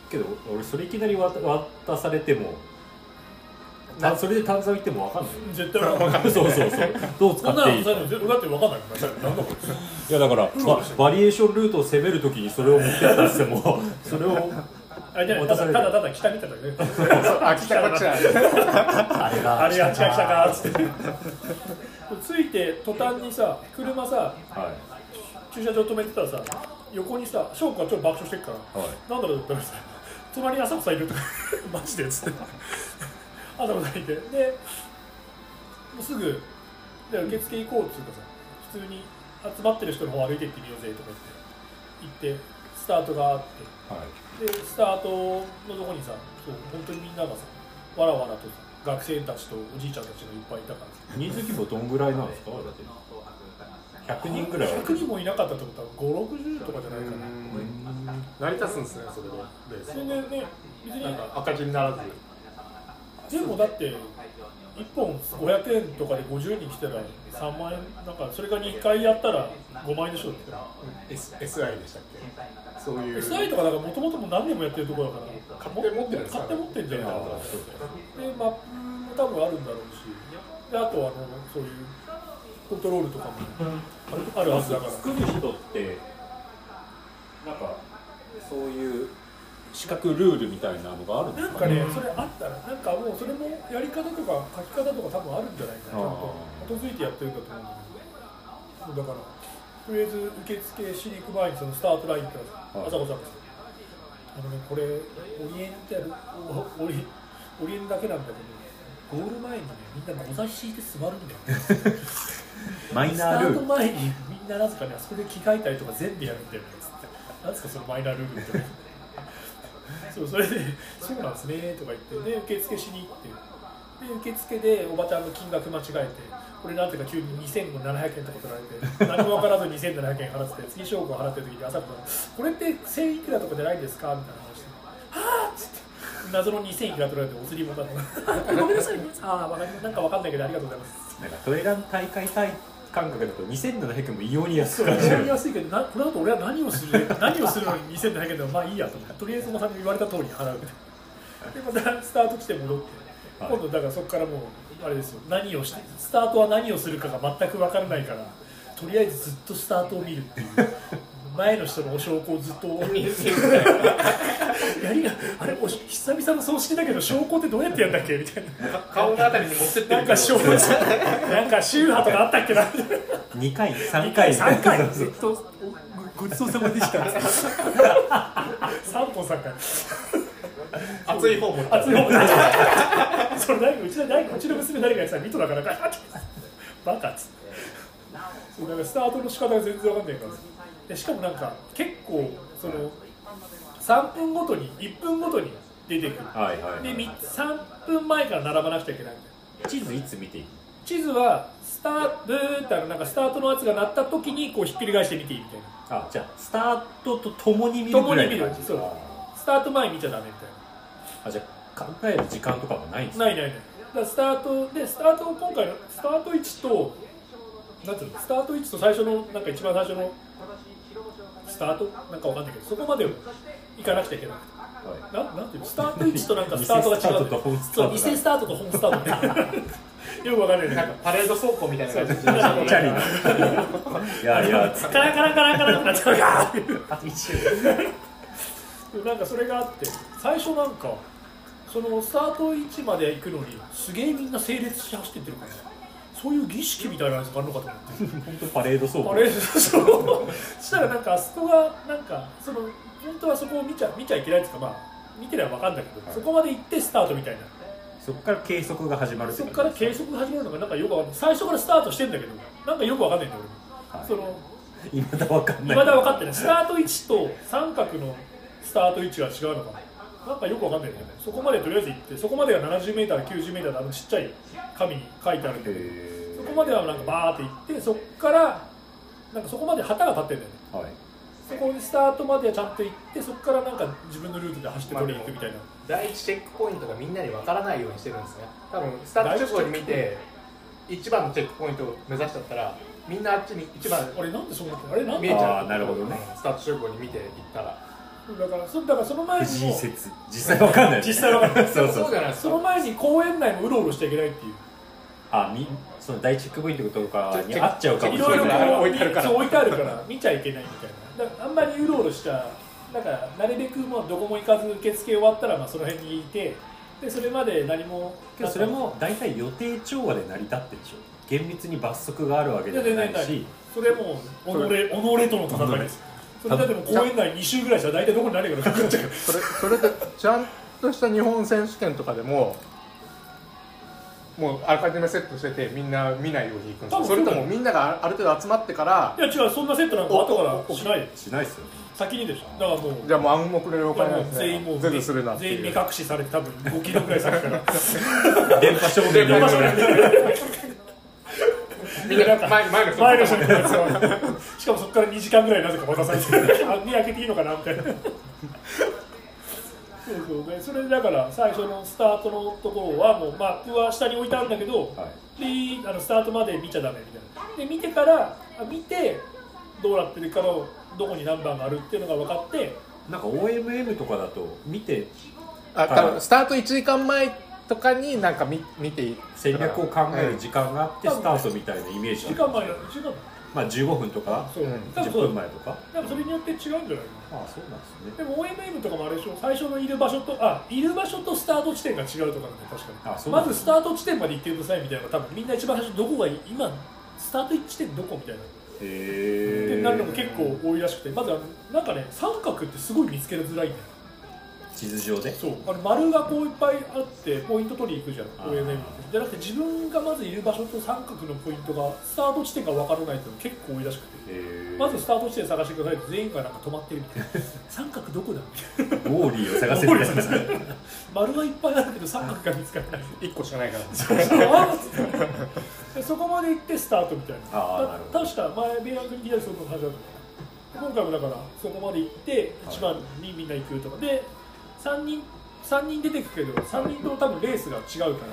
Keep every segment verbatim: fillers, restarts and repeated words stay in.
けど俺それいきなり渡渡されてもたそれで探査行っても分かんない絶対分かんないそうそうそうどう使っていいかだって分かんないもんなんだこれいやだからバ, バリエーションルートを攻めるときにそれを持ってったとしてもそれをあじゃあただただただ北見ただけあ北こっちだあれがあれが北来たかっつってついて途端にさ車さ、はい、駐車場止めてたらさ横にさ翔子がちょっと爆笑してるから、はい、なんだろうって言ったらさ隣に朝子さんいるとかマジでっつって朝子さんいてでもうすぐで受付行こうっていうかさ普通に集まってる人の方歩いて行ってみようぜとか言って行ってスタートがあって、はい、でスタートのとこにさそう本当にみんながさわらわらとさ学生たちとおじいちゃんたちがいっぱいいたから人数規模どんぐらいなんですか？だってひゃくにんぐらいひゃくにんもいなかったってことはごじゅう、ろくじゅうとかじゃないかな成り立つんですねそれでそれでね別になんか赤字にならずでもだっていっぽんごひゃくえんとかでごじゅうにん来たらさんまんえんなんかそれがにかいやったらごまんえんでしょって、 うん、S、エスアイ でしたっけそういうエスアイ とかだからもともとも何年もやってるところだから買って持ってるんですか、 買って持ってるんじゃないかなでマップも多分あるんだろうしであとはあのそういうコントロールとかもあるはずだから作る人ってなんかそういう資格ルールみたいなのがあるんですか？ なんかね、それあったらなんかもうそれもやり方とか書き方とか多分あるんじゃないかなと基づいてやってるんだと思うんだけどだからとりあえず受付しに行く前にそのスタートラインから朝子さんがあのねこれオリエンタルオリオリエンだけなんだけどゴール前にねみんな野座敷いて座るんだよねマイナールールスタート前にみんななぜかねあそこで着替えたりとか全部やるんだよねつってなんですかそのマイナールールってそうそれでそうなんですねとか言ってで受付しに行ってで受付でおばちゃんの金額間違えてこれなんていうか急ににせんななひゃくえんとか取られて何も分からずにせんななひゃくえん払ってて次証拠を払ってる時に朝子がこれってせんいくらとかじゃないんですかみたいな話してはぁっつって謎のにせんいくら取られてお釣りもだったごめんなさいああなんか分かんないけどありがとうございますなんかトレラン大会大感覚だとにせんななひゃくえんも異様に安く感じる異様に安いけどなこれだと俺は何をする何をするのににせんななひゃくえんでもまあいいやと思ってとりあえずおばさんに言われた通り払うみたいなでまたスタート地点戻って、はい、今度だからそこからもうあれですよ何をしてスタートは何をするかが全く分からないからとりあえずずっとスタートを見るっていう前の人のお証拠をずっと見るやりがあれ久々の葬式だけど証拠ってどうやってやるんだっけみたいな顔のあたりに持ってってるなんか証拠なんか宗派とかあったっけなにかいさんかいさんかいずっとごちそうさまでしたさんぽんさんかい熱い方も熱い方もそれ誰うちの誰うちの娘誰かやってたらミトだからかバカっつってそうだからスタートの仕方が全然わかんないからでしかもなんか結構そのさんぷんごとにいっぷんごとに出てくる、はいはいはい、でさんぷんまえから並ばなくちゃいけないみたいな地図いつ見ていい地図はスターブーってなんかスタートのやつが鳴った時にこうひっくり返して見ていいみたいなあじゃあスタートとともに見るぐらいの感じそうスタート前見ちゃダメみたいなあじゃあ考える時間とかもないんですかないないないだからスタートでスタート今回のスタート位置となんていうのスタート位置と最初のなんか一番最初のスタートなんかわかんないけどそこまで行かなくちゃいけなくて、はい、ななんていうのスタート位置となんかスタートが違うそう偽スタートと本スタートみたいなよくわかんないなんかパレード走行みたいな感じでチャリのいやいやカランカランカランカランってなっちゃうがなんかそれがあって最初なんかそのスタート位置まで行くのにすげえみんな整列して走ってってるからそういう儀式みたいなやつがあるのかと思って本当パレード走行パレードそうそしたらなんかあそこがなんかその本当はそこを見ちゃ見ちゃいけないっていうかまあ見てれば分かんないけど、はい、そこまで行ってスタートみたいなそこから計測が始まるってそこから計測が始まるのがなんかよく分かんない最初からスタートしてんだけどなんかよく分かんないんだよ俺も、はい、その未だ分かんない未だ分かってないスタート位置と三角のスタート位置が違うのかななんかよくわかんないんだよね。そこまでとりあえず行ってそこまでは ななじゅうメーター きゅうじゅうメーター のあのちっちゃい紙に書いてあるんだけどそこまではなんかバーって行ってそこからなんかそこまで旗が立ってるんだよね、はい、そこでスタートまではちゃんと行ってそこからなんか自分のルートで走って取りに行くみたいな、まあ、 第一チェックポイントがみんなにわからないようにしてるんですね。多分スタート直後に見て一番のチェックポイントを目指しちゃったらみんなあっちに一番あれなんでそうなってあれなん見えちゃう。 あなるほどねスタート直後に見ていったらだからそだからその前にも藤井説実際わかんない、ね、 実際わかんないそうそうじゃないですか。 その前に公園内もうろうろしちゃいけないっていう、 あみその大チェックポイントとかに合っちゃうかもしいろいろこれないう置いてあるからそう置いてあるから見ちゃいけないみたいな。だからあんまりうろうろしただからなるべくもうどこも行かず受付終わったらまあその辺にいて、でそれまで何もけどそれも大体予定調和で成り立ってるでしょ。厳密に罰則があるわけじゃないし、 それも己己との戦いです。それだっても公園内に周ぐらいしたら大体どこに何がかかっちゃう。 それそれでちゃんとした日本選手権とかでももうあらかじめセットしててみんな見ないように行くんですか。それともみんながある程度集まってから。 いや違う、そんなセットなんか後からしないしないですよ。 先にでしょ。だからもうじゃあもう暗黙の了解なんですね。 全員もう全部するなっていう全員目隠しされて多分ごキロぐらい先から電波証明電波証明みんな前前の人前の人にしかもそこからにじかんぐらいなぜか渡されてあ目開けていいのかなみたいな。そうそうね、それでだから最初のスタートのところはもうマップは下に置いてあるんだけど、はい、であのスタートまで見ちゃダメみたいな。で見てから見てどうなってるかのどこに何番があるっていうのが分かって、 なんか オーエムエム とかだと見てあ多分スタートいちじかんまえとかになんか 見, 見て戦略を考える時間があってスタートみたいなイメージ。 いちじかんまえいちじかんまあじゅうごふんとかじゅっぷんまえとか多分それによって違うんじゃないかな。 ああそうなんですね。 でも オーエムエム とかもあれでしょ、最初のいる場所とあいる場所とスタート地点が違うとかね。確かにあそうまずスタート地点まで行ってくださいみたいな。多分みんな一番最初どこがいい今スタート地点どこみたいなへってなるのが結構多いらしくて、まずあのなんかね三角ってすごい見つけづらいんだよ。 地図上でそうあれ丸がこういっぱいあってポイント取りに行くじゃん オーエムエム って。じゃなくて自分がまずいる場所と三角のポイントがスタート地点が分からないっていうの結構多いらしくて、まずスタート地点探してくださいって全員がなんか止まってるみたいな三角どこだみたいなウォーリーを探せるみたいな丸はいっぱいあるけど三角が見つからないいっこしかないからでそこまで行ってスタートみたいな。 あな確か前米安君に聞いたりその話だと思う。今回もだからそこまで行っていちばんにみんな行くとかでさんにんさんにん出てくけどさんにんとも多分レースが違うから。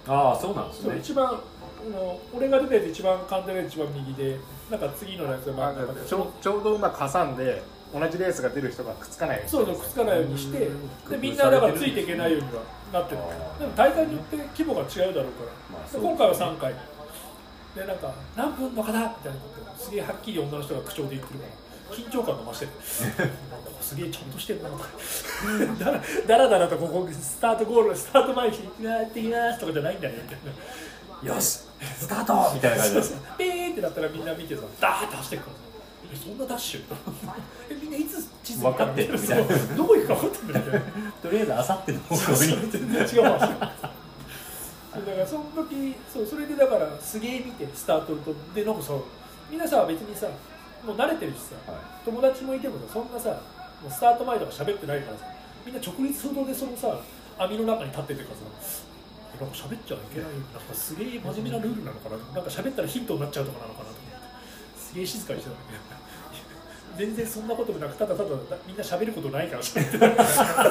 ああそうなんですね。 一番あの俺が出てて一番簡単で一番右でなんか次のやつがちょちょうどうまく挟んで同じレースが出る人がくっつかないようにそうそうくっつかないようにしてでみんなだからついていけないようにはなってる。でも大会によって規模が違うだろうから、まあ、今回はさんかいでなんか何分の方みたいなことすげえはっきり女の人が口調で言ってるから緊張感が増してるすげえちゃんとしてるなとかだらだらだらとここスタートゴールスタート前に「やってきます」とかじゃないんだねみたいな。 よしスタートみたいな感じでピーってなったらみんな見てさダーッて走ってくからえそんなダッシュえみんないつ地図分かってるみたいなどこ行くか分かってるみたいなとりあえずあさっての方向に全然違うわだからその時そうそれでだからすげえ見てスタートとでなんかさみんなさ別にさもう慣れてるしさ、はい、友達もいてもさそんなさもうスタート前とか喋ってないからさみんな直立不動でそのさ網の中に立っててからさなんか喋っちゃいけないなんかすげえ真面目なルールなのかななんか喋ったらヒントになっちゃうとかなのかなと思ってすげえ静かにしてたんだけど全然そんなこともなくただただみんな喋ることないから喋って大丈夫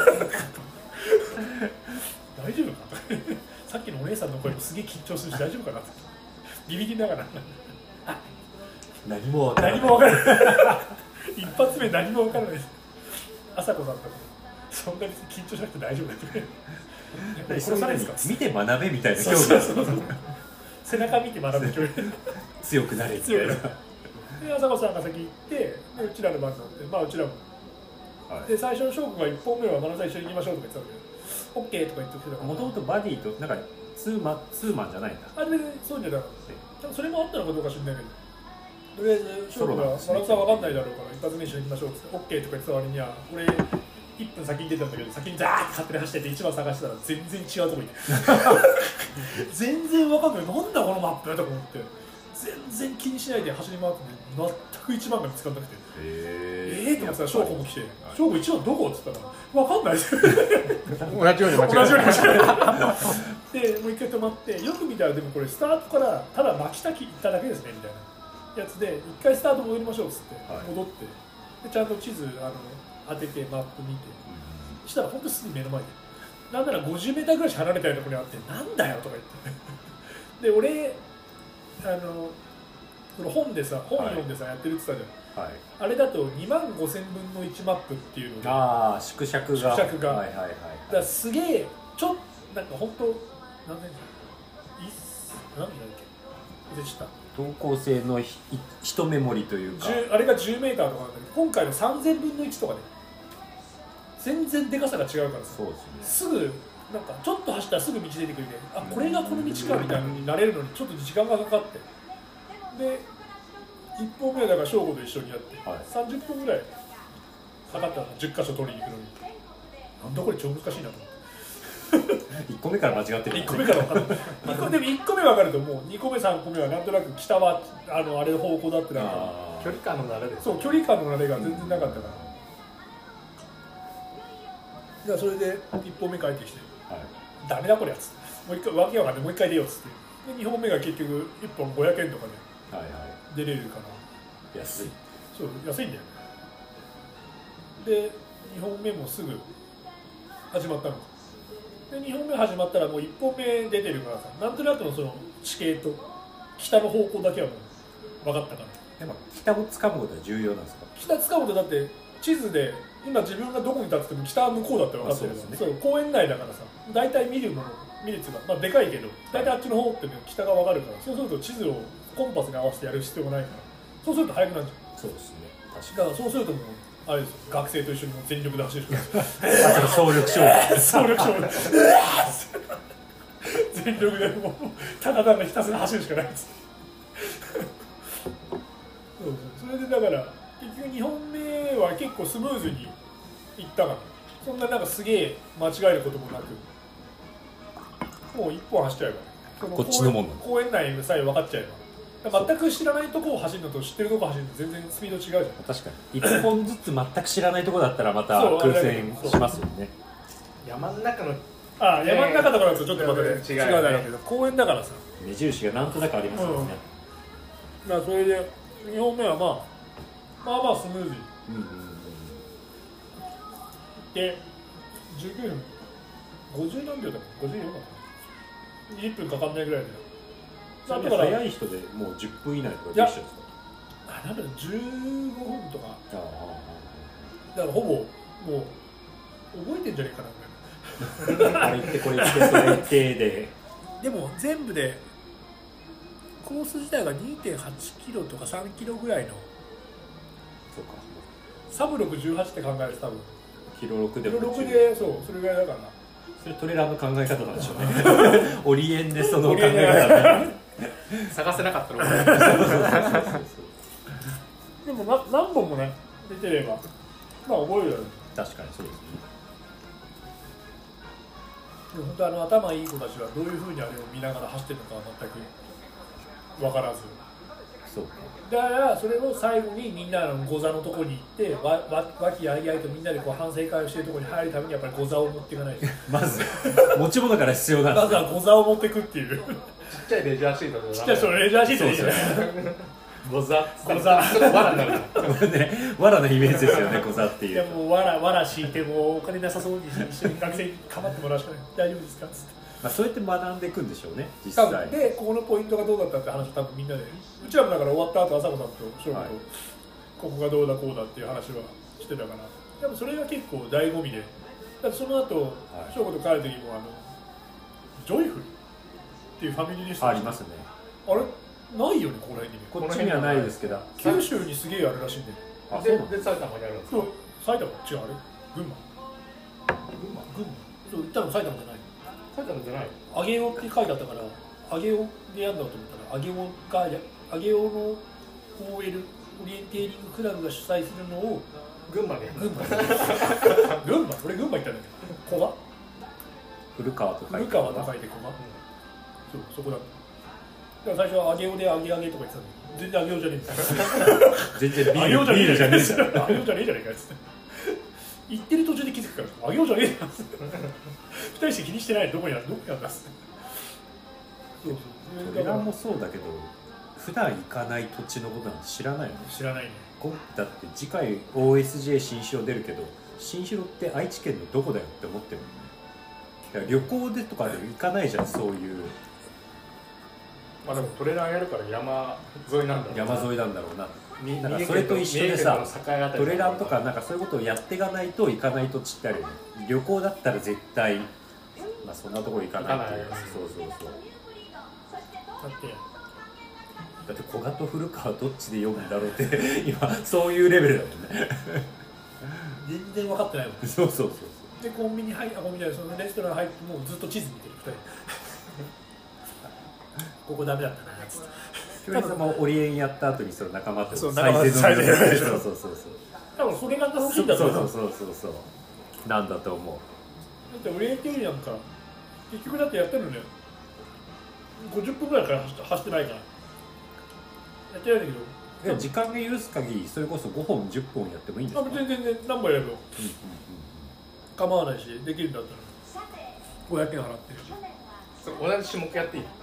かさっきのお姉さんの声もすげえ緊張するし大丈夫かなってビビりながら何も分からない何も分からない一発目何も分からないです朝子さんとかそんなに緊張しなくて大丈夫だって殺されるんですか見て学べみたいな競技背中見て学ぶ競技強くなれってで朝子さんが先行ってでうちらの番になってまあうちらも、はい、で最初の翔子がいっぽんめは真野さん一緒に行きましょうとか言ってたんだけど OK とか言ってきてたもともとバディとなんかツーマンツーマンじゃないんだあれ別にそうじゃなかったそれもあったのかどうか知らないけどとりあえず翔子が真野さん分かんないだろうから一発目一緒に行きましょうって OK とか言ってた割には俺いっぷん先に出たんだけど先にザーッて勝手に走ってていちばん探したら全然違うとこ行って全然分かんないなんだこのマップとか思って全然気にしないで走り回って全くいちばんが見つかんなくてえーって思ってたら翔子も来て翔子いちばんどこって言ったら分かんないです同じように間違えた同じように間違えたでもう一回止まってよく見たらでもこれスタートからただ巻きたき行っただけですねみたいなやつで一回スタート戻りましょうっつって戻ってでちゃんと地図あの当ててマップ見て、そしたら本当すぐ目の前でなんならごじゅうメーターぐらい離れたようなところにあってなんだよとか言ってで俺あのその本でさ本読んでさ、はい、やってるって言ったじはい、 あれだとにまんごせんぶんのいちマップっていうので、 ああ縮尺が縮尺が、 はいはいはい、はい、 だからすげえちょっとなんか本当何年い何年だっけでした等高性のひ一メモリというかあれがじゅうメーターとかなんだけど今回のさんぜんぶんのいちとかで全然でかさが違うからさ、 そうですね、 すぐなんかちょっと走ったらすぐ道出てくるんで、あこれがこの道かみたいなのになれるのにちょっと時間がかかってでいっぽんめはだから翔吾と一緒にやって、はい、さんじゅっぷんぐらいかかったのじゅっかしょ取りに行くのになんだこれ超難しいなと思っていっこめから間違ってる、ね、 いっこめから分かるいっこでもいっこめ分かるともうにこめさんこめはなんとなく北はあのあれの方向だってなんか距離感の慣れでそう距離感の慣れが全然なかったから、じゃあそれでいっぽんめ帰ってきて、はい、ダメだこれやつってもう一回わけわかんないもう一回出ようっつってでにほんめが結局いっぽんごひゃくえんとかで、はいはい、出れるかな安いそう安いんだよでにほんめもすぐ始まったのでにほんめ始まったらもういっぽんめ出てるからさなんとなくのその地形と北の方向だけはもう分かったからやっぱ北を掴むことは重要なんですか北掴むとだって地図で今自分がどこに立ってても北は向こうだって分かってるから、ね、そう公園内だからさ大体見るもの見るっていうか、まあ、でかいけど大体あっちの方って、ね、北が分かるからそうすると地図をコンパスに合わせてやる必要がないからそうすると速くなるじゃんそうですね確かにだからそうするともうあれですよ学生と一緒にもう全力で走る総力勝負総力勝負全力でもうただただひたすら走るしかないですそうそうそれでだから結局にほんめは結構スムーズにいったからそんななんかすげえ間違えることもなくもう一本走っちゃえばこっちのもんなん公園内さえ分かっちゃえば全く知らないとこを走るのと知ってるとこを走るのと全然スピード違うじゃん確かにいっぽんずつ全く知らないとこだったらまた空戦しますよね山の中のああ山の中とかだとちょっとまたね違うだろうけど公園だからさ目印がなんとなくありますよね、 うん、だからそれでにほんめはまあまあまあスムーズに、うんうんうん、でじゅうきゅうふんごじゅうなんびょうだったごじゅうよんだったいっぷんかかんないぐらいでだから早い人でもうじゅっぷん以内とかできちゃうんですかあなんだろうじゅうごふんとかああだからほぼもう覚えてんじゃねえかなみたいなあれ行ってこれ行ってそれ行ってででも全部でコース自体が にてんはちキロとかさんキロぐらいのそうかサブろくじゅうはちって考えると多分キロろくでもキロろくでそうそれぐらいだからそれトレラーの考え方なんでしょうねオリエンでその考え方探せなかったのでもな何本もね出てればまあ覚えるよね確かにそうですねでも本当あの頭いい子たちはどういうふうにあれを見ながら走ってるのかは全く分からずそうかだからそれを最後にみんなのゴザのところに行ってわわ和気あいあいとみんなでこう反省会をしているところに入るためにやっぱりゴザを持っていかないとまず持ち物から必要なんです、 まずはゴザを持っていくっていうちっちゃいレジャーシートでちっちゃいそのレジャーシートでいいじゃないゴザゴザちょっとわらになるね、わらのイメージですよねゴザっていういやもうわらわら敷いてもお金なさそうに一緒に学生に構ってもらうしかない大丈夫ですかっつって、 まあ、そうやって学んでいくんでしょうね実際でここのポイントがどうだったって話を多分みんなでうちらもだから終わった後朝子さんと翔吾と、はい、ここがどうだこうだっていう話はしてたからやっぱそれが結構醍醐味でだってその後翔吾、はい、と帰る時もあのジョイフルっていうファミリーレストランありますねあれないよねここら辺にねこっちにはないですけど九州にすげえあるらしいんであそうなんで埼玉にあるんですかそう埼玉違うあれ群馬群馬群馬そう言ったの埼玉じゃない埼玉じゃない上尾って書いてあったから上尾でやんだと思ったら上尾が上尾の オーエル オリエンテーリングクラブが主催するのを群馬で群馬群馬俺群馬行ったんだけど古賀古川と書いて古川と書いて古賀、うん、そうそこだだから最初は上尾で上げ上げとか言ってたんだけど全然上尾じゃねえ全然ビールビールじゃねえじゃん上尾じゃねえじゃねえかっつって行ってる途中で気づくから上尾じゃねえやつ二人して気にしてないどこにあるどこにあるんだっつってそうそうトレランもそうだけど普段行かない土地のことなんて知らないよね知らないねだって次回 オーエスジェー 新城出るけど新城って愛知県のどこだよって思ってるもんねだから旅行でとかで行かないじゃんそういうまあでもトレーラーやるから山沿いなんだろうな。 山沿いなんだろうな。なんかそれと一緒でさ、トレランとかなんかそういうことをやっていかないと行かない土地ってあるよね。旅行だったら絶対、まあ、そんなところ行かないっていう。そうそうそう。 だってだって古賀と古川どっちで読むんだろうって今そういうレベルだもんね。 全然分かってないもん。 そうそうそうそう。 でコンビニ入って、コンビニじゃない、そのレストラン入ってもうずっと地図見てるふたり。ここダメだったなっつって。 京平さんもオリエンやった後にその仲間とそう再生再生そうそうそうそう。 多分それが楽しいんだと思う。 そうそうそうそうそう。なんだと思う。 だってオリエンテーリなんか結局だってやってるのね。ごじゅっぷんぐらいから走って走ってないから。やってないんだけど。 いや時間が許す限りそれこそごほんじゅっぽんやってもいいんですか。 全然全然何本やれば構わないし、できるんだったらごひゃくえん払って同じ種目やっていい？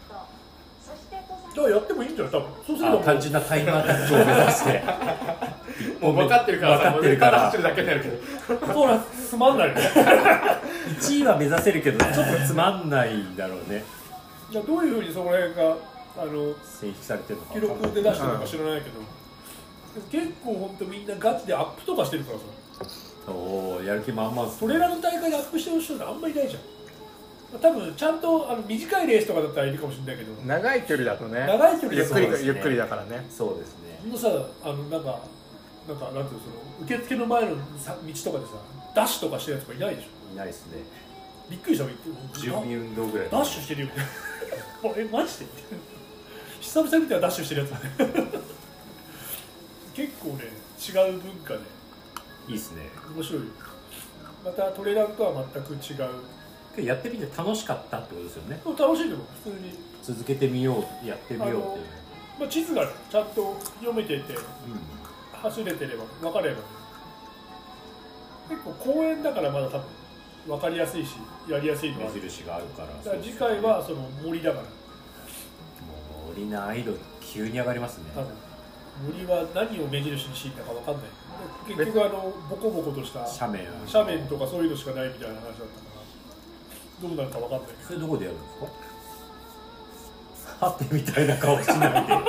じゃあやってもいいんじゃない多分。そうすれば単純なタイムアタックを目指してもう分かってるから分かってるから走るだけになるけどそうなんつまんないね。 いちいは目指せるけどちょっとつまんないんだろうね。 じゃあどういうふうにそこら辺があの線引きされてるのか記録で出してるのか知らないけど、結構本当みんなガチでアップとかしてるからさ。 おお、やる気満々。 トレーラーの大会でアップしてる人ってあんまりいないじゃん。多分ちゃんとあの短いレースとかだったらいるかもしれないけど、 長い距離だとね、 長い距離ゆっくり、 ね、 ゆっくりだからね。 そうですね。 ほんとさ、あのなんかなんかなんていうの、その受付の前のさ道とかでさダッシュとかしてるやつとかいないでしょ。 いないですね。 びっくりした。 準備運動ぐらいダッシュしてるよ。えマジで？久々に見たらダッシュしてるやつだね。結構ね違う文化でいいですね。 面白い。またトレーラーとは全く違う。 やってみて楽しかったってことですよね。 楽しいでも普通に続けてみよう、やってみようっていう、 まあ、地図がちゃんと読めてて、うん、走れてれば分かれば、ね、結構公園だからまだ多分分かりやすいしやりやすいのは目印があるから。だから次回はその森だから、もう森難易度急に上がりますね。多分森は何を目印にしていたか分かんない。結局あのボコボコとした斜面斜面とかそういうのしかないみたいな話だったから、どうなるか分かんないけど。 それどこでやるんですか？はてみたいな顔しないで。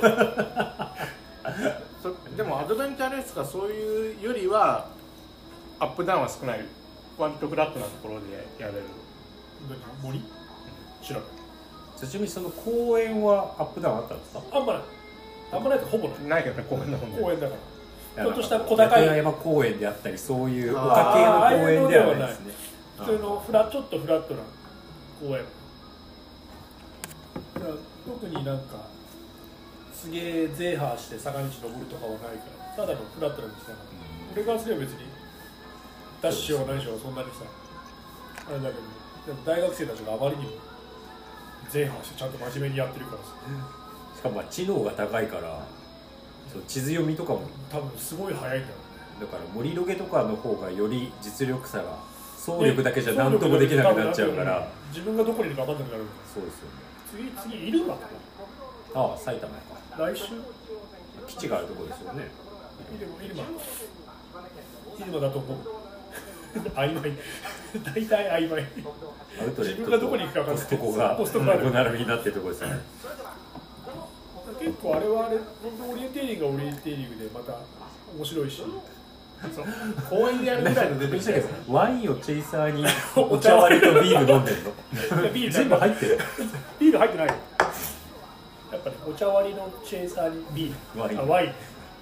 でもアドベンチャーレースがそういうよりはアップダウンは少ない、割とフラットなところでやれる。 森？知らない。 ちなみにその公園はアップダウンあったんですか？ あんまない。あんまないとほぼない。 ないけどね、公園の方公園だから。ちょっとした小高い山公園であったりそういう丘系の公園ではないですね。 普通のフラちょっとフラットな公園。だから特になんかすげえゼーハーして坂道登るとかはないから、ただのフラットな道だから、うん、俺からすれば別にダッシュを何しようそんなにさあれだけど、でも大学生たちがあまりにもゼーハーしてちゃんと真面目にやってるからさ、 うん、しかもまあ知能が高いからそう地図読みとかも多分すごい早いんだろうね。 だから森ロゲとかの方がより実力差が総力だけじゃ何ともできなくなっちゃうから、 自分がどこにいるか分かんなくなる。 そうですよね。 次次いるかな。 ああ埼玉か。 来週基地があるところですよね。 イルマイルマだと思う。曖昧。大体曖昧。自分がどこに行くか分かんない。 ポストコが横並びになってるところですよね。 結構あれはあれ本当オリエンテーリングがオリエンテーリングでまた面白いし。 公園でやるぐらいの出てきたけどワインをチェイサーにお茶割りとビール飲んでるの。 ビール全部入ってる。 ビール入ってないよ。やっぱり、ね、お茶割りのチェイサーにビール、ワイン。あワイン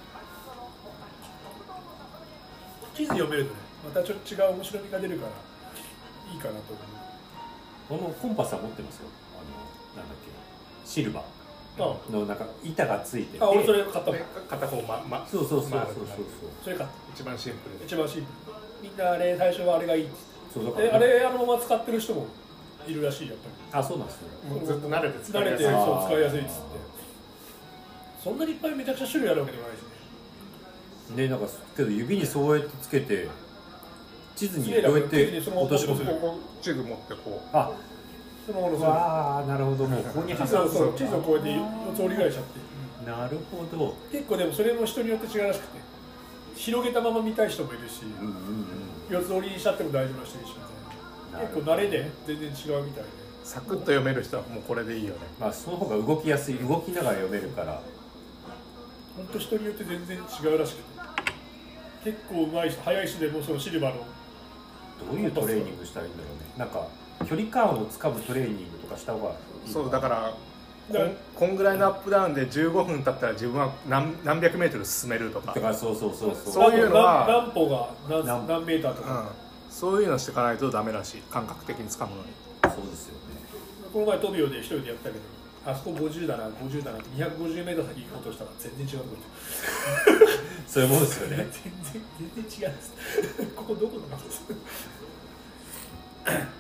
地図読めるとねまたちょっと違う面白みが出るからいいかなと思う。 このコンパスは持ってますよ。あのなんだっけシルバーのなんか板がついてて、 あ俺それ買ったもん。 片方ままそうそうそうそうそうそれか一番シンプルで一番シンプル。みんなあれ最初はあれがいいって。 そうだから、ね、あれあのまま使ってる人もいるらしいやっぱり。 あそうなんですね。 もうずっと慣れて使いやすい。慣れてそう使いやすいっつって。そんなにいっぱいめちゃくちゃ種類あるわけでもないしね。 ねなんかけど指にそうやってつけて地図にどうやって落とし込むの？ 地図持ってこう。 あそのものわあなるほどもうここに地図をそう地図をこうやってよっつ折り返しちゃって。 なるほど。 結構でもそれも人によって違うらしくて広げたまま見たい人もいるし、よっつ折りにしちゃっても大丈夫な人いるしみたいな。結構慣れで全然違うみたいで。 サクッと読める人はもうこれでいいよね。 まあその方が動きやすい、動きながら読めるから。 本当人によって全然違うらしくて、結構上手い人、速い人でもそのシルバーのどういうトレーニングしたらいいんだろうね。なんか距離感をつかむトレーニングとかした方がいい。 そうだからこん、こんぐらいのアップダウンでじゅうごふん経ったら自分は 何, 何百メートル進めるとか、 だからそうそうそうそう、 そういうのは何歩が 何, 何メーターとか、 うん、そういうのしていかないとダメらしい、感覚的につかむのに。 そうですよね。 この前トビオで一人でやったけど、あそこごじゅうだなごじゅうだなってにひゃくごじゅうメートル先行こうとしたら全然違うとこ行ったそういうもんですよね。 全然全然違うここどこだな結構ね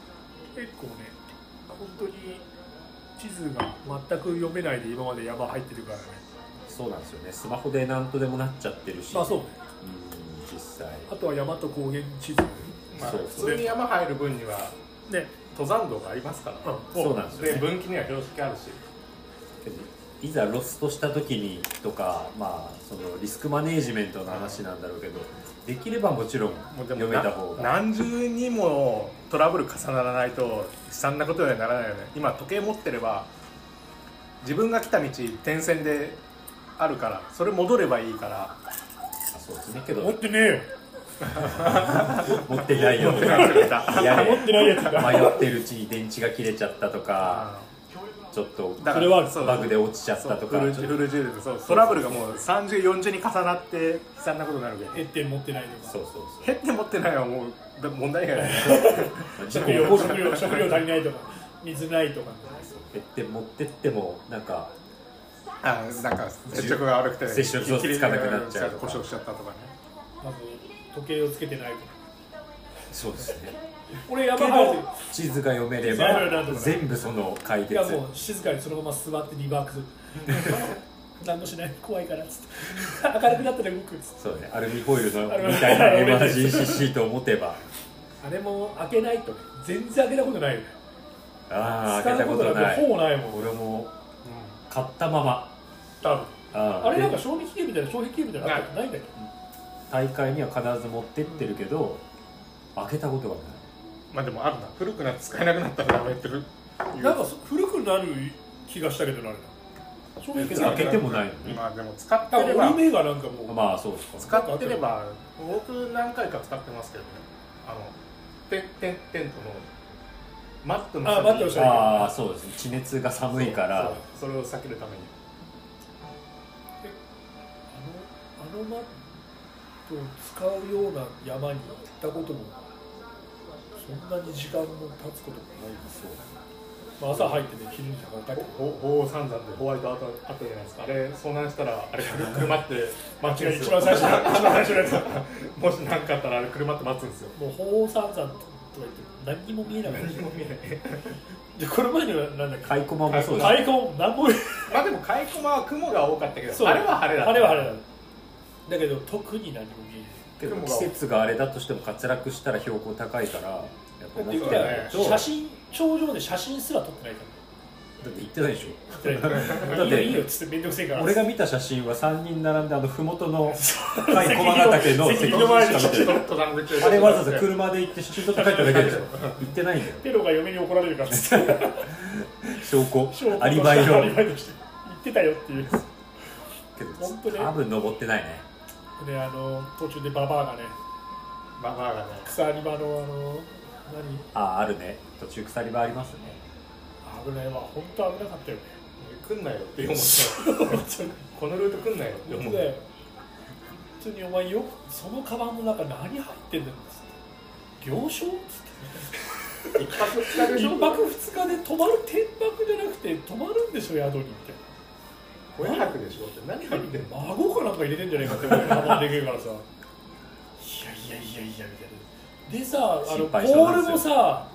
本当に地図が全く読めないで今まで山入ってるからね。 そうなんですよね。スマホで何とでもなっちゃってるし。 まあそうね、 うん、実際あとは山と高原地図、 まあ、そう普通に山入る分にはね登山道がありますから、 うん、そうなんですよね。 で分岐には標識あるし、 いざロストした時にとか、まあそのリスクマネージメントの話なんだろうけど、できればもちろん読めた方が。 何重にもトラブル重ならないと悲惨なことにはならないよね。今時計持ってれば自分が来た道点線であるからそれ戻ればいいから。 あ、そうですね。けど持ってねえよ持ってないよ。持ってないやつが迷ってるうちに電池が切れちゃったとか、ちょっとそれはバグで落ちちゃったとか、 フル充電でそうトラブルがもうさんじゅう、よんじゅうに重なって悲惨なことになるけど、 ヘッテン持ってないとか、 そうそうそう、 ヘッテン持ってないはもう問題がない食料食料食料足りないとか水ないとか、 ヘッテン持ってってもなんかあなんか接触が悪くて接触がつかなくなっちゃうとか、 故障しちゃったとかね。 まず時計をつけてないとか。 そうですね。 俺山入る地図が読めれば全部その解決。 いやもう静かにそのまま座ってリバークする何もしない怖いからっつって明るくなったら動くっつって。 そうね、アルミホイルのみたいなエマージンシーシートを持てばあれも開けないとね、全然開けたことないよね。 ああ、開けたことない。 ほぼないもん。 俺も買ったまま多分 あ, あれなんか賞味期限みたいな、消費期限みたいなのないんだけど、 大会には必ず持ってってるけど開けたことがない。 まあでもあるな、古くなって使えなくなったらダメってる。 なんか古くなる気がしたけどな、あれな。賞味期限開けてもないのに。 まあでも使ってれば、 折り目がなんかもう、 まあそうですか。 使ってれば、僕何回か使ってますけどね。あのテンテンテントのマットのあ、マットの下に、 ああそうですね。地熱が寒いから、 それを避けるために。 えあのあのマットを使うような山に行ったこともそんなに時間も経つこともないですよ。まあ、朝入ってね、昼に高かったけど鳳凰三山でホワイトアートあったじゃないですか。あれ遭難したらあれ車って待つんですよ。 一番最初の一番最初のやつもし何かあったらあれ車って待つんですよ。 もう鳳凰三山とか言って何にも見えなかった。 何にも見えない。 でこの前にはなんだっけ、 カイコマもそうです。 カイコマ何も見えまあでもカイコマは雲が多かったけど、あれは晴れだった。 あれは晴れだだけど特に何も見えないけど季節があれだとしても滑落したら標高高いからやっぱっていうか、ね、写真頂上で写真すら撮ってないから。 だって行ってないでしょ。 だっていいよっつってめんどくせえから。 俺が見た写真はさんにん並んであの麓の甲斐駒ヶ岳の関の前にしか見てない。あれわざわざ車で行って写真撮って帰っただけでしょ。行ってないんだよ。 ペロが嫁に怒られるからっつって証拠アリバイのアリバイとして行ってたよっていう。 けど本当ね、 多分登ってないね。 であの途中でババアがねババアがね鎖場のあの何ああるね、途中鎖場ありますね。 危ないわ、本当危なかったよね。 来んなよって思ったこのルート来んなよって思った本当にお前よそのカバンの中何入ってんだよっつって行商っつって一泊二日でしょ。 一泊二日で泊まる天泊じゃなくて泊まるんでしょ宿にってごひゃくでしょって何入ってんの。 孫かなんか入れてんじゃないかって思うカバンでけえからさいやいやいやいやみたいな。でさあのポールもさ、はい、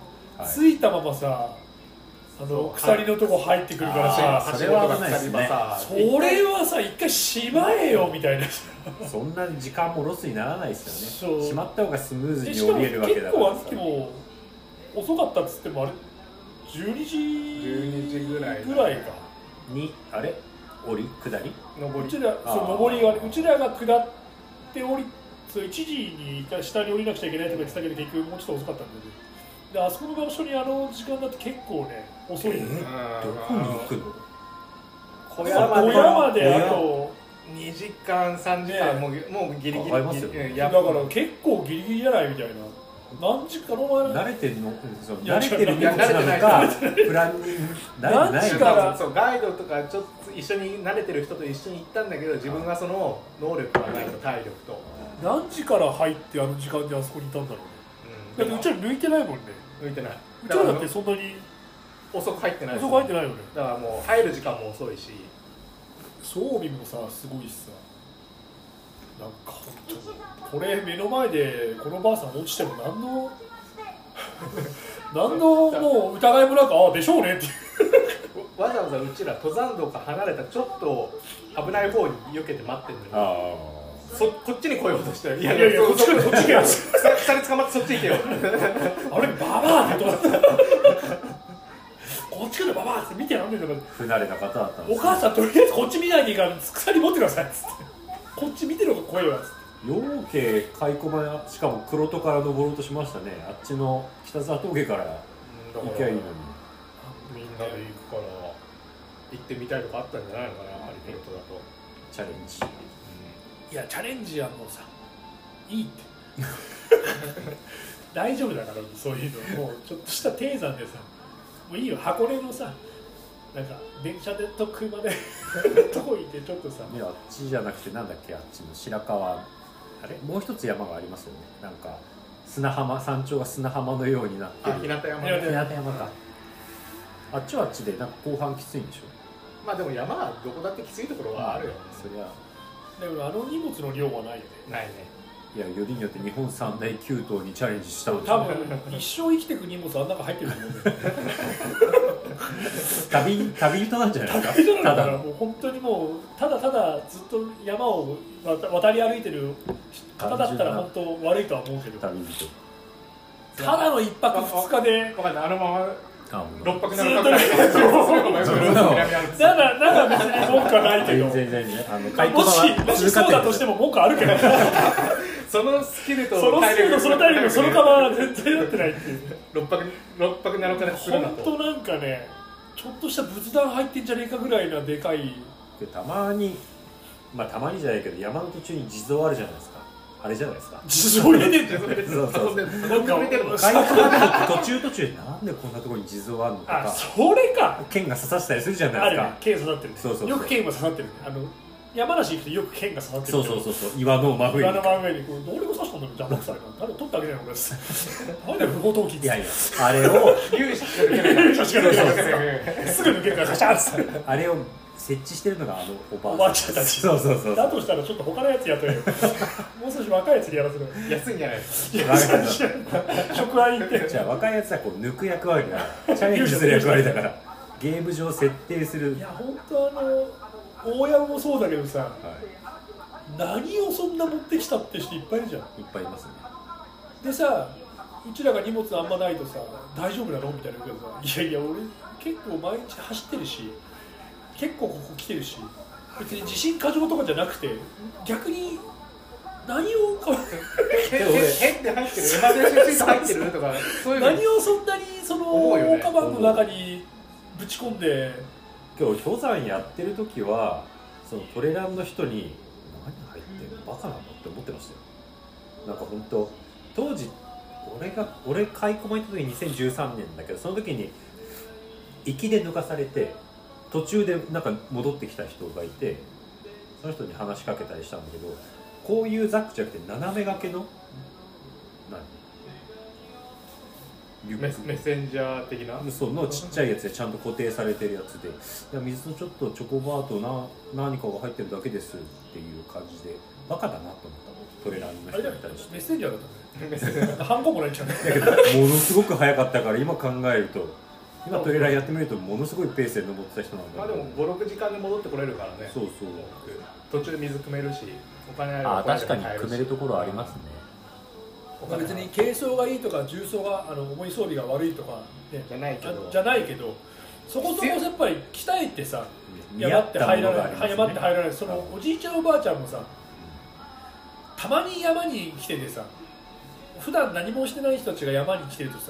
ついたままさあの鎖のとこ入ってくるからさ、 それは危ないですね。 それはさ一回しまえよみたいな。 そんな時間もロスにならないですよね。しまった方がスムーズに降りえるわけだからさ。 結構あの時も遅かったっつってもあれじゅうにじぐらいかにあれ降り下りうちらそう上りがうちらが下って降りそういちじに下に降りなくちゃいけないとか言ってたけど結局もうちょっと遅かったんで、ね、 であそこの場所にあの時間だって結構ね遅い、 えー、どこに行くの？ 小山で小山であとにじかんさんじかん、ね、もうもうギリギリ、 ね、だから結構ギリギリじゃないみたいな。何時かの前慣れてるの慣れてる荷物なのかプランに慣れてないからそうガイドとかちょっと一緒に慣れてる人と一緒に行ったんだけど自分がその能力がないと体力と何時から入ってあの時間であそこにいたんだろうね、うん、だってうちら抜いてないもんね。 抜いてない。 うちらだってそんなに遅く入ってない遅く入ってないよね。 だからもう入る時間も遅いし装備もさすごいしさなんか本当にこれ目の前でこのばあさん落ちても何の何のもう疑いもなくああでしょうねっていうわざわざうちら登山道から離れたちょっと危ない方に避けて待ってるのにあそこっちに来ようとしていやいやいやこっちからこっち行けよ下に捕まってそっち行けよあれババアって言ってこっちからババアって見てらんねえんだから不慣れな方だったんです、ね、 お母さんとりあえずこっち見ないでいいから鎖持ってくださいっつってこっち見てる方が怖いわっつって。 養鶏開駒やしかも黒戸から登ろうとしましたね。あっちの北沢峠から行きゃいいのにみんなで行くから行ってみたいとかあったんじゃないのかな。やはり黒戸だとチャレンジ、 うん、いやチャレンジはもうさいいって大丈夫だからそういうのもうちょっとした低山でさもういいよ箱根のさなんか電車でと車で遠いてちょっとさいやあっちじゃなくてなんだっけあっちの白川あれもう一つ山がありますよね。なんか砂浜山頂が砂浜のようになってる日向山、 ね、日向山か、あっちはあっちでなんか後半きついんでしょ。 まあでも山はどこだってきついところはあるよ、 そりゃでもあの荷物の量はないよね。 ないね。 いやよりによって日本三大急登にチャレンジしたの多分一生生きていく荷物あん中入ってると思うんだよ旅旅人なんじゃないですか。 旅人なんだからもう本当にもうただただずっと山を渡り歩いてる方だったら本当悪いとは思うけど旅人ただの一泊二日で分かんないあのままろっぱくなのかぐらいだからなんか別に文句はないけど全然ねあのもしもしそうだとしても文句あるけどそのスキルとそのスキルとその体力そのカバーは絶対やってないっていうろっぱくろっぱくなのかするなと本当なんかねちょっとした仏壇入ってんじゃねえかぐらいなでかいたまにまあたまにじゃないけど山の途中に地蔵あるじゃないですか。あれじゃないですか。 地蔵入れてんじゃん。 そうそうなんか途中途中でなんでこんなところに地蔵あるのとか。 あ、それか。 剣が刺さしたりするじゃないですか。 あるね、剣刺さってる。 そうそうそうよく剣が刺さってる。あの山梨行くとよく剣が刺さってる。 そうそうそうそう。岩の真上に。 岩の真上にこれどれが刺したんだろう。じゃあ僕さ、誰取ってあげないのこれ。なんで不法投棄って。 いやいやあれを勇者しか抜けない。勇者しか抜けない。すぐ抜けるからカシャンって。 あれを設置してるのがあのおばあ、 おばあちゃんたち。 そうそうそう。 だとしたらちょっと他のやつやってるよ。もう少し若いやつにやらせる。 安いんじゃないですか。職場に行って。 じゃあ若いやつはこう抜く役割だから、チャレンジする役割だから、ゲーム上設定する。 いや本当あの大山もそうだけどさ、はい、何をそんな持ってきたって人いっぱいいるじゃん。 いっぱいいますね。 でさ、うちらが荷物あんまないとさ、大丈夫なのみたいな言うけどさ、いやいや俺結構毎日走ってるし。結構ここ来てるし別に自信過剰とかじゃなくて逆に何をかヘッて入ってるエマージェンシーシート入ってるとかそういうの何をそんなにその大カバンの中にぶち込んで今日登山やってる時はそのトレランの人に何入ってるのバカなのって思ってましたよ。なんか本当当時俺が俺開駒行った時にせんじゅうさんねんだけどその時に行きで抜かされて途中でなんか戻ってきた人がいてその人に話しかけたりしたんだけどこういうザックじゃなくて斜め掛けの何メッセンジャー的なそうのちっちゃいやつでちゃんと固定されてるやつでいや水とちょっとチョコバーとな何かが入ってるだけですっていう感じでバカだなと思ったトレランの人に対してメッセンジャーだったねハンコもないんじゃないだけどものすごく早かったから今考えると今トレーラーやってみるとものすごいペースで登ってた人なんだまあでもご、ろくじかんで戻ってこれるからね。 そうそう途中で水汲めるしお金あればあ確かに汲めるところありますね。 別に軽装がいいとか重装があの重い装備が悪いとか、ね、 じゃないけどじゃないけどそこそこやっぱり鍛えてさ山って入らない、ね、山って入らないそのおじいちゃんおばあちゃんもさたまに山に来ててさ普段何もしてない人たちが山に来てるとさ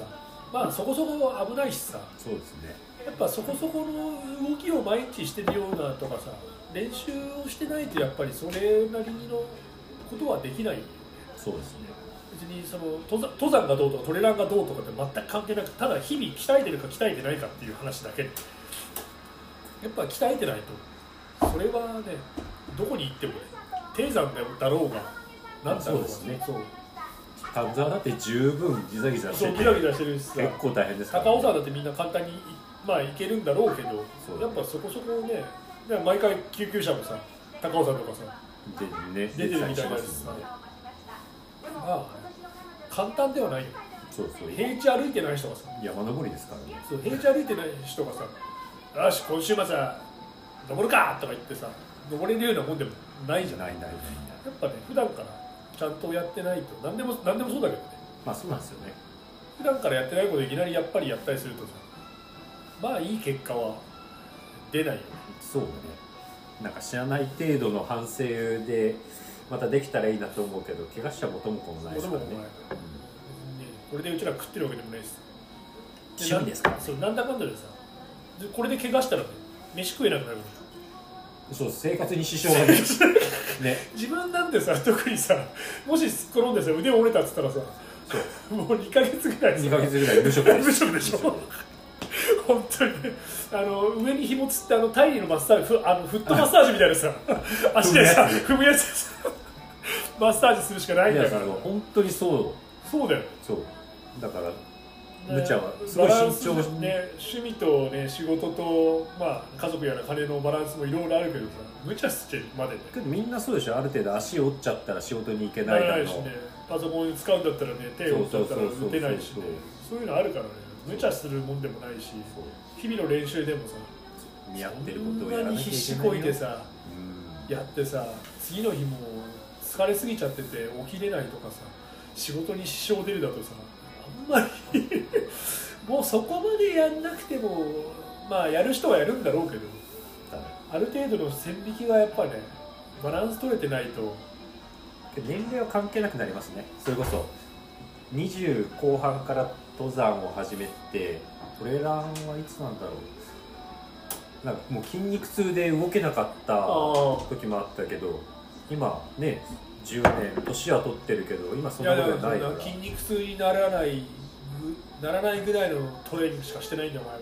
まあそこそこ危ないしさ、 そうですね、 やっぱそこそこの動きを毎日してるようなとかさ、練習をしてないとやっぱりそれなりのことはできないよね。 そうですね、 別にその登山、登山がどうとかトレランがどうとかって全く関係なく、ただ日々鍛えてるか鍛えてないかっていう話だけで、やっぱ鍛えてないとそれはね、どこに行ってもね、低山だろうがなんだろうが、 そうですね、 そう丹沢だって十分ギザギザしててそうギラギラしてるしさ、 結構大変ですから、ね、 高尾山だってみんな簡単にまあ行けるんだろうけど、 そうやっぱそこそこね、毎回救急車もさ高尾山とかさで、ね、 出てるみたいなやつさ、まあ簡単ではないよ。 そうそう、 平地歩いてない人がさ、 山登りですからね、 そう平地歩いてない人がさ、よし今週末は登るかとか言ってさ登れるようなもんでもないじゃん。 ないないないない、 やっぱね普段からちゃんとやってないと、何でも何でもそうだけどね、 まあそうなんですよね、 普段からやってないこといきなりやっぱりやったりするとさ、まあいい結果は出ないよね。 そうね、なんか知らない程度の反省でまたできたらいいなと思うけど、怪我しちゃ元も子もないですからね、 元も子もないこれでうちら食ってるわけでもないし、 趣味ですから、 そうなんだかんだでさ、でこれで怪我したらね飯食えなくなる。 そう生活に支障が出るね、 自分なんてさ、特にさ、もしすっ転んでさ腕折れたっつったらさ、もうにかげつぐらいさにかげつぐらい無職です無職でしょ本当にね、あの上に紐つってあのタイリのマッサージ、フあのフットマッサージみたいなさ足でさ踏むやつでさマッサージするしかないんだから。 本当にそうそうだよ、 そうだから無茶はすバごいランス慎重に、 ね、趣味とね仕事と、まあ、家族やら金のバランスもいろいろあるけどさ、無茶しちゃうまでね。 けどみんなそうでしょ、ある程度足折っちゃったら仕事に行けなないらないだの、 しね、パソコン使うんだったらね、手を折っちゃったら打てないしね、そういうのあるからね、無茶するもんでもないし、日々の練習でもさ、 似合ってるこそんとをやらなきゃいなに必死けないよこいでさ、 うんやってさ、次の日も疲れすぎちゃってて起きれないとかさ、仕事に支障出るだとさ、あんまりもうそこまでやんなくても、まあやる人はやるんだろうけど、ある程度の線引きがやっぱね、バランス取れてないと。 年齢は関係なくなりますね。それこそにじゅう後半から登山を始めて、トレランはいつなんだろう、なんかもう筋肉痛で動けなかった時もあったけど、今ねじゅうねん年は取ってるけど、今そんなことはないから。 筋肉痛にならないならないぐらいのトレーニングしかしてないんだよお前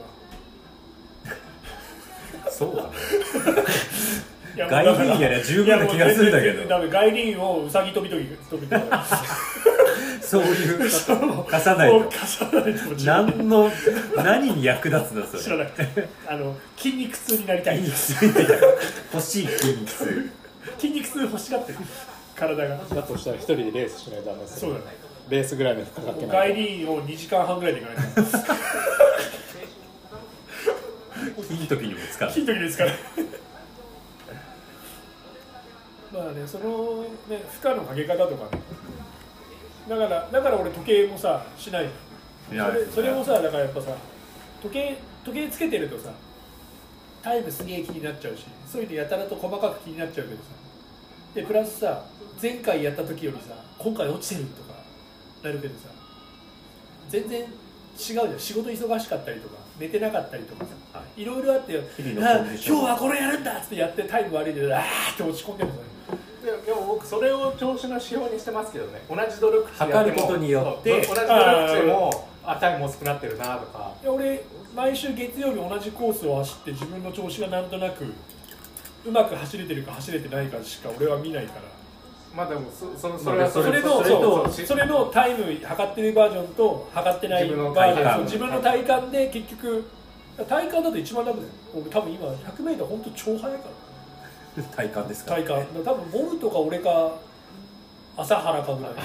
は。 そうかねいや外輪やりゃ十分な気がするんだけど、 だめ外輪をうさぎ飛び飛び飛び飛びそういう貸さないと貸さないと何の何に役立つのそれ。 知らなくて、あの筋肉痛になりたい、 筋肉痛みたいな欲しい筋肉痛筋肉痛欲しがってる体が。 だとしたら一人でレースしないとダメですよ。 そうだね、 レースぐらいの負荷かけない外輪をにじかんはんぐらいでいかないといい時にも使う。 いい時ですからまあね、そのね負荷のかけ方とかね、だからだから俺時計もさしないの。それそれもさ、だからやっぱさ、時計時計つけてるとさタイムすげえ気になっちゃうし、そういうのやたらと細かく気になっちゃうけどさ、でプラスさ、前回やった時よりさ今回落ちてるとかなるけどさ、全然違うじゃん。仕事忙しかったりとか寝てなかったりとかさ、はい、いろいろあって、 日々のコンディション、 今日はこれやるんだっつってやってタイム悪いであーって落ち込んでるさ。 でも僕それを調子の指標にしてますけどね。同じ努力値測ることによって同じ努力値でもあタイム遅くなってるなとか。 いや俺毎週月曜日同じコースを走って自分の調子がなんとなくうまく走れてるか走れてないかしか俺は見ないから。 まあでもそそそれはそれのそうそれのタイム測ってるバージョンと測ってないバージョン、自分の体感で結局体感だと一番楽だよ。俺多分今 ひゃくメートル 本当超速いから。 体感ですか。 体感多分ボルトか俺か朝原かぐらい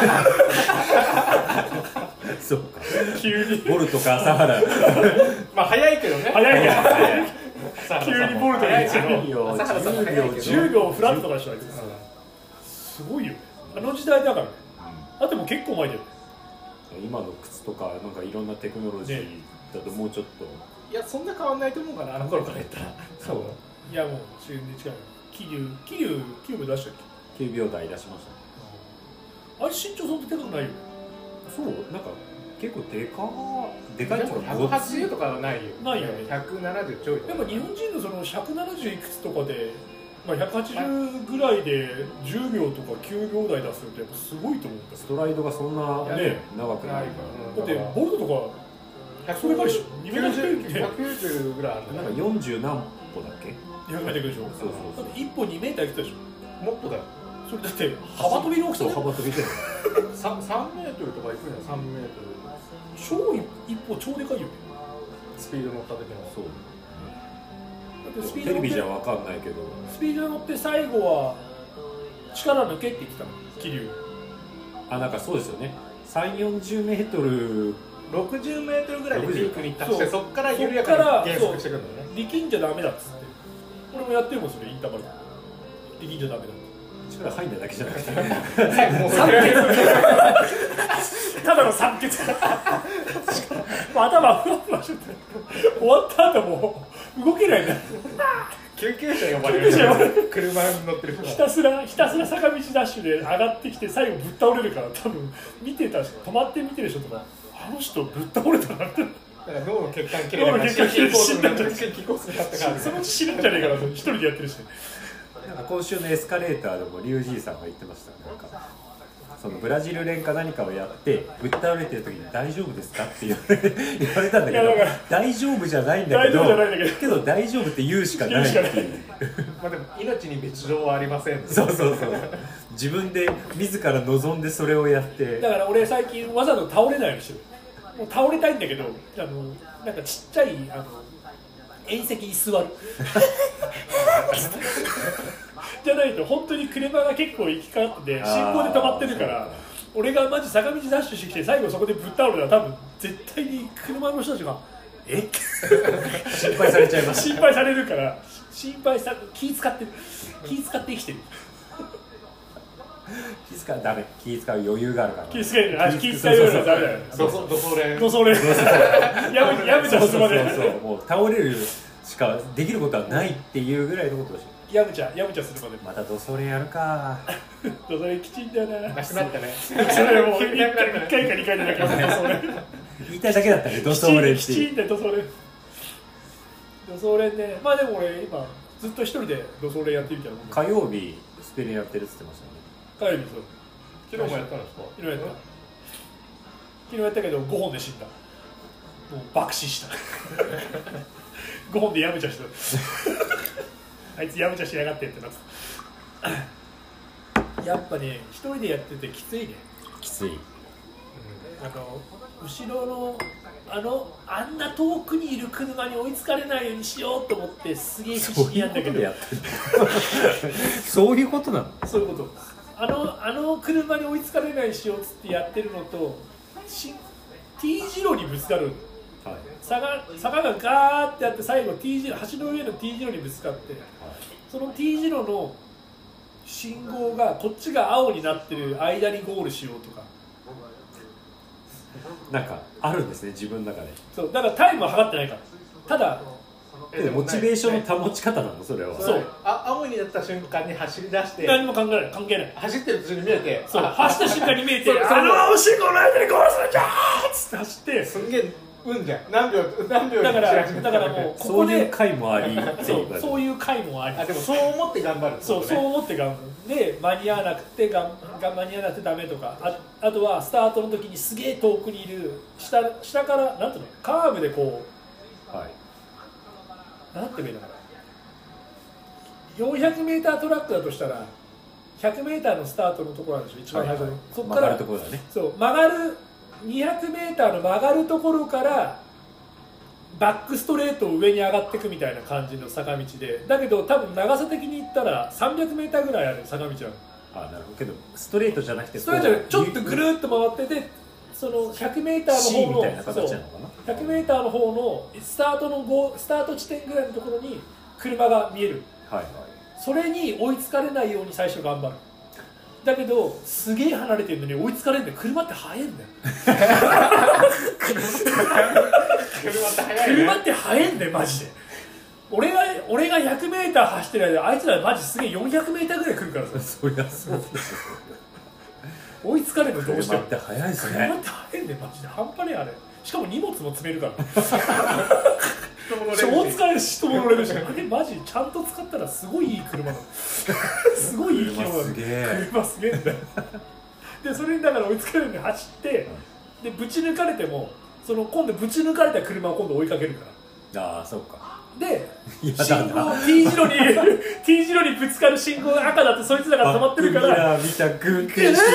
そうか急にボルトか朝原まあ早いけどね。 早いけど急にボルトに朝原さんも早いけどじゅうびょうフラットとかしたらすごいよ。あの時代だからね。あっても結構前だよ。 今の靴とかなんかいろんなテクノロジーだともうちょっと、 いやそんな変わんないと思うかな、あの頃から言ったら。 そういやもう全然違う。桐生桐生キューブ出したっけ。 きゅうびょう台出しました。 あれ身長そんな高くないよ。 そうなんか結構でかでかいっていうかひゃくはちじゅうとかはないよないよねひゃくななじゅうちょいやっぱ日本人のそのひゃくななじゅういくつとかで、まあ、ひゃくはちじゅうぐらいでじゅうびょうとかきゅうびょう台出すのってやっぱすごいと思うんだストライドがそんなね長くないからだってボルトとかそれからしょにメートルひゃくきゅうじゅうぐらいあるらなんかよんじゅう何歩だっけひゃくメートルでしょそうそうそうだっていっぽにメーターいってたでしょもっとだよそれだって幅跳びの大きさそうだよ幅跳びでさん, さんメートルとかいくんやさんメートル超一歩超でかいよねスピード乗った時のそうだってスピーテレド乗ってビじゃ分かんないけどスピード乗って最後は力抜けって言ってたの桐生あなんかそうですよねさんじゅうよんじゅうメートルろくじゅうメートルぐらいでピークに達してそうそこから緩やかに減速してくるんだよね力んじゃダメだっつって俺もやってるもんそれインターバル力んじゃダメだって力入んないだけじゃなくてもう酸欠ただの酸欠頭ふわふわしてて終わった後もう動けないんだ救急車呼ばれる車に乗ってる人ひたすらひたすら坂道ダッシュで上がってきて最後ぶっ倒れるから多分見てたし止まって見てる人とかあの人ぶっ倒れたなってだから脳の血管切れ脳の血管切れて死んだんじゃない気候するかったからそのうち死ぬんじゃねえかなと一人でやってるしなんか今週のエスカレーターでもリュウジーさんが言ってましたなんかそのブラジル連か何かをやってぶっ倒れてる時に大丈夫ですかって言われ言われたんだけど大丈夫じゃないんだけど大丈夫じゃないんだけどけど大丈夫って言うしかないっていうまあでも命に別状はありませんそうそうそう自分で自ら望んでそれをやってだから俺最近わざと倒れないようにしてるもう倒れたいんだけどあのなんかちっちゃいあの縁石に座るじゃないと本当に車が結構行き交ってて信号で止まってるから俺がマジ坂道ダッシュしてきて最後そこでぶっ倒れたら多分絶対に車の人たちがえ心配されちゃいます心配されるから心配さ気使ってる気使って生きてる気使うダメ気使う余裕があるから気使うよ気使うようなダメだよどそれどそれやむやむちゃん進までそうそうそうもう倒れるしかできることはないっていうぐらいのことをしてやむちゃんやむちゃんするまでまたドソレやるかどそれきちんだよななくなったねそれもういっかいかにかいじゃなきゃそれ言いたいだけだったねドソレってきちんだよドソレドソレねまあでも俺今ずっと一人でドソレやってるみたいなもん火曜日スペリンやってるって言ってましたね火曜日そう昨日もやったんですか昨日やった昨日やったけどごほんで死んだもう爆死したごほんでやむちゃしたあいつやむちゃしやがってってなってやっぱね一人でやっててきついねきついあの後ろのあのあんな遠くにいる車に追いつかれないようにしようと思ってすげえ必死にやんだけどそういうことなのそういうことあのあの車に追いつかれないようにしようっつってやってるのとし T 字路にぶつかる、はい、坂, 坂がガーってやって最後 T 字路橋の上の T 字路にぶつかって、はい、その T 字路の信号がこっちが青になってる間にゴールしようとかなんかあるんですね自分の中でそうだからタイムは測ってないからただモチベーションの保ち方なのそれはそうあ青になった瞬間に走り出して何も考えない関係ない走ってる途中に見えてそう走った瞬間に見えてあの青信号の間にゴールするんじゃーっつって走ってすんげえうんじゃん何秒何秒だからだからもうここでそういう回もありそうそういう回もありあでもそう思って頑張る、ね、 そうそう思って頑張るで間に合わなくてがが間に合わなくてダメとか あ, あとはスタートの時にすげえ遠くにいる 下, 下からなんていうのカーブでこう、はい、なんて言うんだろう よんひゃくメーター トラックだとしたら ひゃくメーター のスタートのところなんでしょ一番最初の、はいはい、そこから曲がるところだねそう曲がるにひゃくメーター の曲がるところからバックストレートを上に上がっていくみたいな感じの坂道でだけど多分長さ的に言ったら さんびゃくメーター ぐらいある坂道なのあなるほどけどストレートじゃなくてストレートじゃなくてちょっとぐるっと回っててその ひゃくメーター の方のみたいな形なのかなひゃくメーター の方のスタートのゴスタート地点ぐらいのところに車が見える、はいはい、それに追いつかれないように最初頑張るだけどすげえ離れてるのに追いつかれるんだよ車って速いんだよ車って速いんだよマジで俺が俺が ひゃくメーター 走ってる間あいつらマジすげえ よんひゃくメーター ぐらい来るからさそりゃそうです追いつかれるどうしても車って早いですね。 車って早いねマジで半端ねえあれ。しかも荷物も積めるから超使えるし人も乗れるし、あれマジちゃんと使ったらすごいいい車なのすごいいい車なの。 車すげえ車すげえんだよでそれにだから追いつかれるように走ってでぶち抜かれてもその今度ぶち抜かれた車を今度追いかけるから。 ああそうか。 でやだ信号な T 字路に T 字路にぶつかる信号が赤だってそいつらが止まってるからバックミラー見た軍警視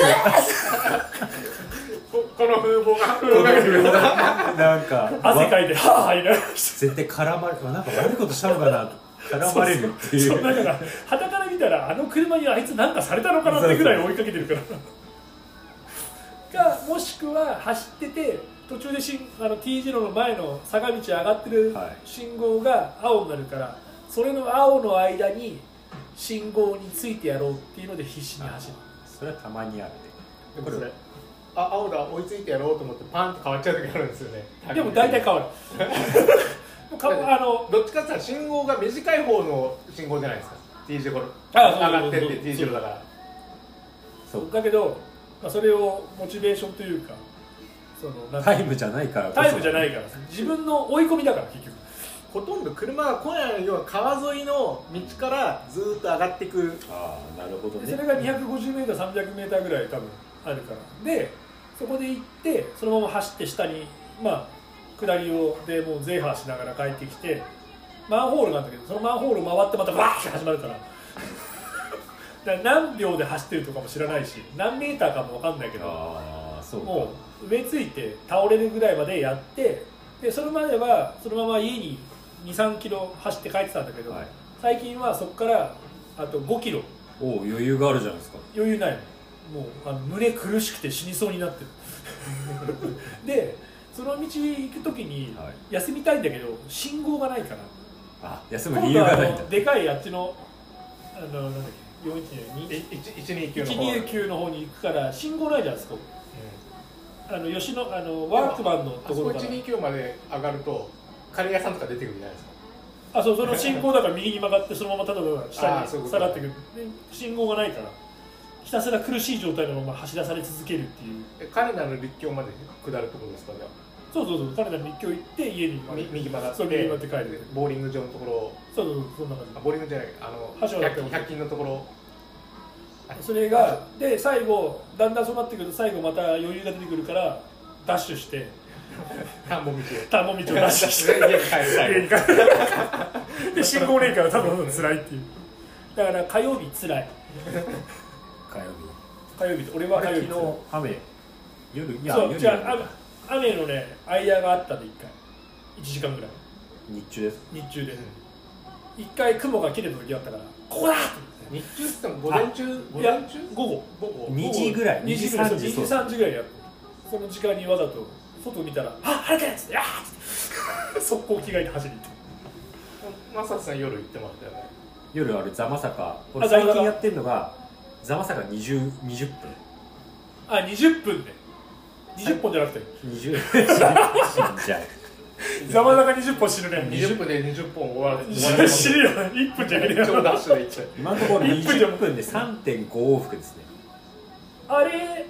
この風貌がなんか汗かいてはぁ言いながら絶対絡まれなんか悪いことしたのかな絡まれるっていう。 そうだから傍から見たらあの車にあいつなんかされたのかなってぐらい追いかけてるからかもしくは走ってて途中でしんあの T 字路の前の坂道上がってる信号が青になるから、それの青の間に信号についてやろうっていうので必死に走る。 それはたまにあるね。 でもそれあ青だ追いついてやろうと思ってパンって変わっちゃう時あるんですよね。 でも大体変わるかあのどっちかっていうと信号が短い方の信号じゃないですか T 字路あ上がってって T 字路だからそうだけど、まあ、それをモチベーションというかそのなんかタイムじゃないからこそタイムじゃないから自分の追い込みだから結局ほとんど車が来ないような川沿いの道からずーっと上がっていく。 ああなるほどね。 それがにひゃくごじゅうメートル、さんびゃくメートルぐらい多分あるからでそこで行ってそのまま走って下にまあ下りをでもうゼーハーしながら帰ってきてマンホールなんだけどそのマンホールを回ってまたバーッて始まるからだから何秒で走ってるとかも知らないし何メーターかも分かんないけどあそうかもう植えついて倒れるぐらいまでやってでそれまではそのまま家ににさんキロ走って帰ってたんだけど、はい、最近はそこからあとごキロお余裕があるじゃないですか。 余裕ないのもうあの胸苦しくて死にそうになってるでその道行く時に休みたいんだけど信号がないからあ休む理由がないんだ。 でかいあっちのあのなんだっけよんいちにきゅういちにきゅうの方に行くから信号ないじゃんあそこ、うん、あの吉野あのワークマンのところからあそこいちにきゅうまで上がるとカレー屋さんとか出てくるじゃないですか。 あそうその信号だから右に曲がってそのままただ下に下がってくるで信号がないからひたすら苦しい状態のまま走らされ続けるっていう。 彼らの立教まで下るところですか。じゃあそうそうそう彼らの立教行って家に右曲がってそう右曲がって帰るボーリング場のところそうそうそんな感じボーリングじゃないあのひゃく均のところそれがで最後だんだんそうなってくると最後また余裕が出てくるからダッシュして田んぼ道を田んぼ道をダッシュして家に帰る家に帰るで信号ねえから多分辛いっていうだから火曜日辛い火曜日火曜日俺は火曜日昨日雨夜いやそう夜じゃあ雨のね間があったでいっかいいちじかんぐらい日中です日中でいっかい雲が切れた時あったからここだ日中って言っても午前中午いや前中午後午後にじぐらいにじぐらいにじさんじぐらいやるその時間にわざと外見たら「あ晴れてる!」っつって「あっ!」速攻着替えて走りに行ってマサさん夜行ってましたよね。 夜あれザマサカ俺最近やってるのがザマサカにじゅう、にじゅっぷんあにじゅっぷんでにじゅっぽんじゃなくてにじゅう死んじゃうザマサカにじゅっぽん死ぬねにじゅっぷんでにじゅっぽん終わる死ぬよいっぷんじゃねえよ超ダッシュで行っちゃう今のところにじゅっぷんで さんてんご 往復ですね。 あれ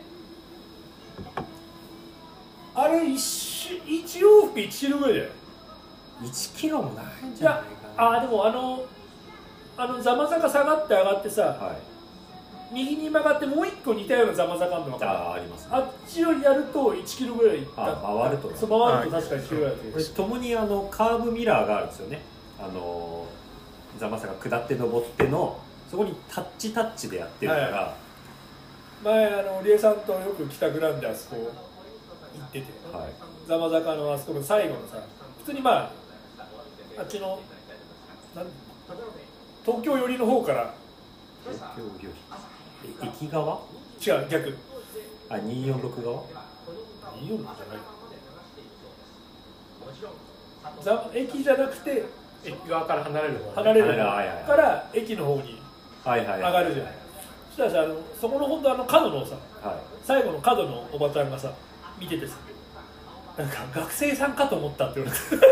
あれ 1, 1往復いちキロぐらいだよいちキロもないんいじゃないやかな。 あでもあのあのザマ坂下がって上がってさ、 はい、 右に曲がってもう一個似たようなザマ坂あるの分かる。 ああります、ね、 あっちをやるといちキロぐらいあ回るとそう回ると確かにいちキロぐらいだと、 これともにあのカーブミラーがあるんですよね。あのザマ坂下って登ってのそこにタッチタッチでやってるから、はい、 前あのリエさんとよく帰宅なんであそこ行ってて、はい、ザマ坂のあそこの最後のさ普通にまああっちのなん東京寄りの方から東京寄り駅側違う逆あにひゃくよんじゅうろく側にひゃくよんじゅうろくじゃないザ駅じゃなくて駅側から離れる方離れる方から駅の方に上がるじゃない。そしたらさあのそこの本当あの角のさ、はい、最後の角のおばちゃんがさ見ててさなんか学生さんかと思ったって言われて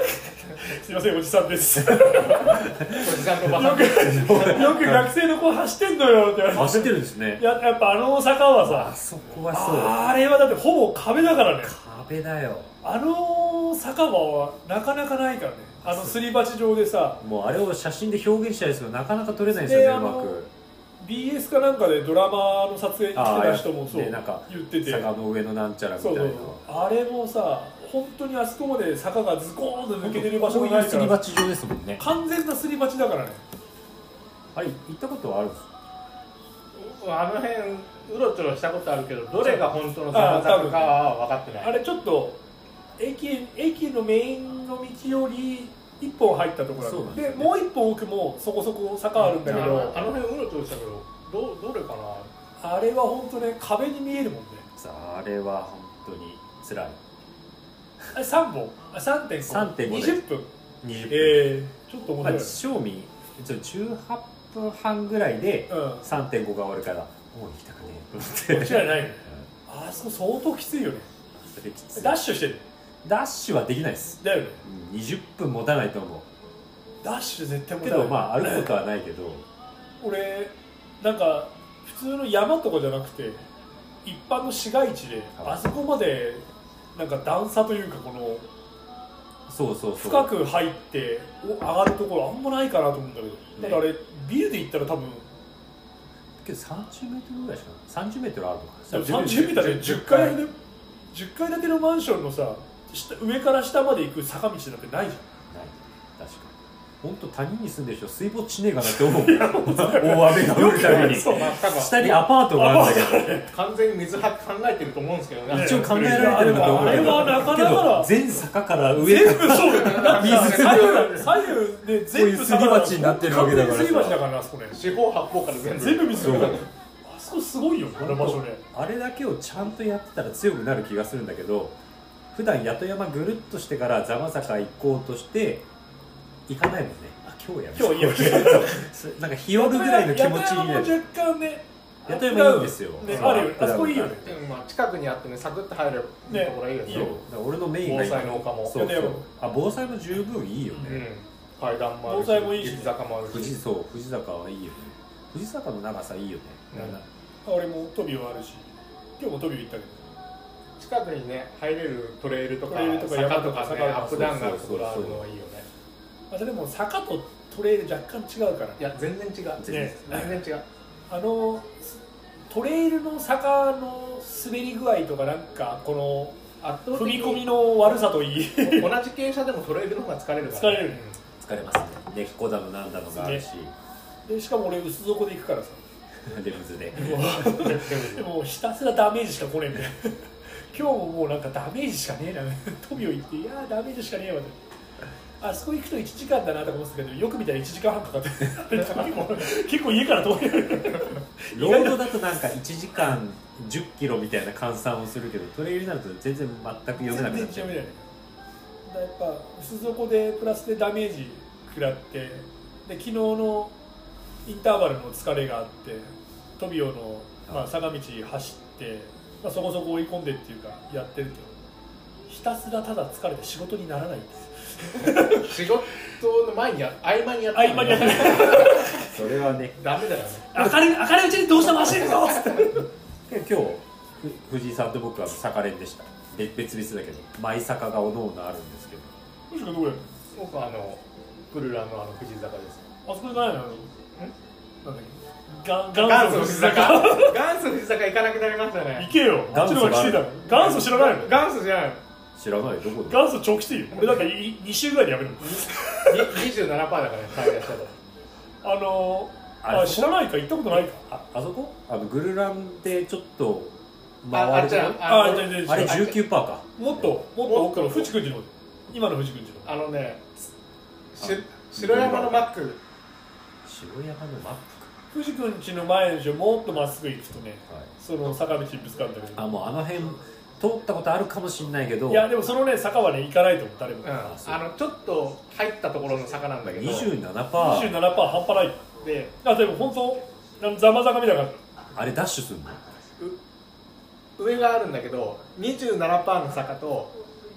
すいませんおじさんですよおじさんのバカくよく学生の子走ってんのよって言われて走ってるんですね。 ややっぱあの坂はさあそこはそうあれはだってほぼ壁だからね。 壁だよ。 あの坂場はなかなかないからね。あのすり鉢状でさ、 もうあれを写真で表現したいですけどなかなか撮れないんですよね、うまく。 ビーエス かなんかでドラマの撮影に来てた人もそうでなんか言ってて、 坂の上のなんちゃらみたいな。 そうそうあれもさ本当にあそこまで坂がズコーンと抜けてる場所こうがないいうからすり鉢状ですもんね。 完全なすり鉢だからね。 あれ行ったことはあるんですか？ あの辺うろちょろしたことあるけど、どれが本当の坂坂かは分かってない。 あれちょっと駅駅のメインの道より一本入ったところなんで、でもう一本奥もそこそこ坂あるんだけど、 あの辺うろちょろしたけど、どどれかな。 あれは本当ね壁に見えるもんね。 あれは本当に辛い。 あれさんぼん、あ さんてんご、 さんてんごにじゅっぷん、 にじゅっぷん、 えー、ちょっと面白い、 まあ、正味じゅうはっぷんはんぐらいでうん、 さんてんごが終わるからもう行きたくねえと思って間違いないね、あそこ相当きついよね。 それきつい。 ダッシュしてるダッシュはできないです。 だよね。 にじゅっぷん持たないと思うダッシュ絶対もけど、まあ歩くことはないけど俺なんか普通の山とかじゃなくて一般の市街地であそこまでなんか段差というかこのそうそうそう深く入って上がるところあんまないかなと思うんだけど、 ね、 だからあれビルで行ったら多分けどさんじゅうメートルぐらいしかない。さんじゅうメートルあるのか。 さんじゅうメートルでじゅっかいでじゅっかい建てのマンションのさ下上から下まで行く坂道なんてないじゃん。 ない。確かに本当谷に住んでる人水没しねえかなって思う大雨が降るたびに下にアパートがあるんだけど完全に水は考えてると思うんですけどね。 一応考えられてるんだと思うんだけど、 あれはなかなか全坂から上全部そうだ水左右左右で全部すり鉢になってるわけだからすり鉢だからなあそこね。 四方八方から全部全部水があそこすごいよこの場所ね。 あれだけをちゃんとやってたら強くなる気がするんだけど、普段八戸山ぐるっとしてから座間坂行こうとして行かないもんね。あ今日や今日やなんか日和るぐらいの気持ちになる。 八戸山も若干ね八戸山いいんですよ、 ね、あるよあそこいいよね。 まあ、近くにあってねサクッと入るところがいいよね。 そうだから俺のメインが防災の丘もそうそうあ防災も十分いいよね、 うん、階段もあるし防災もいいし富士坂もあるし富士そう富士坂はいいよね。富士坂の長さいいよね、 うん、俺もトビオあるし今日もトビオ行ったけど近くにね入れるトレイルとかトレイルとか坂とか、ね、 坂とかアップダウンがあるところあるのはいいよね。 またでも坂とトレイル若干違うから。 いや全然違う、 ね、 全然違う。 あのトレイルの坂の滑り具合とかなんかこの踏み込みの悪さといい同じ傾斜でもトレイルの方が疲れるから、ね、 疲れる、 疲れますね。根っこだのなんだのがあるし、 でしかも俺薄底で行くからさレムズででもひたすらダメージしか来ねえんだよ今日ももうなんかダメージしかねえなトビオ行っていやーダメージしかねえわってあそこ行くといちじかんだなとか思ってたけどよく見たらいちじかんはんかかって結構結構家から遠いロードだとなんかいちじかんじゅっキロみたいな換算をするけどトレイルになると全然全く読めなくなっちゃう。 全然読めない。だやっぱ薄底でプラスでダメージ食らってで昨日のインターバルの疲れがあってトビオの、まあ、坂道走って、まあ、そこそこ追い込んでっていうかやってるとひたすらただ疲れて仕事にならないって仕事の前にや合間にやって合間にやってそれはねダメだよね。 明るい明るいうちにどうしても走るぞっつって今日藤井さんと僕は坂連でした。別々だけど舞坂がおのおのあるんですけどもしかどこや僕はあのクルラのあの富士坂です。 あそこじゃないのなんだっけガン元祖富士坂元祖富士坂行かなくなりましたね。 行けよあっちの方がきついだろ。元祖知らないの元祖じゃないの。 知らないどこで元祖超きついよ。俺なんかに週ぐらいでやめるもんにじゅうななパーセントだからね最大したとあのー、あ知らないか行ったことないかあ, あそこあのグルランでちょっと回あるとこあああれ じゅうきゅうパーセント かもっともっと奥の藤君寺の今の藤君寺のあのねし白山のマック白山のマップ藤君寺の前の道をもっとまっすぐ行くとね、 はい、 その坂道にぶつかるんだけどあもうあの辺通ったことあるかもしれないけどいやでもそのね坂はね行かないと思う誰も、 うん、あのちょっと入ったところの坂なんだけどにじゅうななパーセントにじゅうななパーセント 半端ないであでも本当ざま坂みたいなあれダッシュするの上があるんだけど にじゅうななパーセント の坂と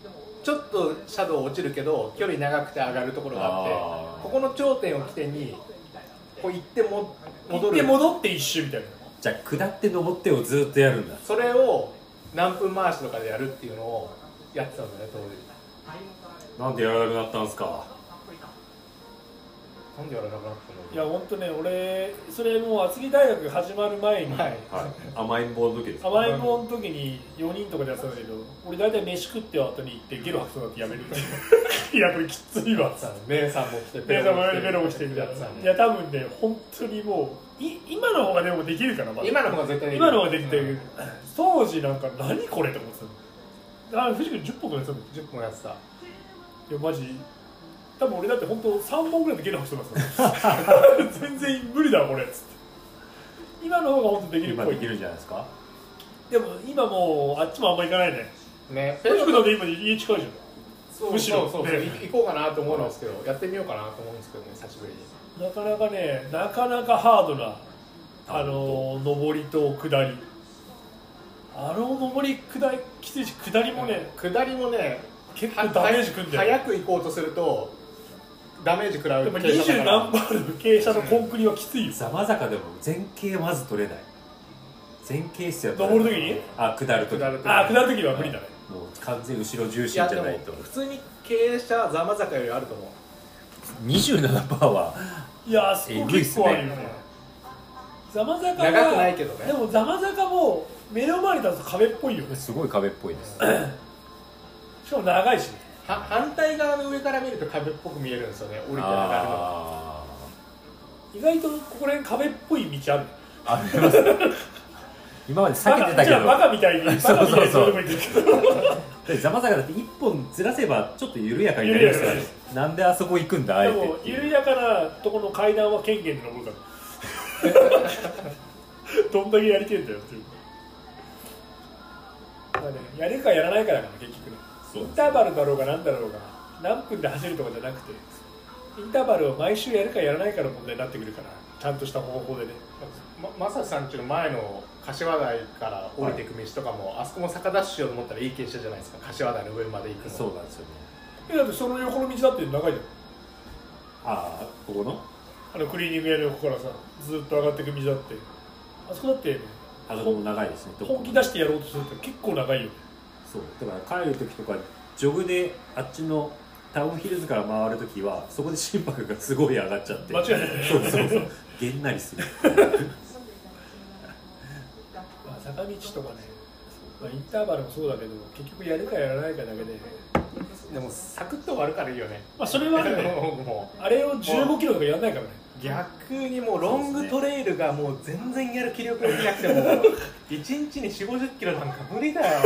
ちょっとシャドウ落ちるけど距離長くて上がるところがあって、ここの頂点を起点にこう行っても戻る、 行って戻って一周みたいな。 じゃあ下って登ってをずっとやるんだ。 それを何分回しとかでやるっていうのをやってたんだよね当時。 なんでやらなくなったんですか。 なんでやらなくなったの。 いや本当ね、俺それもう厚木大学始まる前に、 はいはい、甘えん坊の時ですか。 甘えん坊の時によにんとかでやってたんだけど、俺大体飯食って後に行ってゲロ吐くとなってやめるっていやこれきついわ。 姉さんも来てベロもベロもしてみたいな。いや多分ね本当にもうい今の方がでもできるから、まだ今の方が絶対できる。 今の方ができてる、うん、当時なんか何これって思ってたの。あ藤君じゅっぽんくらいやってたの。 じゅっぽんやってた。 いやマジ多分俺だって本当さんぼんぐらいでゲロ吐きそうなんですよ全然無理だこれっつって。今の方が本当できるっぽい。 今できるんじゃないですか。 でも今もうあっちもあんま行かないね。 ね、 藤君だって今家近いじゃん。 そうむしろそうそう、 ね、 行こうかなと思うんですけど、やってみようかなと思うんですけどね、久しぶりに。 なかなかね、なかなかハードなあの上りと下り、あの上り下りきついし、下りもね、 下りもね結構ダメージくんだよ。 早く行こうとするとダメージ食らう。 でもにじゅう何バールの傾斜のコンクリはきついよ。 ざま坂でも前傾まず取れない。前傾姿勢は登る時にあ下る時あ下る時は無理だね。 もう完全後ろ重心じゃないと。 普通に傾斜ざま坂よりあると思う。 にじゅうななパーセント はいやあそこ結構あるよね。ざま坂は長くないけどね。 でもざま坂も目の前に立つと壁っぽいよね。 すごい壁っぽいですしかも長いしね。 は反対側の上から見ると壁っぽく見えるんですよね、降りて上がるのが。 意外とここら辺壁っぽい道ある。 あります今まで避けてたけどバカみたいにバカみたいにそうでもいいんですけどざま坂だって一本ずらせばちょっと緩やかになりますからね。なんであそこ行くんだあえて。 でも緩やかなところの階段は権限で登るからどんだけやりてえんだよっていう、まあね、やるかやらないかだから結局ね。インターバルだろうが何だろうが何分で走るとかじゃなくて、インターバルを毎週やるかやらないかの問題になってくるから、ちゃんとした方法でね。 まさしさんちの前の柏台から降りていく道とかも、はい、あそこも坂ダッシュしようと思ったらいい傾斜じゃないですか、柏台の上まで行くの。 そうなんですよね。 えだってその横の道だって長いじゃん。 ああここのあのクリーニング屋の横からさずっと上がっていく道だって、あそこだって、ね、 あそこも長いですね。 本気出してやろうとすると結構長いよ。 そうだから帰る時とかジョグであっちのタウンヒルズから回るときはそこで心拍がすごい上がっちゃって、 間違いない。 そうそうそうげんなりするまあ坂道とかね、まあ、インターバルもそうだけど結局やるかやらないかだけで、 でもサクッと終わるからいいよね。 まあそれはねもうあれをじゅうごキロとかやらないからね。 逆にもうロングトレイルがもう全然やる気力が起きなくてもいちにちによんじゅう、ごじゅっキロなんか無理だよ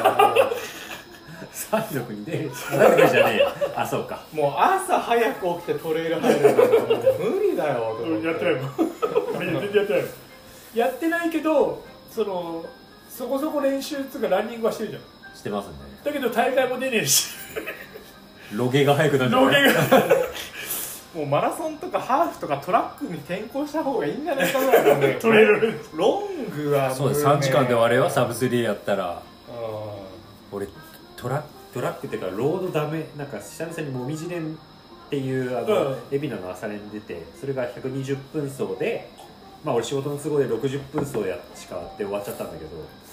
三六にね、三六じゃねえよ。あ、そうか。 もう朝早く起きてトレイル入るなんかもう無理だよと思って。 やってないもん全然やってないもんやってないけど、そのそこそこ練習つうかランニングはしてるじゃん。 してますね。 だけど大会も出ねえしロゲが速くなるんじゃロないゲがもうマラソンとかハーフとかトラックに転向した方がいいんじゃないかぐらいなんでトレイルロングはもう、ね、 そうです。さんじかんで終われよ、サブスリーやったら。 うん俺トラトラックっていうかロードダメ、なんか久々にもみじ連っていうあの、 うん、 海老名の朝練に出て、それがひゃくにじゅっぷん走で、まあ俺仕事の都合でろくじゅっぷん走やしかで終わっちゃったんだけ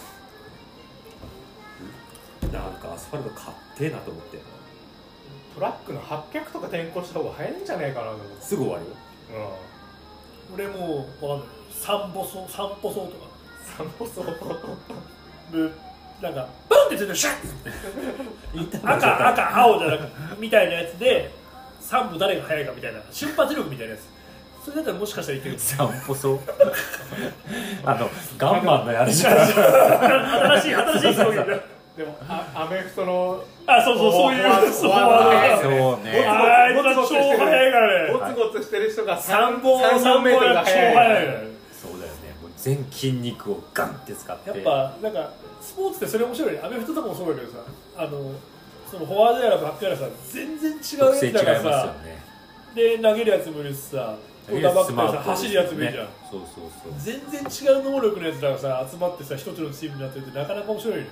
ど、なんかアスファルトかってえなと思って。 トラックのはっぴゃくとか転向した方が早いんじゃないかなと思って。 すぐ終わるよ。 俺もうわかんない、散歩走散歩走とか散歩走でなんかバンってついてシャッ赤赤青じゃなくみたいなやつでさん歩誰が速いかみたいな瞬発力みたいなやつ、それだったらもしかしたらいける。 散歩走あのガンマンのやつ新しい新しい競技だ。 でもアメフトのあ、そうそうそういうフォワードそうね。 あいつは超速いからね。 ゴツゴツしてる人がさんぼんさんぼんが超速いからね。 そうだよね。もう全筋肉をガンって使って。 やっぱなんかスポーツってそれ面白いね。アメフトとかもそうだけどさ、あのそのフォワードやらバックやらさ全然違うやつだからさ、で投げるやつもいるしさ、クォーターバックでさ走るやつもいるじゃん。 そうそうそう。 全然違う能力のやつらがさ集まってさ一つのチームになってるってなかなか面白いね。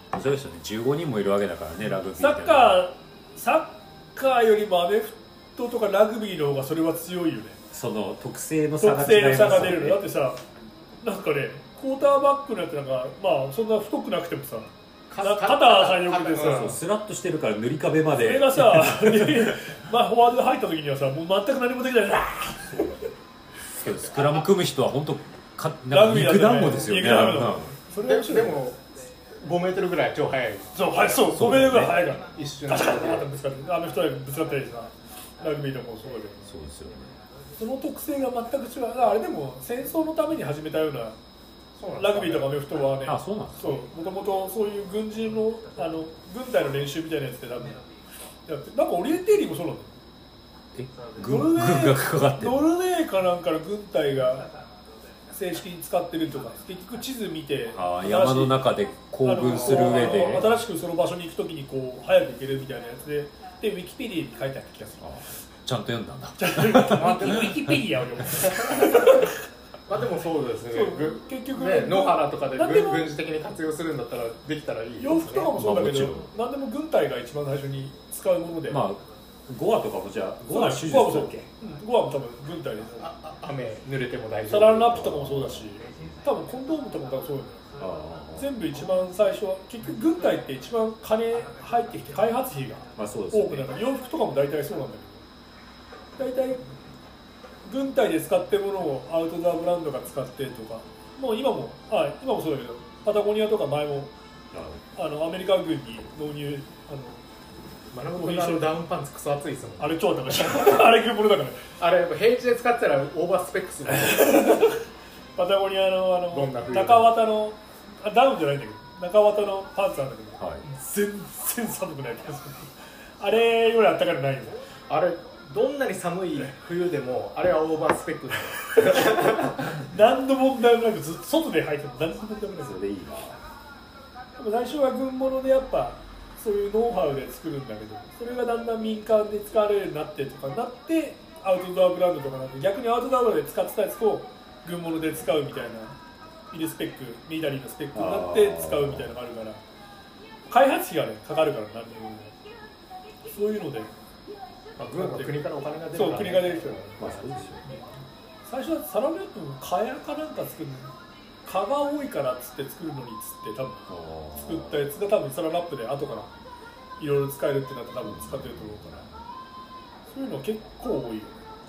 そうですよね、じゅうごにんもいるわけだからね、ラグビーサッカーサッカーよりもアメフトとかラグビーの方がそれは強いよね。 その特性の差が特性の差が出違いますよね。 るのだってさ、なんかねクォーターバックのやつなんかまあそんな太くなくてもさ肩さんよくてさ、 そうスラッとしてるから塗り壁までそれがさまあフォワードで入った時にはさもう全く何もできないスクラム組む人は本当かラグビーだね肉団子ですよね。 肉団子だうんそれで面白いでもごメートルぐらい超速い。 そうはいそうごメートルぐらい速いから一瞬ガチャガチャってぶつかってアメフトでぶつかったりさラグビーでもそうだけどそうですよね。 その特性が全く違う。あれでも戦争のために始めたようなラグビーとかアメフトはね、 あ、そうなんですか。 そうもともとそういう軍人のあの軍隊の練習みたいなやつで多分やってなんかオリエンテーリングもそうなんだよ。 えノルウ軍軍ェがかかってる。 ーノルウェーかなんかの軍隊が正式に使ってるとか結局地図見てあー山の中で行軍する上であの新しくその場所に行くときにこう早く行けるみたいなやつででウィキペディアに書いてあった気がする。 ちゃんと読んだんだ。 ウィキペディアを読むまあでもそうですね。ぐ結局ね野原とかでなんでも軍軍事的に活用するんだったらできたらいいですね。 洋服とかもそうだけど、 まあも何でも軍隊が一番最初に使うもので、 まあゴアとかもじゃあゴア手術ゴアもそうだっけ。 うんゴアも多分軍隊でああ雨濡れても大丈夫。 サランラップとかもそうだし多分コンドームとかも多分そうだよね。 あ全部一番最初は結局軍隊って一番金入ってきて開発費がまあそうですよね多くなるから洋服とかも大体そうなんだけど大体軍隊で使ってるものをアウトドアブランドが使ってとかもう今もあ今もそうだけどパタゴニアとか前もあのアメリカ軍に導入あのマナブ君のあのダウンパンツクソ熱いですもん。 あれ超高いあれ軍物だからあれやっぱ平地で使ってたらオーバースペックスでパタゴニアのあのどんな冬中綿のあダウンじゃないんだけど中綿のパンツなんだけど、 はい全然寒くない気がするあれよりあったかくないよあれどんなに寒い冬でもあれはオーバースペックです何の問題もなくずっと外で履いても何の問題もないそれでいいな。 でも最初は軍物でやっぱそういうノウハウで作るんだけどそれがだんだん民間で使われるようになってとかなってアウトドアブランドとかなって逆にアウトドアで使ってたやつを軍物で使うみたいなミリスペックミリタリーのスペックになって使うみたいなのがあるから開発費がねかかるから何でもそういうのでまあ軍は国からお金が出るから、ね、 そう国が出る人まあそうですよ。 最初はサランラップも蚊帳かなんか作るの蚊が多いからっつって作るのにっつって多分作ったやつが多分サランラップで後からいろいろ使えるってなって多分使ってると思うからそういうの結構多いよね。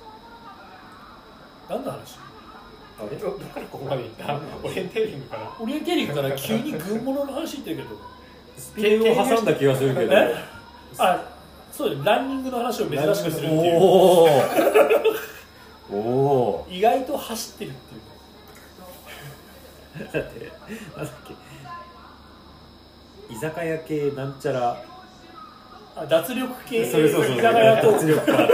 何の話？ あれどだからここまで行ったオリエンテーリングからオリエンテーリングから急に軍物の話言ってるけどスピードを挟んだ気がするけど。 えあそうだよランニングの話を珍しくするっていうおおおお意外と走ってるっていうだってなんだっけ居酒屋系なんちゃらあ脱力系それそうそう居酒屋と脱力か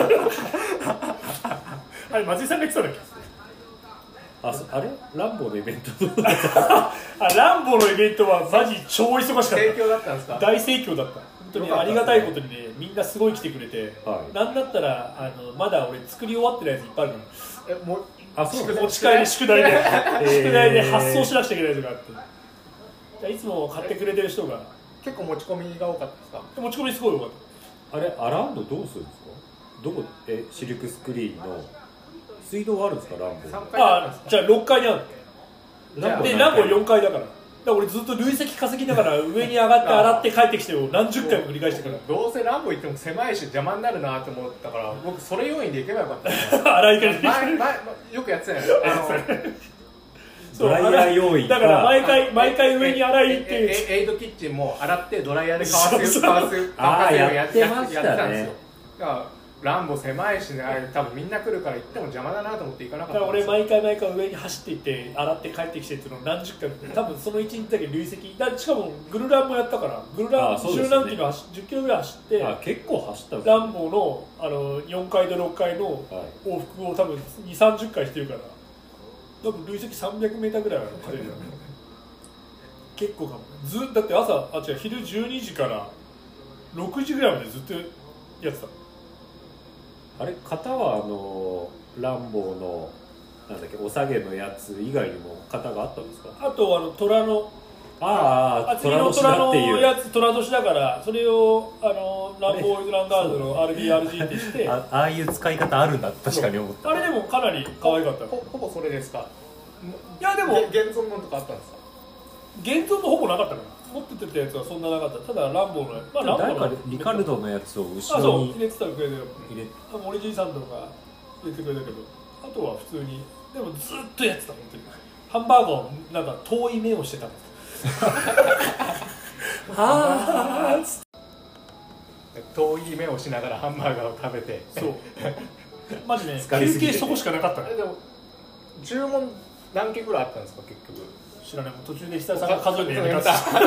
あれ松井さんが言ってたんだっけあそあれランボーのイベントあランボのイベントはマジ超忙しかった盛況だったんですか？ 大盛況だった本当にありがたいことにねみんなすごい来てくれて、 はい、 なんだったらあのまだ俺作り終わってないやついっぱいあるのえもうあそう持ち帰り宿題で、 えー、 宿題で発送しなくちゃいけないとかあっていつも買ってくれてる人が結構持ち込みが多かったですか？ 持ち込みすごい多かっあれアラウンドどうするんですか？どこえシルクスクリーンの水道はあるんですか？ランボーたあじゃあろっかいにあるランボーでランボーよんかいだからだから俺ずっと累積稼ぎながら上に上がって洗って帰ってきてを何十回も繰り返してからどうせランボ行っても狭いし邪魔になるなと思ったから僕それ要因で行けばよかったです洗い替えて前前よくやってたよねあのそうドライヤー用意だから毎回毎回上に洗いっていうええエイドキッチンも洗ってドライヤーで乾かすそう乾かす乾かすようにやあーやってましたねやってたんですよだからランボ狭いしね多分みんな来るから行っても邪魔だなと思って行かなかだからったんですよ俺毎回毎回上に走っていって洗って帰ってきてっていうのを何十回も多分そのいちにちだけ累積だしかもグルランもやったからグルランあそうですね十何キロ走じゅっキロぐらい走ってあ結構走ったんですねランボーのあのよんかいとろっかいのはい往復を多分にじゅうさんじゅっかいしてるから多分累積さんびゃくメーターぐらいある彼ら結構かもずだって朝あ違う昼じゅうにじからろくじぐらいまでずっとやってたあれ型はあのランボーのなんだっけお下げのやつ以外にも型があったんですか？ あとあの虎のああ、 次の虎のやつ虎年だからそれをあのランボーイズランガードの アールビーアールジー ってしてあ, ああいう使い方あるんだ確かに思った。 あれでもかなり可愛かった。 ほ, ほぼそれですか。 いやでも現存のとかあったんですか。 現存のほぼなかったから持っててたやつはそんななかった。ただランボーの、まあ、ランボーの誰かリカルドのやつを後ろにあそう入れてたらくれたよ。 入れ森じいさんとか入れてくれたけど、あとは普通にでもずっとやってた本当に。ハンバーガーをなんか遠い目をしてたんですはーっつって遠い目をしながらハンバーガーを食べてそうマジね休憩そこしかなかったね。 でも注文何件ぐらいあったんですか結局。 知らない。もう途中で久さんが数えてやめた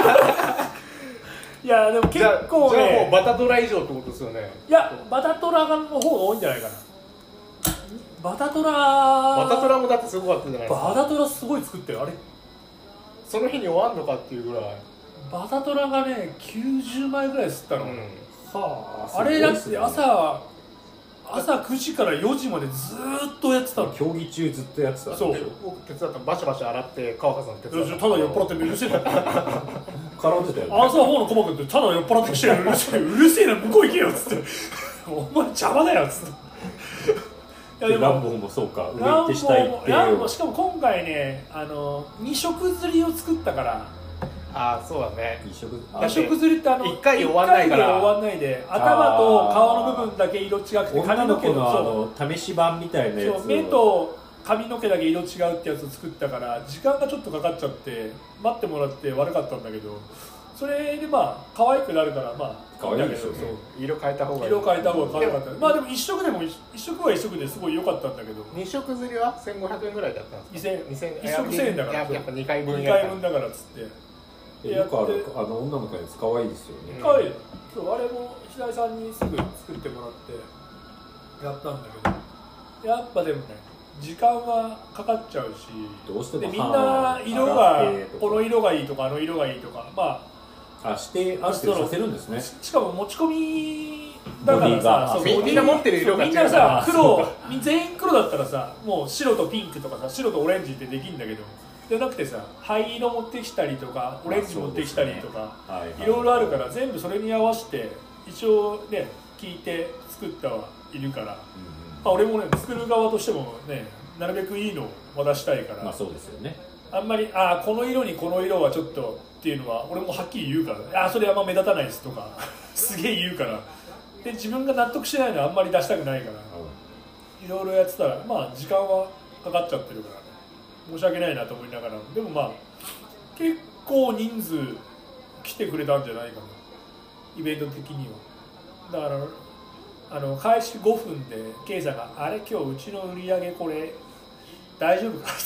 いやでも結構ね、 じゃあもうバタトラ以上ってことですよね。 いやバタトラの方が多いんじゃないかな。バタトラバタトラもだってすごかったじゃないですか。 バタトラすごい作ってる。あれその日に終わんのかっていうぐらいバタトラがねきゅうじゅうまいぐらい吸ったの、うん、 はあ、 あれだって朝朝くじからよじまでずーっとやってたの。 競技中ずっとやってた。 そう僕手伝ったバシャバシャ洗って川川さん手伝った。 ただ酔っ払ってうるせえな絡んでたよね。 朝方のコマ君ってただ酔っ払ってきてうるせえうるせえな向こう行けよっつってお前邪魔だよっつっていやでもランボーもそうか上行って下行ってランボーしかも今回ねあのに色釣りを作ったから。 ああそうだね。 二色二色釣りってあのいっかいで終わんないからいっかいで終わんないで頭と顔の部分だけ色違くて髪の毛のあの試し版みたいなやつを目と髪の毛だけ色違うってやつを作ったから時間がちょっとかかっちゃって待ってもらって悪かったんだけどそれでまあ可愛くなるからまあ可愛いですよね。 色変えた方がいい。 色変えた方が可愛かった。まあでも一色でも一色は一色ですごい良かったんだけど二色釣りはせんごひゃくえんぐらいだったんですか。 にせんえん一色せんえんだからやっぱにかいぶんにかいぶんだからっつってよくあるあの女の子のやつ可愛いですよね。 可愛い。そうあれも平井さんにすぐ作ってもらってやったんだけどやっぱでもね時間はかかっちゃうしどうしてもでみんな色がこの色がいいとかあの色がいいとかまああしてあしてさせるんですね。 しかも持ち込みだからさそうみんな持ってる色が違う。 みんなさ黒全員黒だったらさもう白とピンクとかさ白とオレンジってできるんだけどじゃなくてさ灰色持ってきたりとかオレンジ持ってきたりとか、まあね、いろいろあるから全部それに合わせて一応ね聞いて作ったはいるから、うんうんまあ、俺もね作る側としてもねなるべくいいのを渡したいからまあそうですよね。 あんまりあこの色にこの色はちょっとっていうのは俺もはっきり言うからあそれはあんま目立たないですとかすげえ言うからで自分が納得してないのはあんまり出したくないからいろいろやってたらまあ時間はかかっちゃってるから申し訳ないなと思いながらでもまあ結構人数来てくれたんじゃないかなイベント的には。だからあの開始ごふんでケイさんがあれ今日うちの売り上げこれ大丈夫か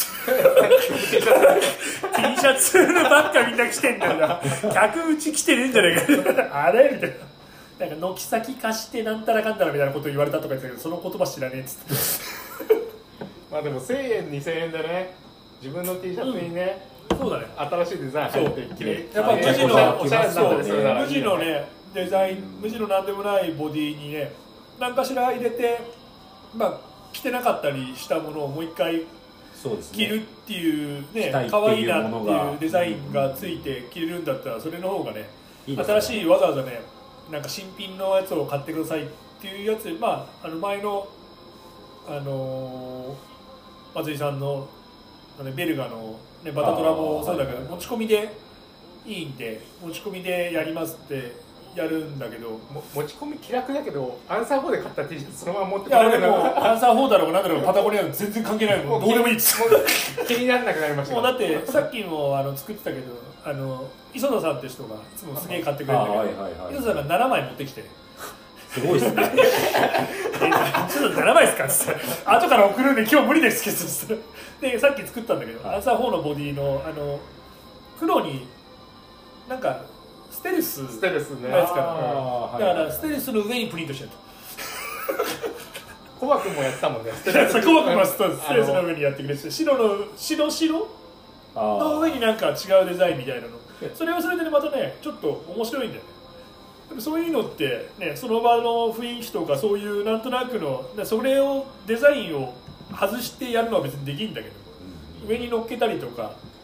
T シャツばっかみんな着てんだよ客うち来てるんじゃないかあれみたいななんか軒先貸してなんたらかんたらみたいなこと言われたとか言ってたけどその言葉知らねえっつってまあでもせんえんにせんえんでね自分の T シャツにね、 うん、そうだね新しいデザイン入ってきれいやっぱ無地のおしゃれになったりするなら無地のねデザイン無地のなんでもないボディにね何かしら入れてまあ着てなかったりしたものをもう一回着るっていうね可愛いなっていうデザインがついて着れるんだったらそれの方がねいいですね。新しいわざわざねなんか新品のやつを買ってくださいっていうやつまああの前のあのー、松井さんのベルガの、ね、バタトラもそうだけど持ち込みでいいんで持ち込みでやりますってやるんだけども持ち込み気楽だけどアンサーフォーで買った T シャツそのまま持っていや俺もアンサーフォーだろうが何だろうがパタゴニア全然関係ないもんどうでもいいっす気にならなくなりましたもうだってさっきもあの作ってたけどあの磯田さんって人がいつもすげえ買ってくれるんだけど、はいはいはい、磯田さんがななまい持ってきてすごいっすねちょっとななまいっすかっつって後から送るんで今日無理ですけどでさっき作ったんだけど、はい、アンサーフォーのボディのあの黒になんかステルスステルスねのやつからだからステルスの上にプリントしてるとコバ君もやったもんねコバ君もステルスの上にやってくれて白の白白の上になんか違うデザインみたいなのそれはそれでねまたねちょっと面白いんだよね。でもそういうのってねその場の雰囲気とかそういうなんとなくのそれをデザインを外してやるのは別にできるんだけど、うん、上に乗っけたりとかっ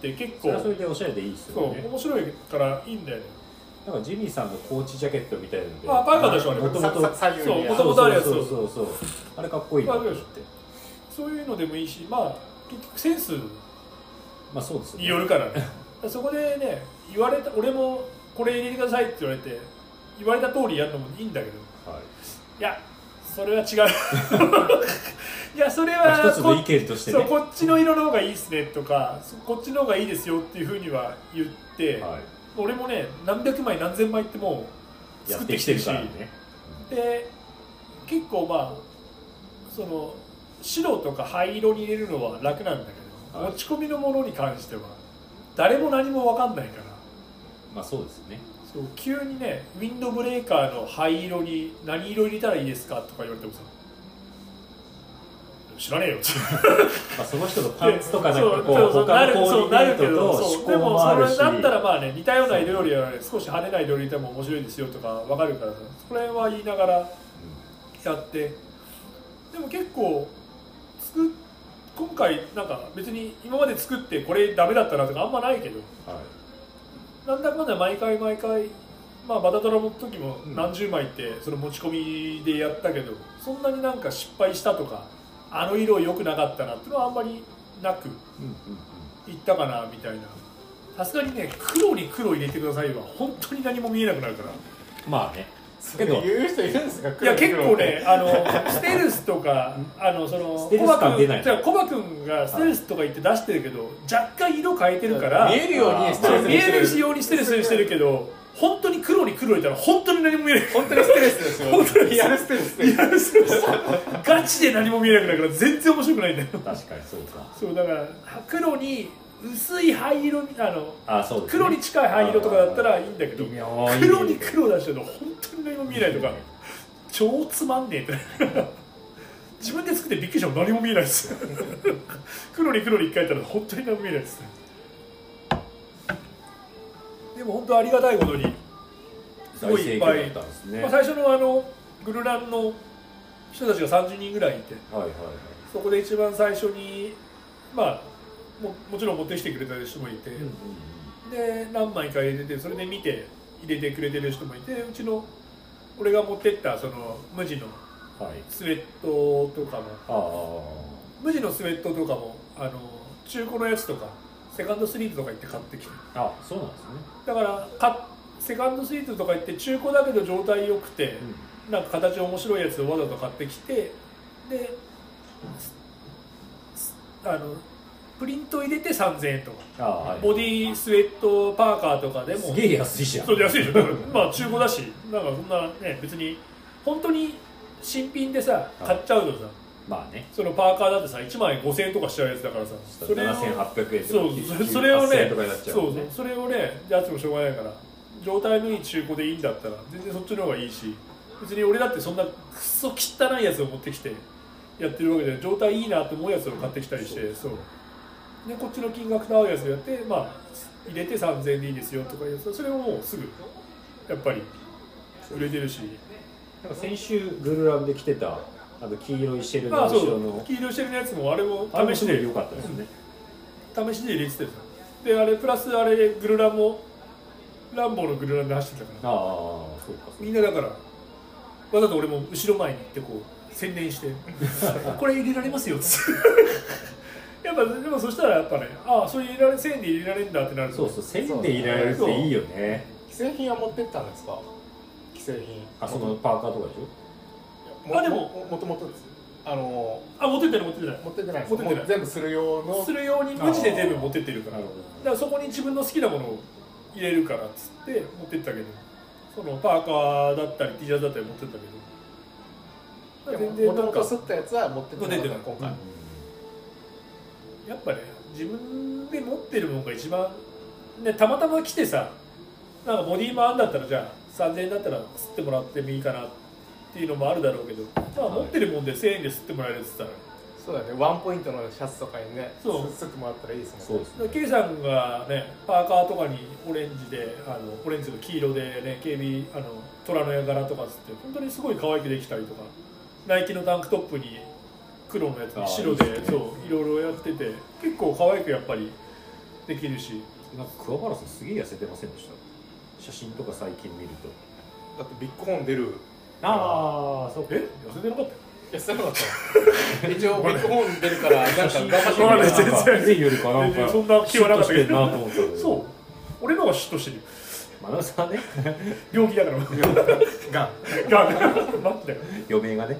って結構それはそれでおしゃれでいいですよね。 そう面白いからいいんだよね。 なんかジミーさんのコーチジャケットみたいなので、 あパーカーでしょあれもともと左右にそう元々あるやつそうそうそうそうあれかっこいいなと思って。 そういうのでもいいし、まあ結局センスまあそうですよね。 によるからねそこでね言われた俺もこれ入れてくださいって言われて言われた通りやるのもいいんだけど、 はい、 いやそれは違ういやそれは一つの意見としてね、 そうこっちの色の方がいいですねとかこっちの方がいいですよっていうふうには言って、はい、俺もね何百枚何千枚ってもう作ってきてるし、やってきてるからね、で結構まあその白とか灰色に入れるのは楽なんだけど、はい、持ち込みのものに関しては誰も何も分かんないから、 まあそうですね。 そう急にねウィンドブレーカーの灰色に何色入れたらいいですかとか言われてもさ知らねえよまあその人のパンツとかなんかこう他のコーディネートと思考もあるし、 でもそれだったらまあね似たような色よりは、ね、少し派手な色入れても面白いですよとか分かるからさそこら辺は言いながらやって、でも結構作今回なんか別に今まで作ってこれダメだったなとかあんまないけど、はい、なんだかんだ毎回毎回まあバタドラの時も何十枚ってその持ち込みでやったけど、そんなになんか失敗したとかあの色良くなかったなっていうのはあんまりなくいったかなみたいな。さすがにね黒に黒入れてくださいは本当に何も見えなくなるから。 まあねけど言う人いるんですか。 いや結構ねあのステルスとかあのそのコバ君じゃあコバ君がステルスとか言って出してるけど、若干色変えてるから見えるようにステルス見えるようにステルスにしてるけど、本当に黒に黒入れたら本当に何も見えない。 本当にステルスですよ。 本当にリアルステルスリアルステルスガチで何も見えなくなるから全然面白くないんだよ。 確かにそうか。 そうだから黒に薄い灰色あのあそうです、ね、 黒に近い灰色とかだったらいいんだけど、黒に黒出してると本当に何も見えないとか超つまんねえって自分で作ってびっくりしたも何も見えないです黒に黒に一回やったら本当に何も見えないですね。でも本当ありがたいことにすごいいっぱい、ねまあ、最初のあのグルランの人たちがさんじゅうにんぐらいいて、はいはいはい、そこで一番最初にまあ も, もちろん持ってきてくれた人もいて、うんうんうん、で何枚か入れてそれで見て入れてくれてる人もいて、うちの俺が持ってったその無地のスウェットとかも、はい、無地のスウェットとかもあの中古のやつとかセカンドスリートとか行って買ってきて、 あそうなんですね。 だからかセカンドスリートとか行って中古だけど状態良くて、うん、なんか形面白いやつをわざと買ってきて、であのプリント入れてさんぜんえんとか、あ、はい、ボディスウェットパーカーとかでもすげえ安いじゃん。 そう安いでしょ。だからまあ中古だしなんかそんなね別に本当に新品でさ買っちゃうとさ、 まあね、 そのパーカーだってさいちまいごせんえんとかしちゃうやつだからさ、 それをななせんはっぴゃくえんそうそれをねそうそうそれをねやってもしょうがないから、状態のいい中古でいいんだったら全然そっちの方がいいし、別に俺だってそんなクソ汚いやつを持ってきてやってるわけで状態いいなと思うやつを買ってきたりして、そうでこっちの金額と合うやつをやって、まあ、入れてさんぜんえんでいいですよとかいうやつ、それをもうすぐやっぱり売れてるし、 なんか先週グルランで着てたあの黄色いシェルの後ろの黄色いシェルのやつもあれも試しで良かったですね。 試しで入れてたよ。であれプラスあれグルランもランボーのグルランで走ってたから、ああそうかみんなだからわざと俺も後ろ前に行ってこう宣伝してこれ入れられますよっつってやっぱでもそしたらやっぱね、ああそれ入れられせんえんで入れられるんだってなる。 そうそうせんえんで入れられるっていいよね。 既製品は持ってったんですか。既製品あそのパーカーとかでしょ。 あでももともとあのあ持ってってない持ってってない持ってってない持ってってない全部する用のする用に無地で全部持ってってるから、だからそこに自分の好きなものを入れるからっつって持ってったけど、そのパーカーだったり T シャツだったり持ってったけど、全然もともと吸ったやつは持ってってない今回、 うん、やっぱね自分で持ってるものが一番ね、たまたま来てさなんかボディーもあんだったらじゃあさんぜんえんだったら吸ってもらってもいいかなっていうのもあるだろうけど、まあ、持ってるもんでせんえんで吸ってもらえるって言ったら、 そうだね、ワンポイントのシャツとかにねそう吸ってもらったらいいですもんね。 そうですね。 ケイさんがねパーカーとかにオレンジであのオレンジの黄色でね警備あの虎の矢柄とかつって本当にすごい可愛くできたりとか、ナイキのタンクトップに黒のやつに白で、 いいですね、 そういろいろやってて結構可愛くやっぱりできるし。 なんか桑原さんすげえ痩せてませんでした？写真とか最近見ると。 だってビッグホーン出る。 ああ、そう。 え、痩せてなかった？ 痩せてなかった一応ビッグホーン出るからなんか頑張って全然以前よりかなんかそんな気はなかったけどなと思ったけど。 そう、俺の方が嫉妬してるよ。 マナさんね、 病気だから。がん。がん。待ってよ。 余命がね。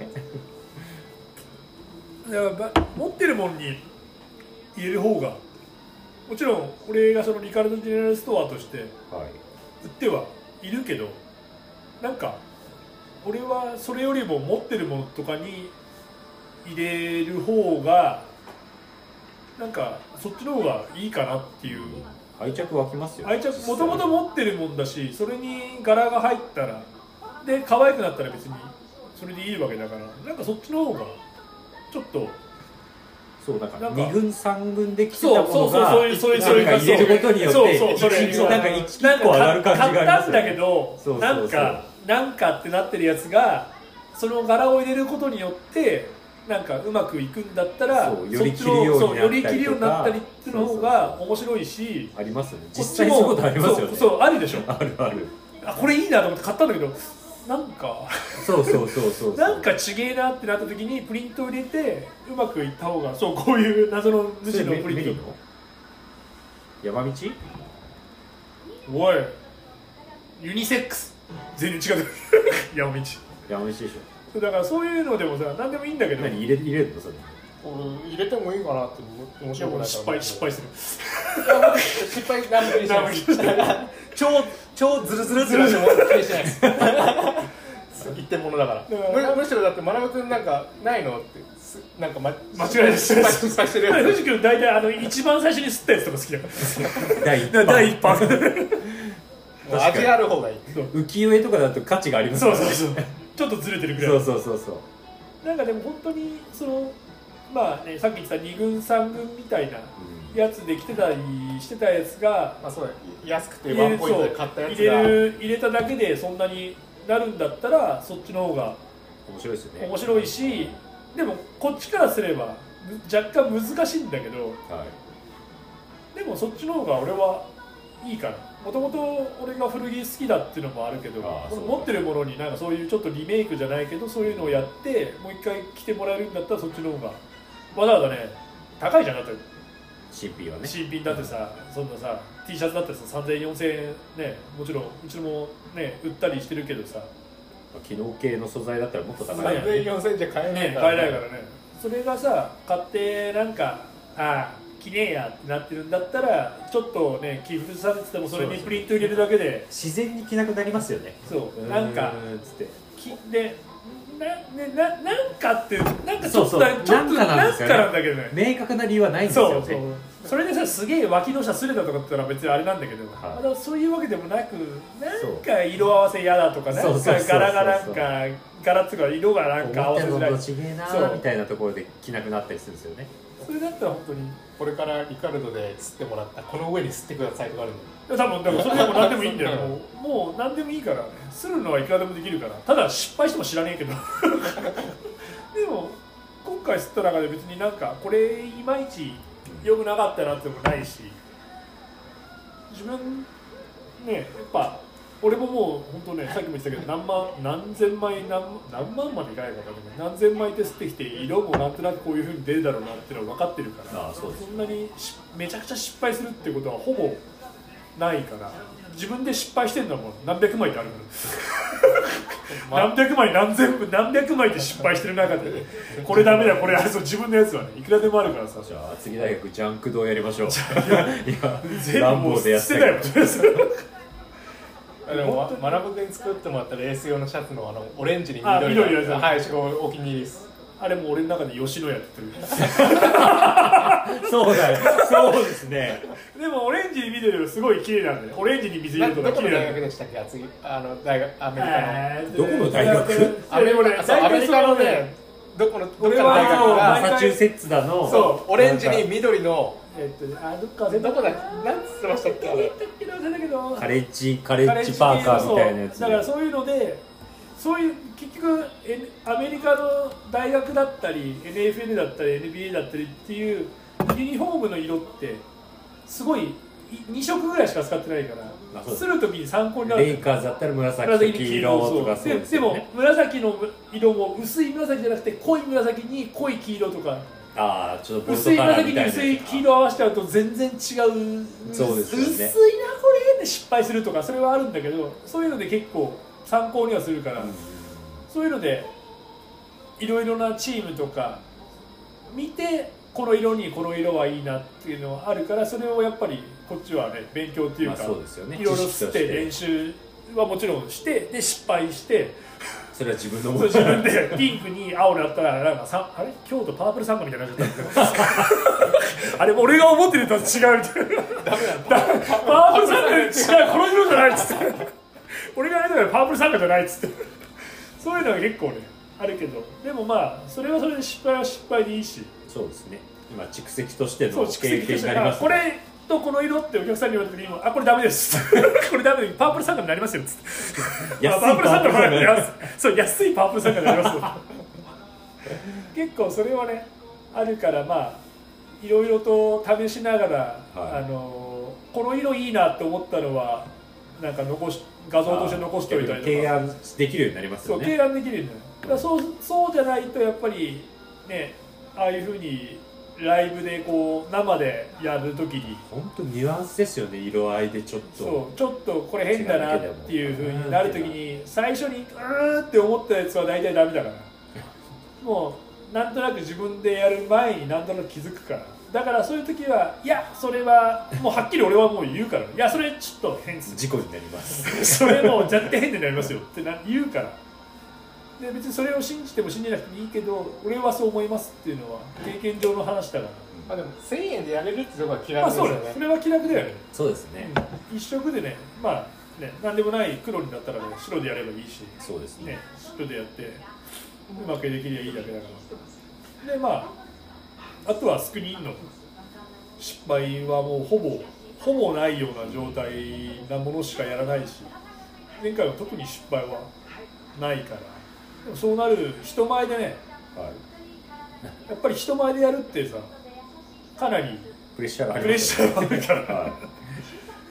いや持ってるもんに入れる方が、もちろん俺がそのリカルド・ジェネラルストアとして売ってはいるけど、なんか俺はそれよりも持ってるものとかに入れる方がなんかそっちの方がいいかなっていう。 愛着湧きますよ。 愛着もともと持ってるもんだし、それに柄が入ったらで可愛くなったら別にそれでいいわけだから、なんかそっちの方がちょっとそうなんかに軍さん軍で着てたものがそうそうそうそうそうそうなんか入れることによってそうそうそれ一なんか一個上がる感じがありますよね。 買ったんだけど、 そうそうそうなんかなんかってなってるやつがその柄を入れることによってなんかうまくいくんだったら、 そうより着るようになったりとか、 そうより着るようになったりっていうの方が面白いし、 ありますよね。実際そういうことありますよね。 そうそうあるでしょ。 あるある。 あこれいいなと思って買ったんだけど、なんかそうそうそうそうなんかちげえなってなった時にプリントを入れてうまくいった方が、そうこういう謎の主のプリント。 山道？ おいユニセックス全然違う。山道山道でしょ。 だからそういうのでもさ何でもいいんだけど、 何入れ入れるのそれ？ 俺入れてもいいかなって面白くない。 失敗失敗する。 失敗何も気にしないです。 超超ズルズルずるしも気にしないです。一点物だから。むむしろだって学君なんかないのってなんか、ま、 間違いないです。 失敗失敗してるやつ。 藤君大体あの一番最初に吸ったやつとか好きだから。 第一版。 第一版。 味ある方がいい。 浮世絵とかだと価値がありますからね。そうそうそう。ちょっとずれてるぐらい。 そうそうそうそう。 なんかでも本当にそのまあね、さっき言ったに軍さん軍みたいなやつで来てたりしてたやつが、 まあそうだ、安くてワンポイントで買ったやつが入れる入れただけでそんなになるんだったらそっちの方が面白いですよね。 面白いし、でもこっちからすれば若干難しいんだけど、 はい、 でもそっちの方が俺はいいかな。もともと俺が古着好きだっていうのもあるけど、持ってるものになんかそういうちょっとリメイクじゃないけどそういうのをやってもう一回着てもらえるんだったらそっちの方がわざわざね高いじゃん。だって新品はね、 新品だってさ、そんなさ T シャツだってささんぜんえんよんせんえんね、もちろんうちもね売ったりしてるけどさ、 機能系の素材だったらもっと高いさんぜんよんせんじゃ買えないからね、買えないからね。それがさ買ってなんかああ着ねえやってなってるんだったらちょっとね寄付されててもそれにプリント入れるだけで自然に着なくなりますよね。 そうなんかつってきでなねななんかってなんかちそうそうょっとだちょっとなんかなんですよね。 なんかなんだけどね。 明確な理由はないんですよね。 そうそうそれでさすげえ脇の下すれたとかって言ったら別にあれなんだけど、 はい、 まだそういうわけでもなくなんか色合わせ嫌だとかなんか柄がなんか柄っていうか色がなんか合わせづらい思ってるのと違えなみたいなところで着なくなったりするんですよね。 それだったら本当にこれからリカルドで吸ってもらったこの上に吸ってくださいとかあるん多分だからそれでも何でもいいんだよ。もうもう何でもいいからね、するのはいくらでもできるから。ただ失敗しても知らねえけどでも今回吸った中で別になんかこれいまいち良くなかったなってもないし、自分ねやっぱ俺ももう本当ねさっきも言ってたけど何万何千枚何何万までいかないか分かんないけど何千枚って吸ってきて色もなんとなくこういう風に出るだろうなっていうのは分かってるから、 ああそうです。 そんなにしめちゃくちゃ失敗するっていうことはほぼないから、自分で失敗してんだもん何百枚ってあるから何百枚何千部何百枚って失敗してる中でこれダメだこれあれそう自分のやつはねいくらでもあるからさ。 じゃあ次大学ジャンク堂やりましょう。いや全部もう捨てたよでもまなぶ君に作ってもらったレース用のシャツのあのオレンジに緑の緑のはい、お気に入りです。 あれも俺の中で吉野家って言ってるそうだよ、そうですね。 でもオレンジに緑すごい綺麗なんだよ。オレンジに水入れるとか綺麗なんだよ。 どこの大学でしたっけ？次あの大学アメリカのどこの大学？ アメリカのねどこのどこかの大学がマサチューセッツだのそうオレンジに緑のえっとね、あどっかどこだ何つってましたっけ？ カレッジカレッジパーカーみたいなやつ。 だからそういうのでそういう結局アメリカの大学だったり エヌエフエル だったり エヌビーエー だったりっていうユニフォームの色ってすごいにしょくぐらいしか使ってないから、 まあ、 するときに参考になる。 レイカーズだったら紫と黄色とかそうですよね。 でも紫の色も薄い紫じゃなくて濃い紫に濃い黄色とか、 あちょっとボル薄いトカラーみたいな紫に薄い黄色を合わせちゃうと全然違う。 そうですよね。 薄いなこれで失敗するとかそれはあるんだけど、そういうので結構参考にはするから、うん、そういうのでいろいろなチームとか見てこの色にこの色はいいなっていうのはあるから、それをやっぱりこっちはね勉強っていうか、 まあそうですよね、 いろいろ吸って練習はもちろんしてで失敗してそれは自分の自分でピンクに青だったらなんかさあれ京都パープルサンゴみたいになっちゃったあれ俺が思ってると違うみたいなダメなんだパープルサンゴ違うこの色じゃないっつって俺がやるのはパープルサンゴじゃないっつってそういうのが結構ねあるけど、でもまあそれはそれで失敗は失敗でいいし、 そうですね、今蓄積としての経験になります、ね、 これとこの色ってお客さんに言われた時にもあこれダメですこれダメパープルサンゴになりますよっつって安いパープルサンゴになりますそう安いパープルサンゴになります結構それはねあるから、まあいろいろと試しながら、はい、あのこの色いいなって思ったのはなんか残し画像として残しておいたりとか提案できるようになりますよね。 そう提案できるようになる。だからそうそうじゃないとやっぱりねああいうふうにライブでこう生でやるときに本当ニュアンスですよね、色合いでちょっとそうちょっとこれ変だなっていうふうになるときに最初にうーって思ったやつは大体ダメだからもうなんとなく自分でやる前になんとなく気づくから、だからそういう時はいやそれはもうはっきり俺はもう言うからいやそれちょっと変です事故になりますそれもう絶対変になりますよってな言うからで別にそれを信じても信じなくてもいいけど俺はそう思いますっていうのは経験上の話だから、 まあでもせんえんでやれるっていうのが気楽ですよね、 まあ、そうそれは気楽だよね。 そうですね、 うん、一色でねまあね何でもない黒になったらね白でやればいいし、 そうですね、 ね白でやってうまくできればいいだけだからでまああとはスクリーンの失敗はもうほぼほぼないような状態なものしかやらないし前回は特に失敗はないから、でもそうなる人前でね、はい、やっぱり人前でやるってさかなりプレッシャーがあるから、はい、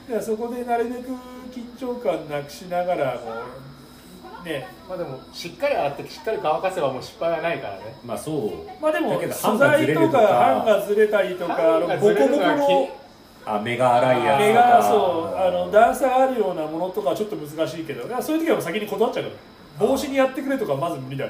いやそこでなるべく緊張感なくしながらもね、 まあでもしっかり洗ってしっかり乾かせばもう失敗はないからね。 まあそうまあでも素材とか版がずれたりとかボコボコのあ目が粗いやつとか目がそうあの段差があるようなものとかはちょっと難しいけど、そういう時は先に断っちゃうから帽子にやってくれとかまず無理だから、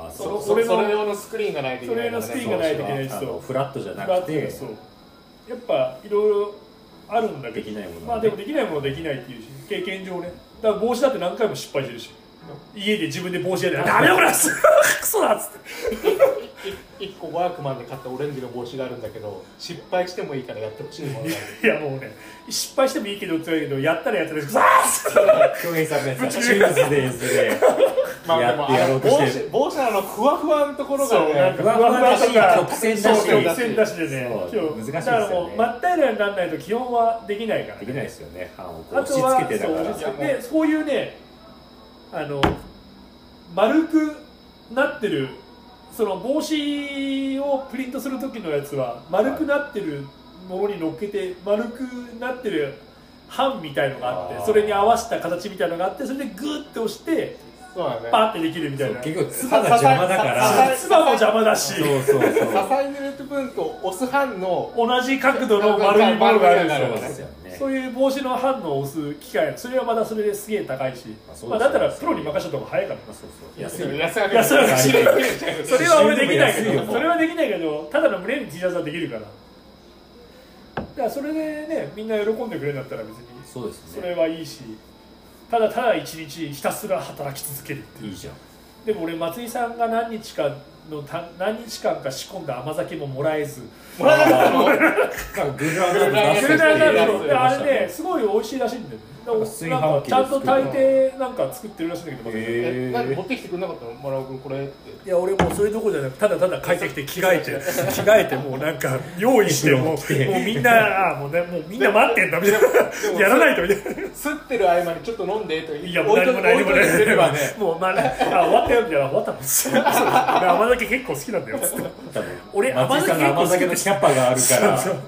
あそそそれ用のスクリーンがないといけないから、ね、 それ用のスクリーンがないといけないし、そうフラットじゃなくてそうやっぱいろいろあるんだけどできないもの、ね、 まあでもできないものはできないっていうし経験上ね、だから帽子だって何回も失敗してるし家で自分で帽子やってダメだこれクソだっつっていっこワークマンで買ったオレンジの帽子があるんだけど失敗してもいいからやってほしいものがいやもうね失敗してもいいけどって言われるけどやったらやったらクソ京平さんのやつはチューズデイズでやってやろうとしてる帽子のあのふわふわのところがねなんかふわふわだし曲線だし曲線だしでね難しいですよね。 だからもう真っ平らにならないと基本はできないから、ね、 できないですよね。あの押し付けてだからでそういうねあの丸くなってるその帽子をプリントする時のやつは丸くなってるものに乗っけて丸くなってる版みたいのがあって、それに合わせた形みたいのがあって、それでグーって押してそうだね、 パーってできるみたいな。 結局つばが邪魔だからつばも邪魔だし、 そうそうそう支えてる部分と押す版の同じ角度の丸いものがあるんですよね。 そういう帽子の版の押す機械、それはまだそれですげえ高いし、まあ、だったらプロに任せた方が早いから、まあ、そうそう安い安い安いそれは俺できないけど、それはできないけど、ただの胸に T シャツはできるから、だからそれでねみんな喜んでくれるんだったら別にそうですね、 それはいいし、ただただ一日ひたすら働き続けるっていう。 いいじゃん。 でも俺松井さんが何日かのた何日間か仕込んだ甘酒ももらえず、 もらえなかったの？ グルランドあれねすごい美味しいらしいんだよね。なんかちゃんと炊いてなんか作ってるらしいんだけど、 えなんか持ってきてくれなかったの？マラオ君これって。 いや俺もうそれどころじゃなくただただ帰ってきて着替えて着替えてもうなんか用意してもうもうみんなあもうねもうみんな待ってんだみたいなやらないとみたいな。 吸ってる合間にちょっと飲んでといやもう何も何もないすればねもうまああ終わったよみたいな終わったんですよ。俺甘酒結構好きなんだよつって。 俺甘酒のキャッパがあるから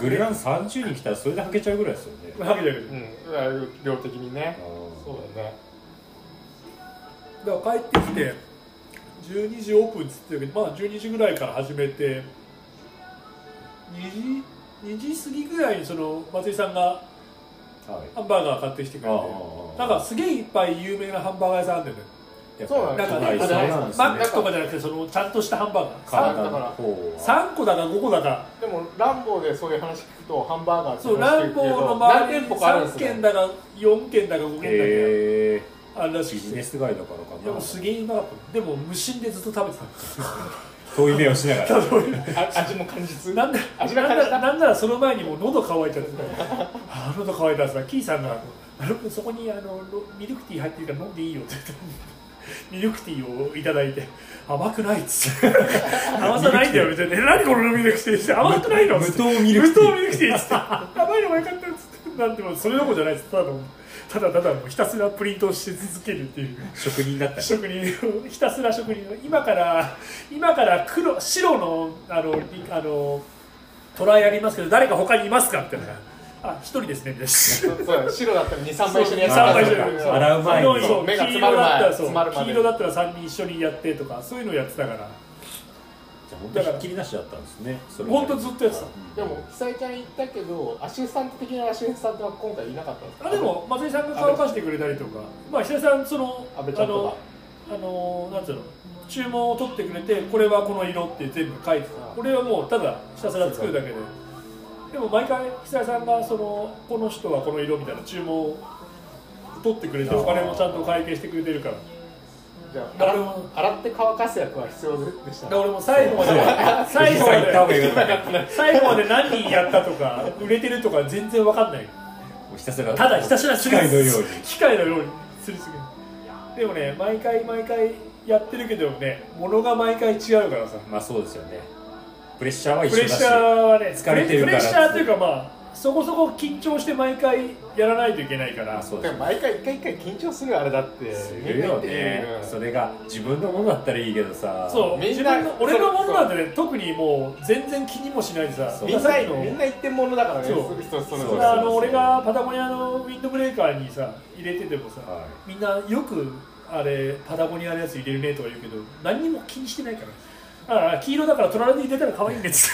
グルランさんじゅうにん来たらそれではけちゃうぐらいですよね。 はけちゃうけど、 うん、量的にね。そうだね。 だから帰ってきてじゅうにじオープンっつってたけど、まあじゅうにじぐらいから始めてにじにじ過ぎぐらいにその松井さんがハンバーガー買ってきてくれて、なんかすげえいっぱい有名なハンバーガー屋さんあるんだよね。 そうなんですね。マックとかじゃなくてそのちゃんとしたハンバーガー。 だからさんこだかごこだか。 でもランボーでそういう話聞くとハンバーガーってそうランボーの周りにさんけんだかよんけんだかごけんだかあるらしい。 ビジネス街だからかな。 でもすげえうまかった。でも無心でずっと食べてた。 遠い目をしながら味も感じつなんで味が感じた。なんならその前にもう喉乾いちゃってあ喉乾いたらさキーさんがそこにあのミルクティー入ってるから飲んでいいよって言ってミルクティーをいただいて甘くないっつって甘さないんだよみたいな何このミルクティーって甘くないの無糖ミルクティー無糖ミルクティーっつって甘いのがよかったっつってなんでもそれどころじゃないっつってただただただもうひたすらプリントして続けるっていう職人だった職人ひたすら職人今から今から黒白のあのあのトライありますけど誰か他にいますかって言ったらあ一人ですねですそう白だったらにさんばい一緒にやってさんばい一緒に洗う前に目が詰まる前詰まるまで黄色だったらさんにん一緒にやってとかそういうのをやってたからじゃあ本当にひっきりなしだったんですね。 本当ずっとやってた。 でも久井ちゃん言ったけどアシスタント的なアシスタントは今回いなかったんですか。 あでも松井さんが顔を貸してくれたりとかまあ久井さんその安倍ちゃんとかあのなんつうの注文を取ってくれてこれはこの色って全部書いてた。これはもうただひたすら作るだけで。でも毎回久井さんがそのこの人はこの色みたいな注文を取ってくれてお金もちゃんと会計してくれてるから。 じゃあ洗って乾かす役は必要でしたね。 俺も最後まで最後まで最後まで何人やったとか売れてるとか全然わかんない。 ひたすらただひたすら機械のように機械のようにすりすぎる。でもね毎回毎回やってるけどね物が毎回違うからさ。 まあそうですよね。プレッシャーは一緒だしプレッシャーはね疲れてるからプレッシャーというかまあそこそこ緊張して毎回やらないといけないから。 そうですね。毎回一回一回緊張するあれだってするよね。それが自分のものだったらいいけどさ。 そう自分の俺のものなんてね特にもう全然気にもしないでさ。 みんなみんな一点物だからね。そうそれあの俺がパタゴニアのウィンドブレーカーにさ入れててもさ、はい、みんなよくあれパタゴニアのやつ入れるねとか言うけど何にも気にしてないから。あ黄色だから虎で入れたら可愛いんです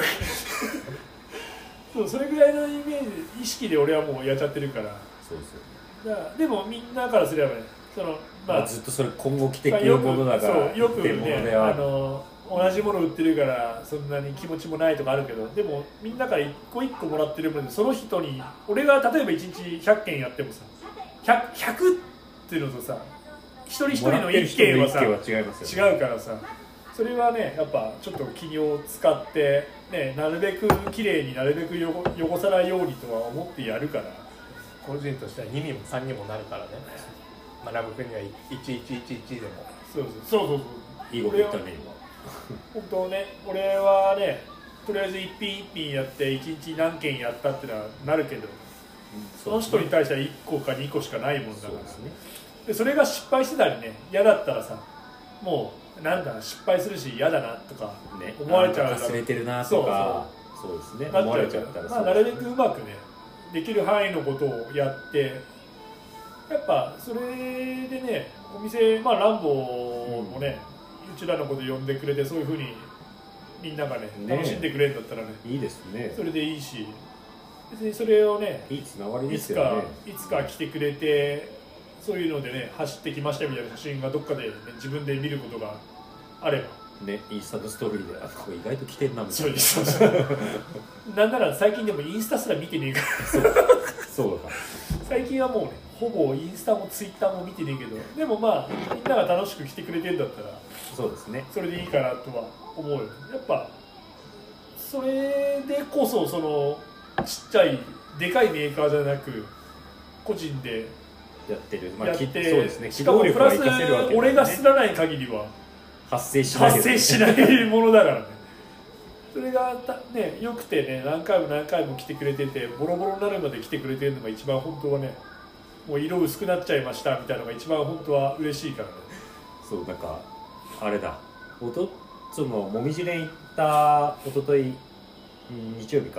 そうそれぐらいのイメージ意識で俺はもうやっちゃってるからそうですよ、 ね、だからでもみんなからすればねその、まあまあ、ずっとそれ今後着てくるものだからよくよくねあの同じもの売ってるからそんなに気持ちもないとかあるけどでもみんなから一個一個もらってるものでその人に俺が例えばいちにちひゃっけんやってもさ ひゃく, ひゃくっていうのとさ一人一人のいっけんはさ違いますよね、 違うからさそれはねやっぱちょっと気を使って、ね、なるべく綺麗になるべく汚さないようにとは思ってやるから個人としてはににもさんにもなるからね学ぶ国はいちいちいちいちでもそうそうそうそういいこと言ったね本当ね俺はねとりあえず一品一品やっていちにち何件やったってのはなるけど、うん、その人に対してはいっこかにこしかないもんだから そ, う、ね、でそれが失敗してたりね嫌だったらさもうなんだ失敗するし嫌だなとか思われちゃうだろう、 忘れてるなとかそうですね思われちゃったら、 まあ、なるべくうまくねできる範囲のことをやってやっぱそれでねお店まあランボーもね、うん、うちらのこと呼んでくれてそういうふうにみんながね楽しんでくれるんだったらねいいですねそれでいいし別にそれをねいいつながりですよねいつかいつか来てくれてそういうのでね走ってきましたみたいな写真がどっかで、ね、自分で見ることがあればねインスタのストーリーであこれ意外と来てんなみたいなそうそうなんなら最近でもインスタすら見てねえからそうだ最近はもうねほぼインスタもツイッターも見てねえけどでもまあみんなが楽しく来てくれてるんだったらそうですねそれでいいかなとは思うよやっぱそれでこそそのちっちゃいでかいメーカーじゃなく個人でやってる、まあ、 やってそうですねしかもプラス俺が知らない限りは発生しない、 発生しないものだからねそれがねよくてね何回も何回も来てくれててボロボロになるまで来てくれてるのが一番本当はねもう色薄くなっちゃいましたみたいなのが一番本当は嬉しいからねそうなんかあれだおとそのもみじ連行った一昨日日曜日か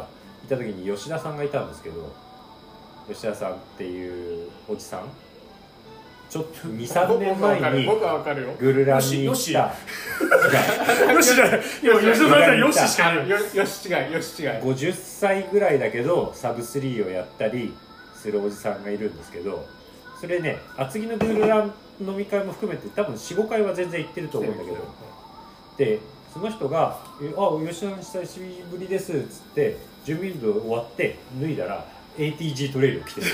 いた時に吉田さんがいたんですけど、吉田さんっていうおじさん、ちょっと にさんねんまえにグルランに行ったよしじゃない、今吉田さんじゃよししかない、 よし違いよし違いごじゅっさいぐらいだけどサブスリーをやったりするおじさんがいるんですけど、それね、厚木のグルラン飲み会も含めて多分 よん,ご 回は全然行ってると思うんだけど、でその人が「あ、吉田さん久しぶりです」っつって準備運動終わって脱いだら エーティージー トレイルを着てる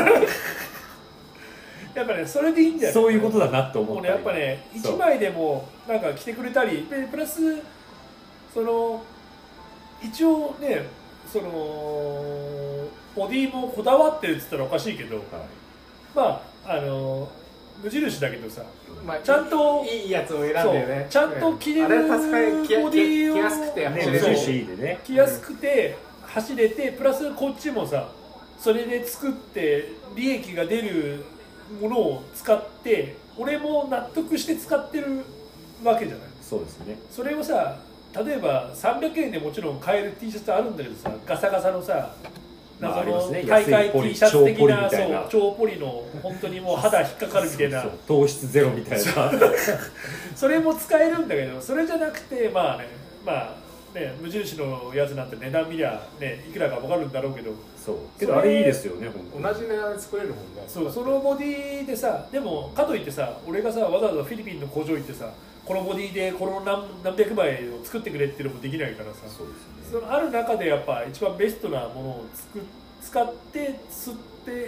やっぱね、それでいいんじゃない、 そういうことだなと思った。 もうね、やっぱね、いちまいでもなんか着てくれたり、でプラスその一応ね、そのボディもこだわってるって言ったらおかしいけど、はい、まああの無印だけどさ、まあ、ちゃんといいやつを選んでね、 ちゃんと着れるボディを着やすくて走れるし、ね、 着やすくて走れて、プラスこっちもさ、それで作って利益が出るものを使って俺も納得して使ってるわけじゃない。 そうですね。 それをさ、例えばさんびゃくえんでもちろん買える T シャツあるんだけどさ、ガサガサのさ、謎の大会 T シャツ的な、そう超ポリの本当にもう肌引っかかるみたいな、 そうそう糖質ゼロみたいなそれも使えるんだけど、それじゃなくてまあね、まあね、無印のやつなんて値段見りゃね、いくらか分かるんだろうけど、 そうけどあれいいですよね、本当同じ値段で作れるもんね。 そう、そのボディでさ、でもかといってさ、俺がさわざわざフィリピンの工場行ってさ、このボディでこの 何, 何百枚を作ってくれっていうのもできないからさ、 そうですね、そのある中でやっぱ一番ベストなものを作使って吸って、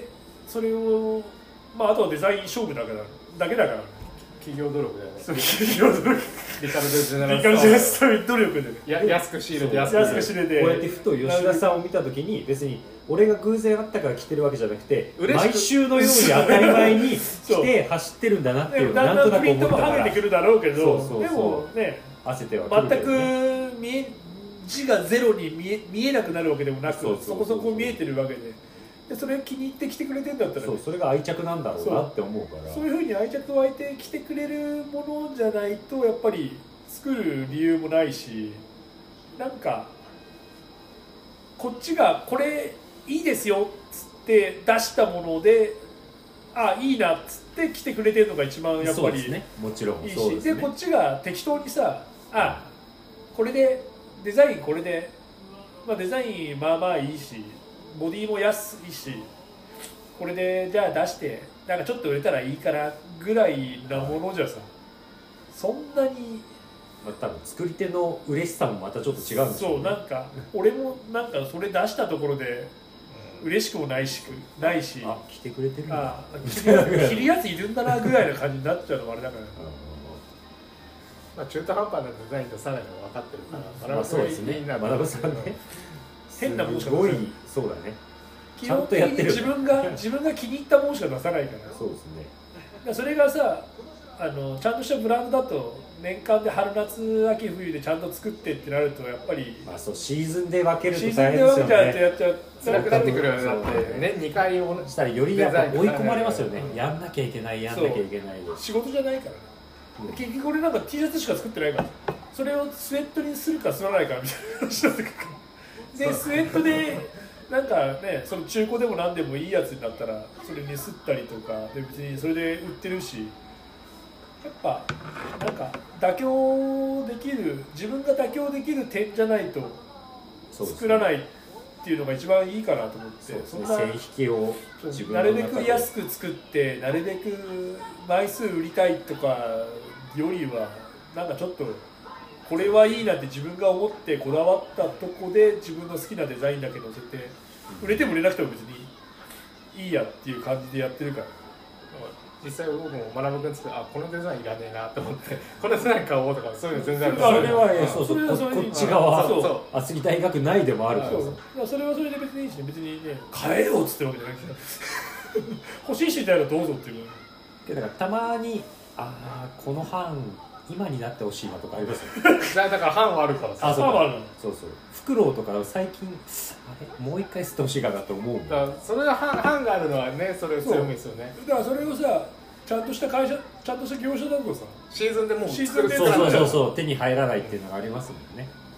それをまああとはデザイン勝負だからだけだから企業努力だよね。 企業努力リカルドジェネラルリカルドジェネラルストー努力でや安く仕入れて安く仕入れて、 こうやってふと吉田さんを見たときに、別に俺が偶然会ったから来てるわけじゃなくて、毎週のように当たり前に来て走ってるんだなっていうのをなんとなく思ったから、 だんだんプリントも剥げてくるだろうけど、 そうそうそう、 でもね、 汗てはくるけどね、 全く見え字がゼロに見え見えなくなるわけでもなく、 そうそうそうそう、 そこそこ見えてるわけで、でそれを気に入って来てくれてんだったら、ね、 そう、それが愛着なんだろうなって思うから、 そういうふうに愛着湧いて来てくれるものじゃないとやっぱり作る理由もないし、なんかこっちがこれいいですよっつって出したもので、あいいなっつって来てくれてるのが一番やっぱりいいし、 ね、もちろんそうですね、でこっちが適当にさ、あこれでデザインこれで、まあ、デザインまあまあいいし、ボディも安いし、これでじゃあ出してなんかちょっと売れたらいいからぐらいなものじゃさ、そんなに、 まあ、多分作り手の嬉しさもまたちょっと違うんですよね。 そう、なんか俺もなんかそれ出したところで嬉しくもないしないし、 あ来てくれてるんだ、 あ着るやついるんだなぐらいな感じになっちゃうのもあれだから、 まあ、中途半端なデザインとさらに分かってるから、 まあ、そうですね、学さんね、 変なもんしかすごい、そうだね、ちゃんとやってる、 自分が自分が気に入ったもんしか出さないから、 そうですね、 それがさ、あのちゃんとしたブランドだと年間で春夏秋冬でちゃんと作ってってなるとやっぱり、 まあ、そうシーズンで分けるとシーズンで大変ですよ分けちゃうとね。 やっちゃう辛くなってくるようになって年にかいをしたらよりやっぱ追い込まれますよね。やんなきゃいけないやんなきゃいけないで、 仕事じゃないからね、うん、結局俺なんか T シャツしか作ってないから、それをスウェットにするかすらないかみたいな話になってくるでスウェットでなんかね、その中古でも何でもいいやつになったらそれにすったりとかで、別にそれで売ってるし、やっぱなんか妥協できる、自分が妥協できる点じゃないと作らないっていうのが一番いいかなと思って、 そんな線引きを自分のなるべく安く作ってなるべく枚数売りたいとかよりは、なんかちょっとこれはいいなって自分が思ってこだわったとこで自分の好きなデザインだけ載せて、売れても売れなくても別にいいやっていう感じでやってるから。 実際僕も学君つってあこのデザインいらねえなと思ってこのデザイン買おうとかそういうの全然ある。 それはそうそう、こっち側厚木大学内でもあるから、 それはそれで別にいいしね、別にね買えよっつってるわけじゃないけど欲しい人いたらどうぞっていう。 だからたまにああこの版今になってほしいなとかありますよだから版はあるからさ。 あそうある。 そうそう。フクロウとか最近あれもう一回吸ってほしいかなと思う。 だからそれは版があるのはね、それ強みですよね。 だからそれをさ、ちゃんとした会社、ちゃんとした業者だとさ、 シーズンでもうシーズンでそうそうそうそう手に入らないっていうのがありますもんね。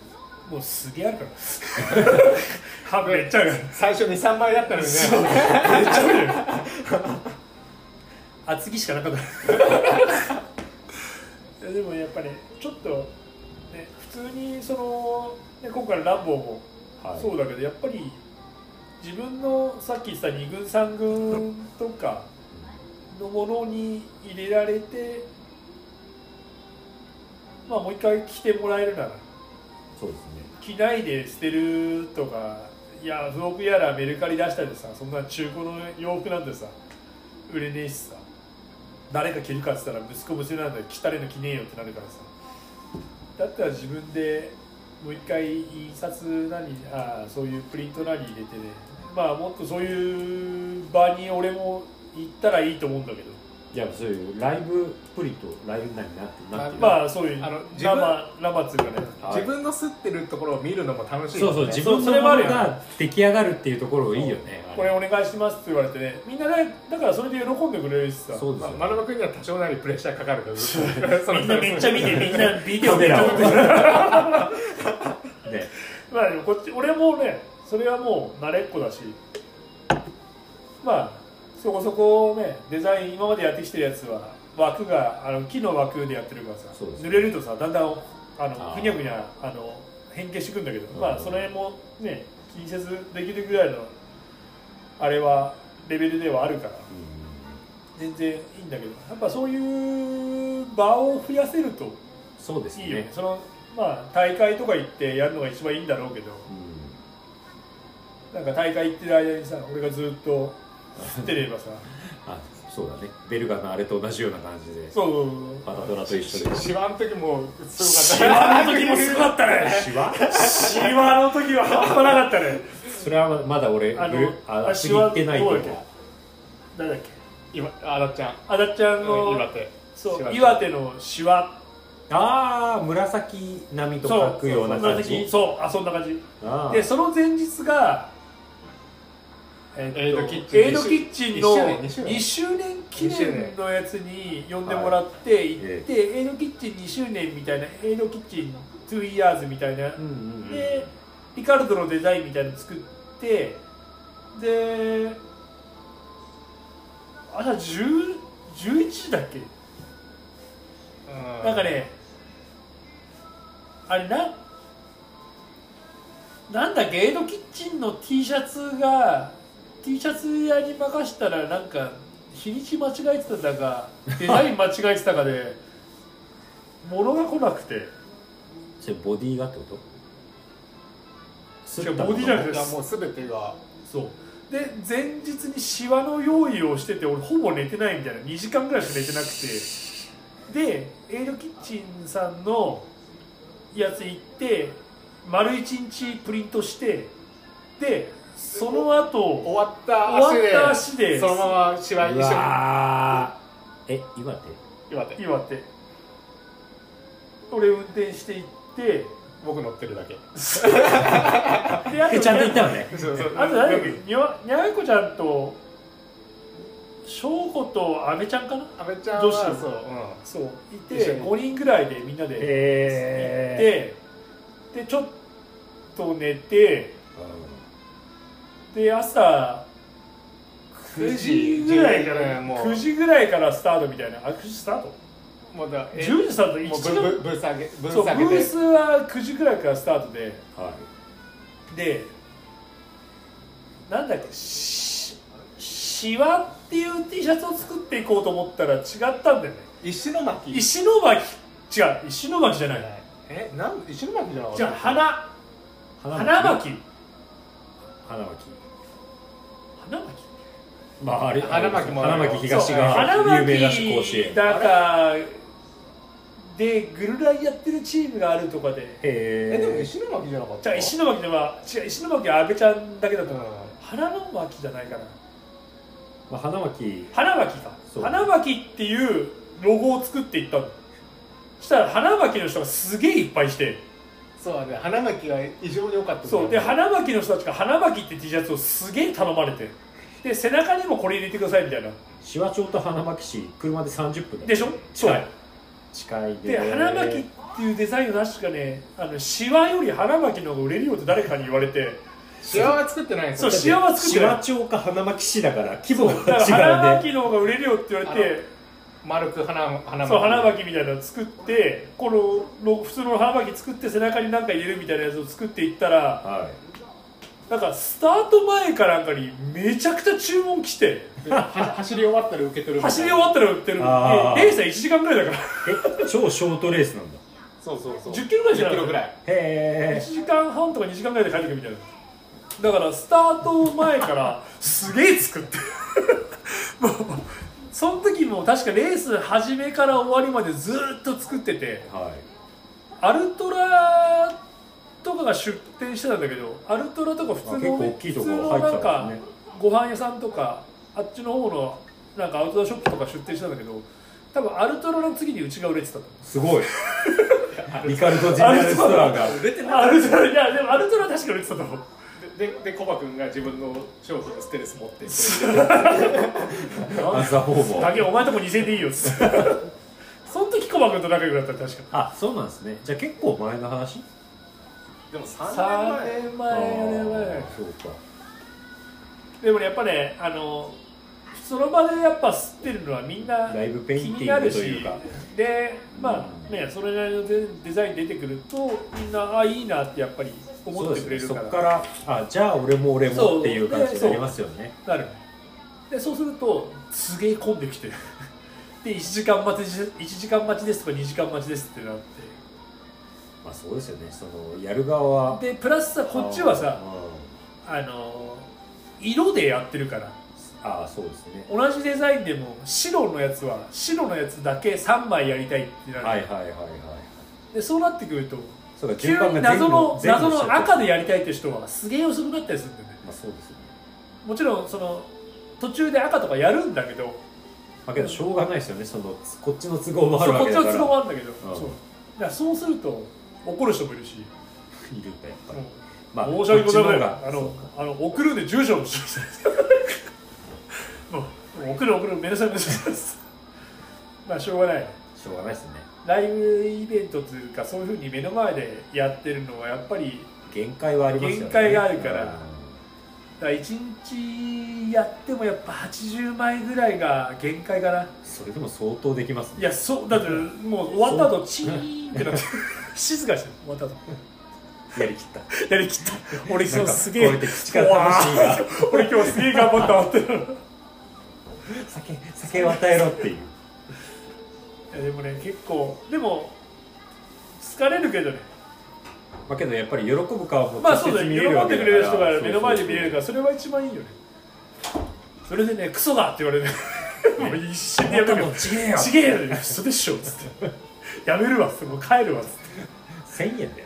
もうすげえあるから半めっちゃあるから最初 にさん 枚だったのにねめっちゃあるよ厚木しかなかったでもやっぱねちょっとね普通にその、ね、今回のランボーもそうだけど、はい、やっぱり自分のさっき言ったに軍さん軍とかのものに入れられてまあもう一回着てもらえるならそうですね着ないで捨てるとかいやフオクやらメルカリ出したりさそんな中古の洋服なんてさ売れねえしさ誰か着るかって言ったら息子娘なんだよ着たれの着ねえよってなるからさだったら自分でもう一回印刷なりあそういうプリントなり入れてねまあもっとそういう場に俺も行ったらいいと思うんだけどいやそういうライブプリントライブなりなってなってまあそういうあの生生っていうかね自分の吸ってるところを見るのも楽しい、ね、 そうそう自分のものが出来上がるっていうところいいよねこれお願いしますって言われてねみんなねだからそれで喜んでくれるしさそうですよ、ねまあ、丸山君には多少なりプレッシャーかかるけどみんなめっちゃ見てみんなビデオカメラをねまあでもこっち俺もねそれはもう慣れっこだしまあそこそこねデザイン今までやってきてるやつは枠があの木の枠でやってるからさ、濡れるとさだんだんあのふにゃふにゃあの変形してくんだけど、うん、まあその辺もね気にせずできるぐらいのあれはレベルではあるから、うん、全然いいんだけどやっぱそういう場を増やせるとそうですねいいよねそのまあ大会とか行ってやるのが一番いいんだろうけど、うん、なんか大会行ってる間にさ俺がずっと吸ってればさあそうだねベルガのあれと同じような感じでそうそうそうパタドラと一緒でシワの時もすごかったシワの時もすごかったねシワシワの時は半端なかったねそれはまだ俺あのあ知ってないと思う誰だっけあだっちゃんあだっちゃんの岩手そう岩手のシワああ紫波と書くような感じそうあそんな感じでその前日がえー、エイドキッチン、エイドキッチンのにしゅうねん記念のやつに呼んでもらって行って、はい、エイドキッチンにしゅうねんみたいなエイドキッチンにイヤーズみたいな、うんうんうん、でリカルドのデザインみたいなの作ってで朝じゅういちじだっけなんかねあれななんだっけエイドキッチンの T シャツがT シャツ屋に任したらなんか日にち間違えてたかデザイン間違えてたかで物が来なくてそれボディーがってこと違うボディーじゃなくてもう全てがそうで前日にシワの用意をしてて俺ほぼ寝てないみたいなにじかんぐらいしか寝てなくてでエイドキッチンさんのやつ行って丸一日プリントしてでその後終わった足で終わった足でそのままシワ一緒にえ岩手岩手岩手俺運転して行って僕乗ってるだけであとちゃんと行ったのねそうそうあと誰だっけにゃにゃいこちゃんと翔子と阿部ちゃんかな阿部ちゃんはそう、うん、 そういてごにんぐらいでみんなで行ってでちょっと寝てで朝くじぐらいからくじぐらいからスタートみたいなあくじスタートもうだじゅうじスタートいちじブース上げブース上げてブースはくじぐらいからスタートで、はい、でなんだっけしシワっていう T シャツを作っていこうと思ったら違ったんだよね石巻石巻違う石巻じゃないえなん石巻じゃなかったじゃあ花花巻花巻花巻まああれ花巻も花巻東が有名だし甲子園だからでグルライやってるチームがあるとかでへえでも石巻じゃなかったじゃあ石巻では違う石巻は阿部ちゃんだけだと思う、うん、花巻じゃないかな、 まあ、花巻花巻か花巻っていうロゴを作っていったのそしたら花巻の人がすげえいっぱいしてそうね花巻が異常に多かったそうで花巻の人たちが花巻って T シャツをすげえ頼まれてで背中にもこれ入れてくださいみたいな紫波町と花巻市車でさんじゅっぷんだでしょそう、はい、 近いで花巻っていうデザインを確かねあのシワより花巻の方が売れるよって誰かに言われてシワは作ってないんですよ。そうシワは作ってない。 シワ町か花巻市だから規模が違うね。 だから花巻の方が売れるよって言われて丸く花花巻そう花巻みたいなのを作ってこの普通の花巻作って背中に何か入れるみたいなやつを作っていったら、はい、なんかスタート前かなんかにめちゃくちゃ注文来て走り終わったら受け取る走り終わったら売ってるレースはいちじかんぐらいだからえ超ショートレースなんだ。 そうそうそうじゅっキロぐらいじゃないじゅっキロぐらいへえいちじかんはんとかにじかんぐらいで帰ってくるみたいな。だからスタート前からすげえ作ってもうその時も確かレース始めから終わりまでずっと作ってて、はい、アルトラとかが出店してたんだけどアルトラとか普通の結構大きいところ普通のなんかご飯屋さんとかあっちの方のなんかアウトドアショップとか出店してたんだけど多分アルトラの次にうちが売れてた。 すごいリカルドジェネラルストアが売れてない。 アルトラいやでもアルトラ確か売れてたと思う。 ででコバ君が自分の商品のステルス持ってアンサーフォーモだけお前とこにせんえんでいいよっつってその時コバ君と仲良くなったら確かあそうなんですね。じゃあ結構前の話でもさんねんまえさんねんまえよねんまえそうか。 でもねやっぱねあのその場でやっぱ吸ってるのはみんなライブペインテ気になるしィングというかでまあねそれなりのデザイン出てくるとみんなあいいなってやっぱり思ってくれるからそ, ね、そっからあじゃあ俺も俺もっていう感じになりますよね。 なるでそうするとすげえ混んできてでいちじかん待ちいちじかん待ちですとかにじかん待ちですってなってまあそうですよね。そのやる側はでプラスさこっちはさあの色でやってるからああそうですね。 同じデザインでも白のやつは白のやつだけさんまいやりたいってなる。 はいはいはいはい。 でそうなってくるとそうか急に謎の謎の赤でやりたいって人はすげえ遅くなったりするんだよね。 まあそうですよね。 もちろんその途中で赤とかやるんだけど、 まあけどしょうがないですよね。そのこっちの都合もあるわけだから。 こっちの都合もあるんだけど、 うん、 そうだからそうすると怒る人もいるし、 いるかやっぱり。 うん、 まあ申し訳ございません。あのあの送るんで住所もしてください。もう送る送るめんなさいめんなさい。まあしょうがない。 しょうがないですね。 ライブイベントというかそういうふうに目の前でやってるのはやっぱり限界はありますよね。 限界があるから、だからいちにちやってもやっぱはちじゅうまいぐらいが限界かな。 それでも相当できますね。 いやそうだってもう終わった後チーンってなって静かしてる終わった後やりきったやりきった俺今日すげえこうやって口から魂が俺今日すげえ頑張ったって酒酒を与えろっていう。 いやでもね結構でも疲れるけどね。 まあけどやっぱり喜ぶ顔もまあそうだね、喜直接見れるわんでくけだかられる人が目の前で見れるからそれは一番いいよね。それでねクソだって言われてもう一瞬でやめるよちげえよちげえよクソでしょっつってやめるわっつってもう帰るわっつってせんえんだよ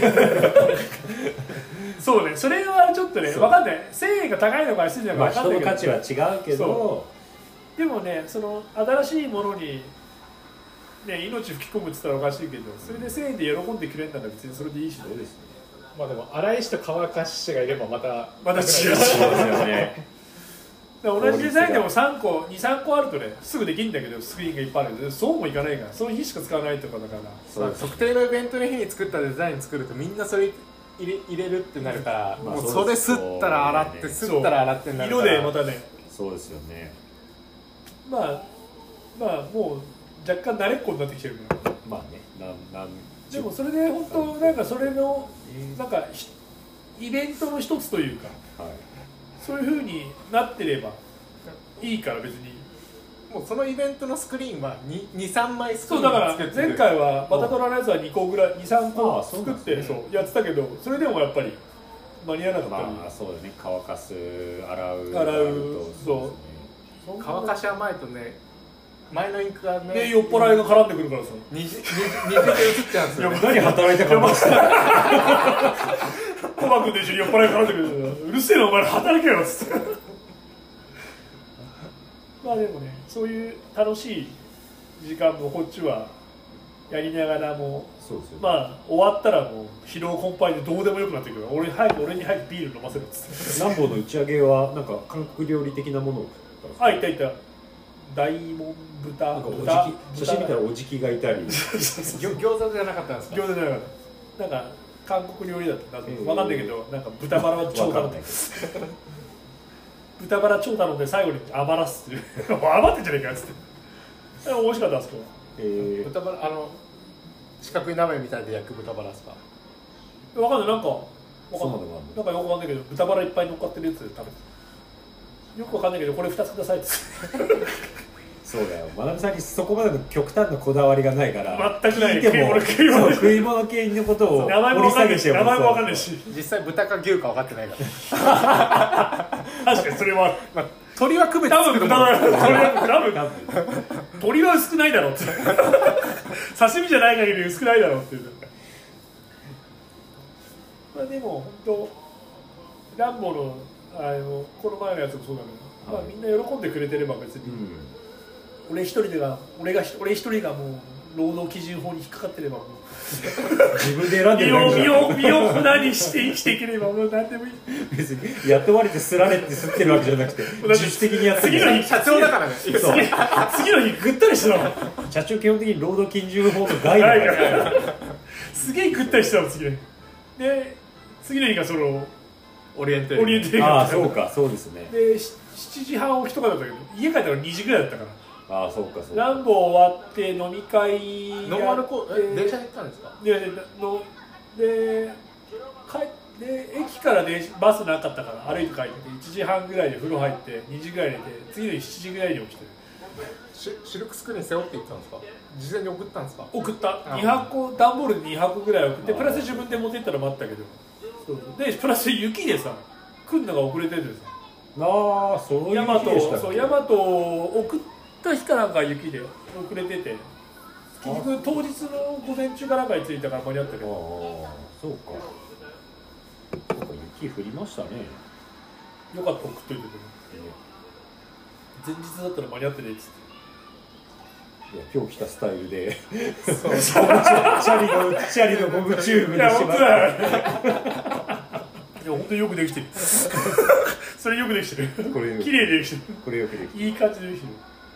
そうねそれはちょっとね分かんないせんえんが高いのか安いのか分かんないけど、 まあ、人の価値は違うけどでもねその新しいものにね、命吹き込むって言ったらおかしいけどそれでせんえんで喜んでくれるなら別にそれでいいし、ね、 そうですね。 まあでも荒井氏と乾かし氏がいればまたまた違うしですよね。 同じデザインでもさんこにさんこあるとねすぐできるんだけどスクリーンがいっぱいあるけどそうもいかないからその日しか使わないとかだからそう特定のイベントの日に作ったデザイン作るとみんなそれ入れ入れるってなるから、まあ、もうそれすったら洗ってすったら洗ってになるから色でまたねそうですよね。 まあまあもう若干慣れっこになってきてるからまあねなんなんでもそれで本当なんかそれのなんかイベントの一つというか、はい、そういう風になってればいいから別にもうそのイベントのスクリーンはにさんまいスクリーンそうだから前回はバタトラのやつはにこぐらいにさんこ作ってそう、ね、そうやってたけどそれでもやっぱり間に合わなかったり、 まあそうだね乾かす洗う洗うそうそう乾かしは前とね前のインクがねで酔っ払いが絡んでくるからさにじで映っちゃうんですよ、ね、 何働いたかもしれないコバ君と一緒に酔っ払いが絡んでくるうるせえなお前ら働けよっつってまあでもねそういう楽しい時間もこっちはやりながらもそうですよ、ね、 まあ終わったらもう疲労困憊でどうでもよくなってくるから俺早く俺に早くビール飲ませるっつって南坊の打ち上げはなんか韓国料理的なものをあいたいた大門豚なんかおじ豚き写真見たらおじきがいたり餃子じゃなかったんですか？ 餃子じゃなかったなんか韓国料理だった分かんないけどなんか豚バラは超頼んで豚バラ超頼んで最後に余らすっていう余ってんじゃねえかっつって美味しかったんですけど、 えー、 豚バラあの四角い鍋みたいで焼く豚バラですか？ 分かんないなんかわかんないななんかよくわかんないけど豚バラいっぱい乗っかってるやつで食べてよくわかんないけどこれふたつくださいってそうだよ、まなみさんにそこまでの極端なこだわりがないから全くない聞いても食い物系食い物系のことを名前もわかんないし名前もわかんないし実際豚か牛か分かってないから確かにそれは、 まあ、鳥は区別多分豚バラ鳥は多分鳥は薄くないだろうって刺身じゃない限り薄くないだろうっていうまあでも本当ランボーのあのこの前のやつもそうだけど、はい、まあ、みんな喜んでくれてれば別に、うん、俺一人でが俺が俺一人がもう労働基準法に引っかかってればもう自分で選んでるわけじゃん。 身を身を粉にして生きていければもう何でもいい。 別に雇われてすられって吸ってるわけじゃなくて自主的にやってる。 次の日社長だからね。 次, 次の日ぐったりしてたの。 社長基本的に労働基準法の外だからすげえぐったりしてたの次の日で次の日がそのオリエンテーリング。 オリエンテーリングああそうかそうですね。 でしちじはん起きとかだったけど家帰ったらにじぐらいだったから。 ああそうかそうか。 ランボー終わって飲み会ノンアルコール電車で行ったんですか？ ででので帰で駅からでバスなかったから歩いて帰っていちじはんぐらいで風呂入ってにじぐらい寝て次の日しちじぐらいに起きてシシルクスクリーン背負って行ったんですか？事前に送ったんですか？ 送ったにはこ段ボールでにはこぐらい送ってプラス自分で持ってったら待ったけどそうでプラス雪でさ来るのが遅れててさああそういうヤマト日でしたっけ？ そうヤマトを送った日かなんか雪で遅れてて結局当日の午前中かなんかに着いたから間に合ったけど。 ああそうかそうか雪降りましたね。 よかった送っといてくれ、前日だったら間に合ってねえっつっていや今日来たスタイルでそうチャリのチャリのゴムチューブでしまった。 いや本当によくできてるそれよくできてるこれ綺麗にできてるこれよくできてるいい感じでできてる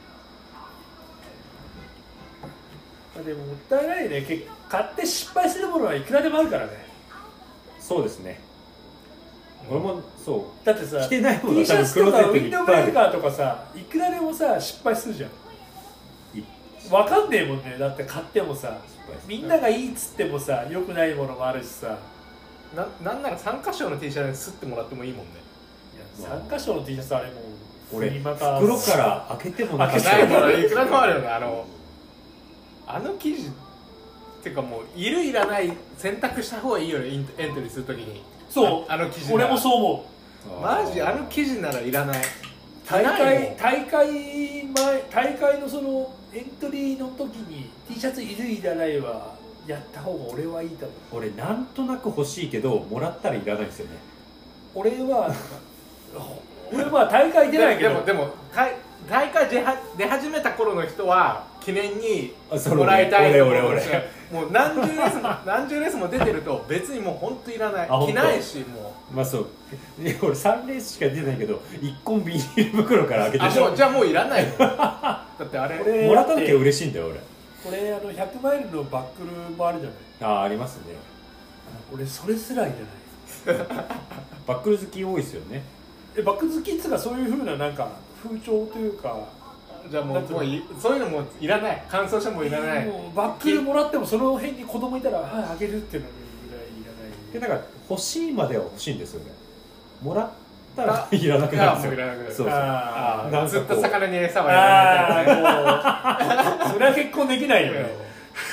でももったいないね買って失敗するものはいくらでもあるからね。 そうですね。俺もそうだってさ着てないもの T シャツとかウィンドブレーカーーとかさいくらでもさ失敗するじゃん。分かんねえもんねだって買ってもさみんながいいっつってもさ良くないものもあるしさな, なんならさん箇所の T シャツにすってもらってもいいもんね。 いやさん箇所の T シャツあれもう俺袋から開けてもなかったないものいくらでもあるよね。あのあの生地っていうかもういるいらない選択した方がいいよね。エントリーするときにそうあ, あの生地俺もそう思うマジあの生地ならいらない。 大会大会前大会のそのエントリーの時に T シャツいるいらないはやった方が俺はいいと思う。 俺なんとなく欲しいけどもらったらいらないんですよね。 俺は俺は大会出ないけどでもでも大大会出は出始めた頃の人は記念にもらいたいと思う。 俺俺もう何十レースも何十レースも出てると別にもう本当いらない着ないしもうまあそう俺さんレースしか出てないけどいっこビニール袋から開けてあもうじゃあもういらないよだってあれもらった時は嬉しいんだよ俺。 これあのひゃくマイルのバックルもあるじゃない。 ああありますね。 俺それすらいらないバックル好き多いですよね。 えバックル好きっつうかそういう風ななんか風潮というかじゃあもうもういそういうのもいらない乾燥してもいらない。 もうバックルもらってもその辺に子供いたらはいあげるっていうのぐらいいらないでなんか欲しいまでは欲しいんですよね。もらったらいらなくなるんですよ。 いらなくなる。 そうそうああずっと魚に餌はやらないタイプ。それは結婚できないよね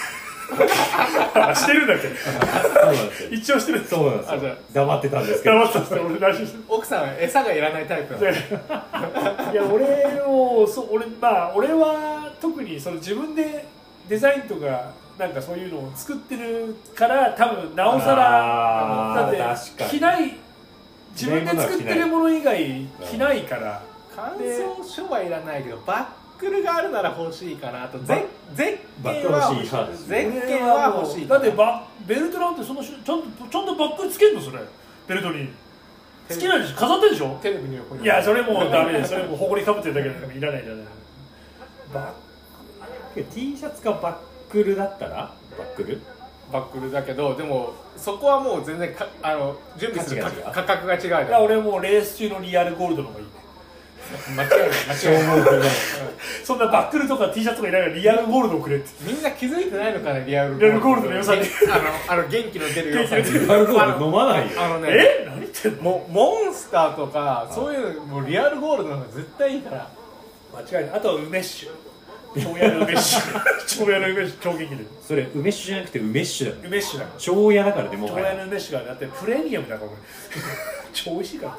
してるんだっけ。 そうなんですよ。 一応してる。 そうなんですよ。黙ってたんですけど。 黙ってたんですよ。俺らしい。 奥さんは餌がいらないタイプなんで。 いや俺をそう俺まあ俺は特にその自分でデザインとかなんかそういうのを作ってるから多分なおさらだって着ない自分で作ってるもの以外着ないから乾燥書はいらないけどバックルがあるなら欲しいかなと。ゼッケンは欲しい。ゼッケンは欲しい。 だってバベルトなんてそのちゃんとちゃんとバックつけるのそれベルトにつけないでしょ飾ってるでしょテレビの横に。 いやそれもうダメです。それもほこりかぶってるだけだからいらないいらない。 バッ T シャツかバックルだったらバックルバックルだけどでもそこはもう全然かあの準備する価格が違うから。俺もうレース中のリアルゴールドの方がいいね。 間違いない間違いないそんなバックルとか T シャツとかいらないからリアルゴールドをくれって。 みんな気づいてないのかねリアルゴールドの良さに。 あのあの元気の出る良さに。 リアルゴールド飲まないよ。 あのねえ何言ってんの。 もモンスターとかそういうもうリアルゴールドの方が絶対いいから。 間違いない。あとは梅酒。超やる梅酒。超やる梅酒超元気で。 それ梅酒じゃなくて梅酒だよ。 梅酒だ。 超やだからでも。 超やる梅酒がだってプレミアムだからこれ。超美味しいから。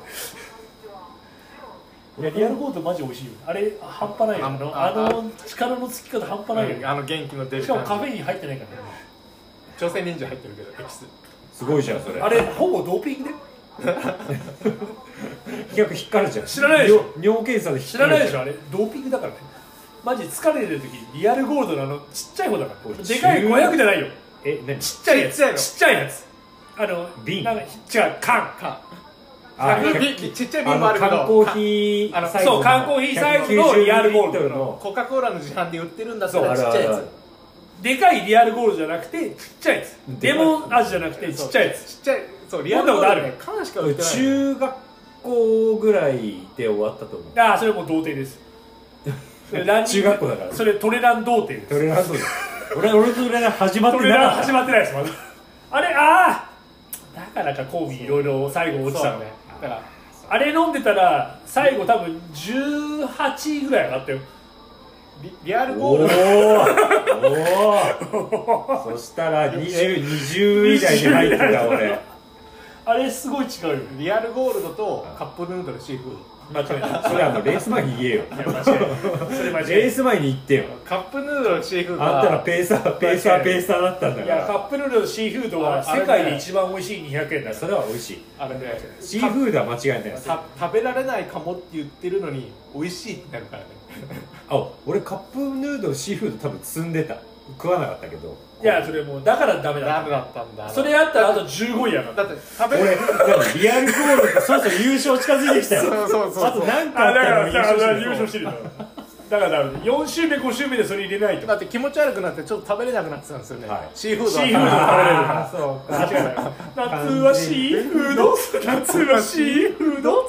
いやリアルゴールドマジ美味しいよ。あれ半端ないよ。あのあの力のつき方半端ないよ、 うん、あの元気の出る。 しかもカフェイン入ってないからね。 朝鮮忍者入ってるけどエキス。 すごいじゃんそれ。 あれほぼドーピングで。 飛躍引っかかるじゃん。 知らないでしょ。 尿検査で知らないでしょ。あれドーピングだからね。マジ疲れてる時リアルゴールドのあのちっちゃい方だから。でかいごひゃくじゃないよ。 え何ちっちゃいやつ。ちっちゃいやつ。あの瓶。 なんか違う缶缶。 あちっちゃい瓶もあるけど缶コーヒーサイズそう缶コーヒーサイズのリアルゴールドのコカ・コーラの自販で売ってるんだったらちっちゃいやつ。 でかいリアルゴールドじゃなくてちっちゃいやつ。レモン味じゃなくてちっちゃいやつ。 ちっちゃいそうリアルゴールドね缶しか売ってない。 中学校ぐらいで終わったと思う。 ああそれもう童貞です。 中学校だから。 それトレラン童貞です。 トレラン童貞。俺俺のトレラン始まってない。 トレラン始まってないですまだ。あれああだからかコービーいろいろ最後落ちたのね。だからあれ飲んでたら最後多分じゅうはちいぐらい上がったよ。 リ, リアルゴールド。 おおそしたらにじゅう、にじゅう以内に入ってた俺。 あれすごい違うよ。 リアルゴールドとカップヌードルシーフード。 間違えた。 それあのレース前に言えよ。 いや間違えた。それ間違えた。 レース前に言ってよ。 カップヌードルシーフードあんたらペーサーペーサーペーサーだったんだから。 いやカップヌードルシーフードは世界で一番美味しいにひゃくえんだ。 それは美味しい。 あれねシーフードは間違いないです。 食べられないかもって言ってるのに美味しいってなるからね。 あ、俺カップヌードルシーフード多分積んでた。食わなかったけど。 いやそれもうだからダメだ。 ダメだったんだ。 それやったらあとじゅうごいやな。 だって食べ俺リアルゴールドそろそろ優勝近づいてきたよ。 そうそうそう。 あと何かあったら優勝してる。だからよん週目ご週目でそれ入れないと。 だって気持ち悪くなってちょっと食べれなくなってたんですよね。シーフード。 シーフード食べれるから。 そう間違いない。夏はシーフード。夏はシーフード。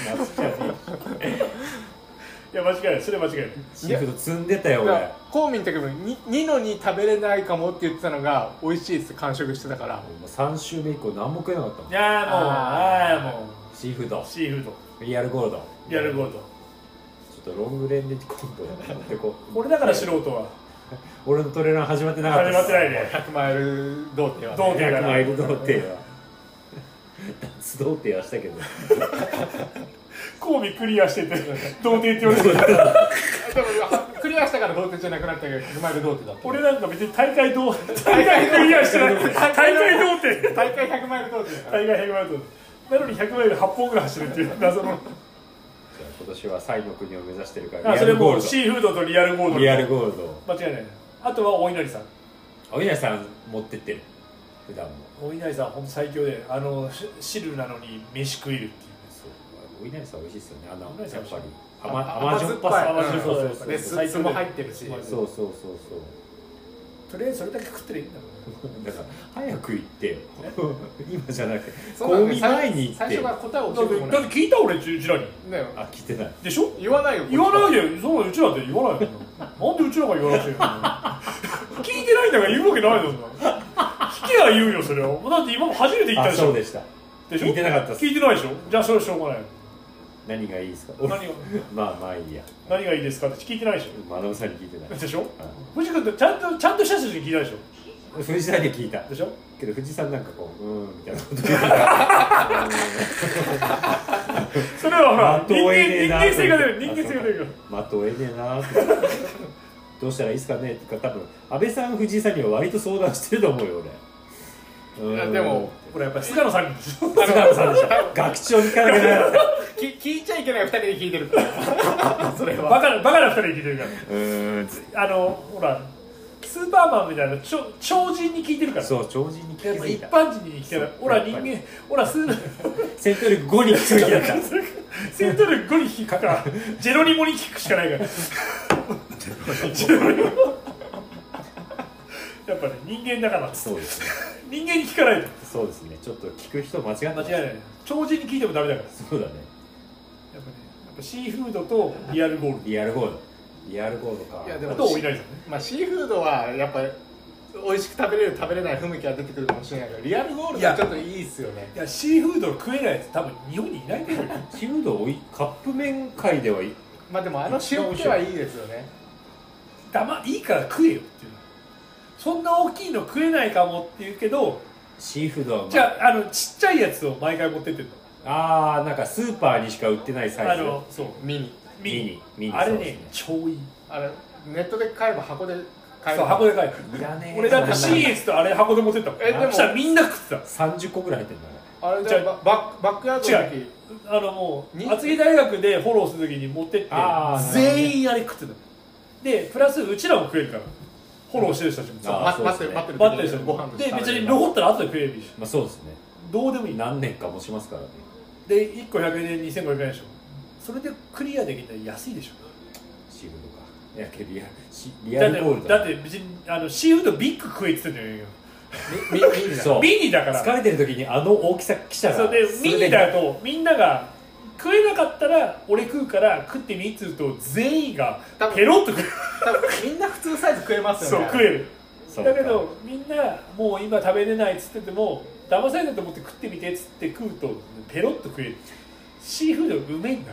いや間違いない。それ間違いない。 シーフード積んでたよ俺。 コーミンってにのに食べれないかもって言ってたのが美味しいって完食してたから。 さん週目以降何も食えなかったもん。 いやもうああもうシーフード。 シーフード。 リアルゴールド。 リアルゴールド。 ちょっとロングレンで今度やってこう。俺だから素人は。 俺のトレーラー始まってなかった。 始まってないね。 ひゃくマイル童貞は。 童貞ひゃくマイル童貞は。脱童貞はしたけど。 コービクリアしてて童貞って言われてる。 クリアしたから童貞じゃなくなったけどひゃくマイル童貞だった。 俺なんか別に大会どう大会クリアしてない。大会童貞。 大会ひゃくマイル童貞。 大会ひゃくマイル童貞。なのにひゃくマイルはっぽんぐらい走るっていう謎の。 今年はサイの国を目指してるから。 あそれもシーフードとリアルゴールド。 リアルゴールド。 間違いない。あとはお稲荷さん。 お稲荷さん持ってってる。普段も。 お稲荷さん本当最強で、あの汁なのに飯食えるっていう。 お稲荷さん美味しいですよね。あのやっぱり甘じょっぱい。 甘じょっぱさ。 そうそうそう。最初も入ってるし。 そうそうそうそう。 とりあえずそれだけ食ってりゃいいんだもん。 だから早く行ってよ。今じゃなくて。コンビ前に行って。 最初から答えを教えてもらう。 だって聞いた俺うちらに。 あ聞いてない。 でしょ？ 言わないよ。 言わないで、そううちらって言わないよ。なんでうちらが言わなくていいの？聞いてないんだから言うわけないの。聞けば言うよそれを。だって今も初めて言ったでしょ。 そうでした。 でしょ？ 聞いてなかったです。 聞いてないでしょ。じゃあそれしょうがない。 何がいいですか。 何がまあまあいいや。 何がいいですかって聞いてないでしょ。 マナブさんに聞いてないでしょ。藤君ってちゃんとちゃんとした人に聞いたでしょ。 藤さんに聞いたでしょ。 けど藤さんなんかこううーんみたいなこと言ってた。 それはほら人間人間性が出る人間性が出るから。 まとえねえなーって。どうしたらいいですかねってか多分安倍さん藤井さんには割と相談してると思うよ俺。 いやでもこれやっぱり菅野さんにでしょ。 菅野さんでしょ。学長に聞かなきゃならない。 聞いちゃいけないふたりで聞いてるからそれはバカなバカなふたりで聞いてるから。 うーんあのほらスーパーマンみたいな超超人に聞いてるから。 そう超人に聞いて一般人に聞いてる。ほら人間ほらスー戦闘力ごに聞くべきだった。 戦闘力ごに聞くかジェロニモに聞くしかないから。 ってるやっぱね人間だからそうですね人間に聞かないとそうですねちょっと聞く人間違って間違いない超人に聞いてもダメだからそうだねやっぱねやっぱシーフードとリアルゴールドリアルゴールドリアルゴールドかいやでもあとお稲荷さんねまあシーフードはやっぱり美味しく食べれる食べれない不向きは出てくるかもしれないけどリアルゴールドはちょっといいっすよね。 いやシーフード食えないやつ多分日本にいないと思うよシーフードおいカップ麺界ではいまあでもあの塩気はいいですよね。 だまいいから食えよっていうそんな大きいの食えないかもって言うけどシーフードは、まあ、 じゃああのちっちゃいやつを毎回持ってってんのああなんかスーパーにしか売ってないサイズあのそうミニミニミニミニあれねそうですね超いいあれネットで買えば箱で買えそうば箱で買えるいらねえ俺だってシーエスとあれ箱で持ってったもんえでもそしたらみんな食ってたさんじゅっこぐらい入ってんだねあれじゃあババッバックヤードの時あのもうに厚木大学でフォローするときに持ってってあー全員あれ食ってたでプラスうちらも食えるからフォローしてる人たちもあさま待ってる待ってる待ってる人もご飯で別に残ったら後で食えればいいしまあそうですねどうでもいい何年か持ちますからねでいっこひゃくえんでにせんごひゃくえんでしょそれでクリアできたら安いでしょシーフードかいやけどリアシリアだルゴールドってだって別にあのシーフードビッグ食えって言ってんじゃないよミミミニだそうミニだから疲れてる時にあの大きさ来たらそうでそれミニだとみんなが食えなかったら俺食うから食ってみっつうと全員がペロッと食える多分みんな普通サイズ食えますそうよね。 食えるそうだけどみんなもう今食べれないっつってても騙されたと思って食ってみてっつって食うとペロッと食えるシーフードうめえんだ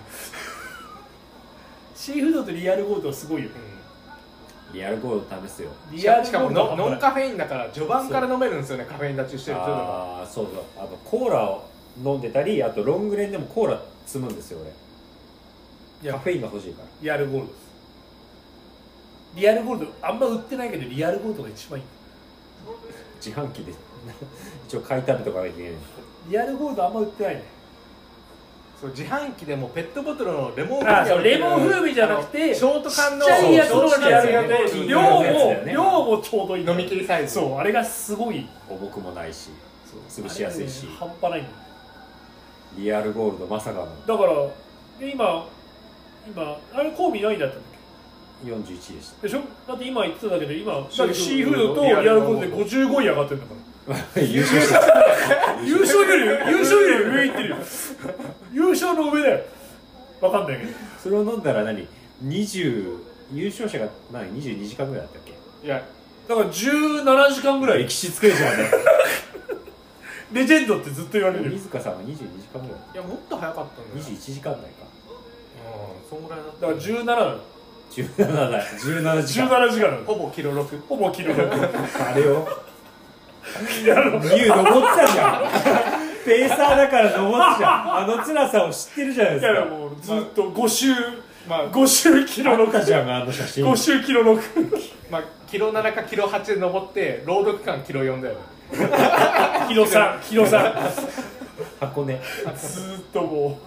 シーフードとリアルゴールドすごいよリアルゴールド試すよリアルしかもゴールドノノンカフェインだから序盤から飲めるんですよね。カフェイン立ちしてる人とかああそうそうあとコーラを飲んでたりあとロングレンでもコーラ積むんですよ俺いやカフェインが欲しいからリアルゴールドですリアルゴールドあんま売ってないけどリアルゴールドが一番いい自販機で一応買い食べとかないといけないリアルゴールドあんま売ってないねそう自販機でもペットボトルのレモンあそうレモン風味じゃなくてショート缶のちっちゃいやつのショートリアル缶のゴールド量黄色いやつだもよね量もちょうどいい飲み切りサイズそうあれがすごい重くもないし潰しやすいし、 あれね半端ないんだよリアルゴールドまさかのだからで今今あれコービー何位だったんだっよんじゅういちでしたけでしょだって今言ってただけど今だってシーフードシーフードとリアルゴールドでごじゅうごい上がってるんだから優勝した優勝より優勝より上行ってるよ優勝の上だよ分かんないけどそれを飲んだら何にじゅう優勝者が何にじゅうにじかんぐらいだったっけいやだからじゅうななじかんぐらい歴史作るじゃんねレジェンドってずっと言われるよ水香さんはにじゅうにじかんぐらいいやもっと早かったんだよにじゅういちじかん台かうんそんぐらいだっただからじゅうななだよじゅうななだじゅうななじじゅうかんななじかんだよほぼキロろくほぼキロろくあれをいやあのニュー登ってたじゃんペーサーだから登ってたじゃんあの辛さを知ってるじゃないですかいやもうずっとご周まあご周キロあろくったじゃんあの写真ご周キロろくまあキロななかキロはちで登ってロード区間キロよんだよねキロさんキロさん箱根ずーっとも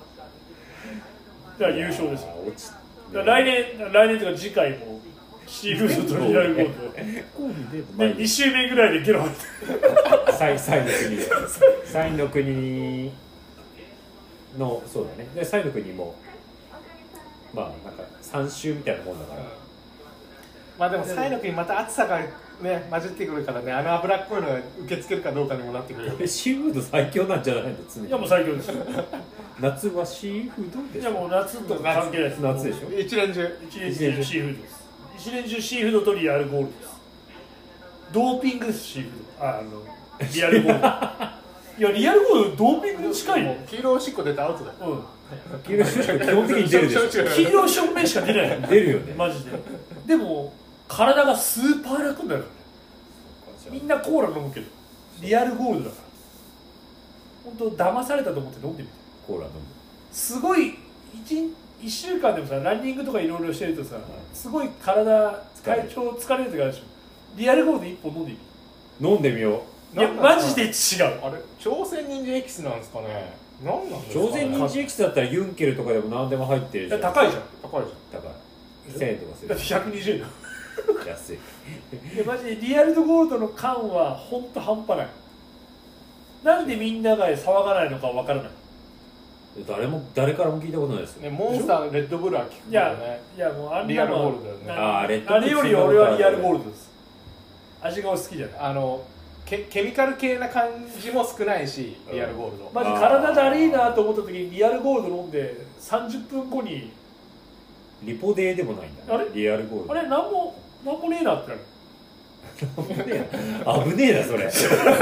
うだから優勝ですよ落ちだから来年来年というか次回もシーフードとリアルゴールドでに週目ぐらいでゲロ入ってサイサイの国でサイの国のそうだねでサイの国もまあなんかさん週みたいなもんだからまあでもサイの国また暑さがね混じってくるからねあの脂っこいのが受け付けるかどうかにもなってくるシーフード最強なんじゃないの常にいやもう最強ですよ夏はシーフードでしょいやもう夏とか関係ないです夏でしょ一年中一年中シーフードです一年中シーフードとリアルゴールドですドーピングですシーフードああのリアルゴールドいやリアルゴールドドーピングに近いよ、 黄色おしっこ出たアウトだようん、 黄色いシュ基本的に出るでしょ黄色い正面しか出ない出るよねマジででも体がスーパー楽になるからみんなコーラ飲むけどリアルゴールドだから本当騙されたと思って飲んでみてコーラ飲むすごい 1, いっしゅうかんでもさランニングとかいろいろしてるとさすごい体体調疲れる時あるでしょリアルゴールドいっぽん飲んでみ飲んでみよいやマジで違うあれ朝鮮人参エキスなんですかね何なんですかねう朝鮮人参エキスだったらユンケルとかでも何でも入ってるいじゃんや高いじゃん高いじ高いせんえんとかするだってひゃくにじゅうえんだ安いいやマジでリアルゴールドの缶は本当半端ないなんでみんなが騒がないのかわからない誰も誰からも聞いたことないですよね。モンスターのレッドブルは聞くけどね。 いやいやもうあんなのリアルゴールドよね。 あーレッドブルあれより俺はリアルゴールドです。味が好きじゃない。 あのケケミカル系な感じも少ないし、リアルゴールド。 マジ体だるいなと思った時にリアルゴールド飲んでさんじゅっぷんごにリポデーでもないんだ、ね、 あれリアルゴールドあれなんもなんもねえなってなる。 危ねえな危ねえなそれだ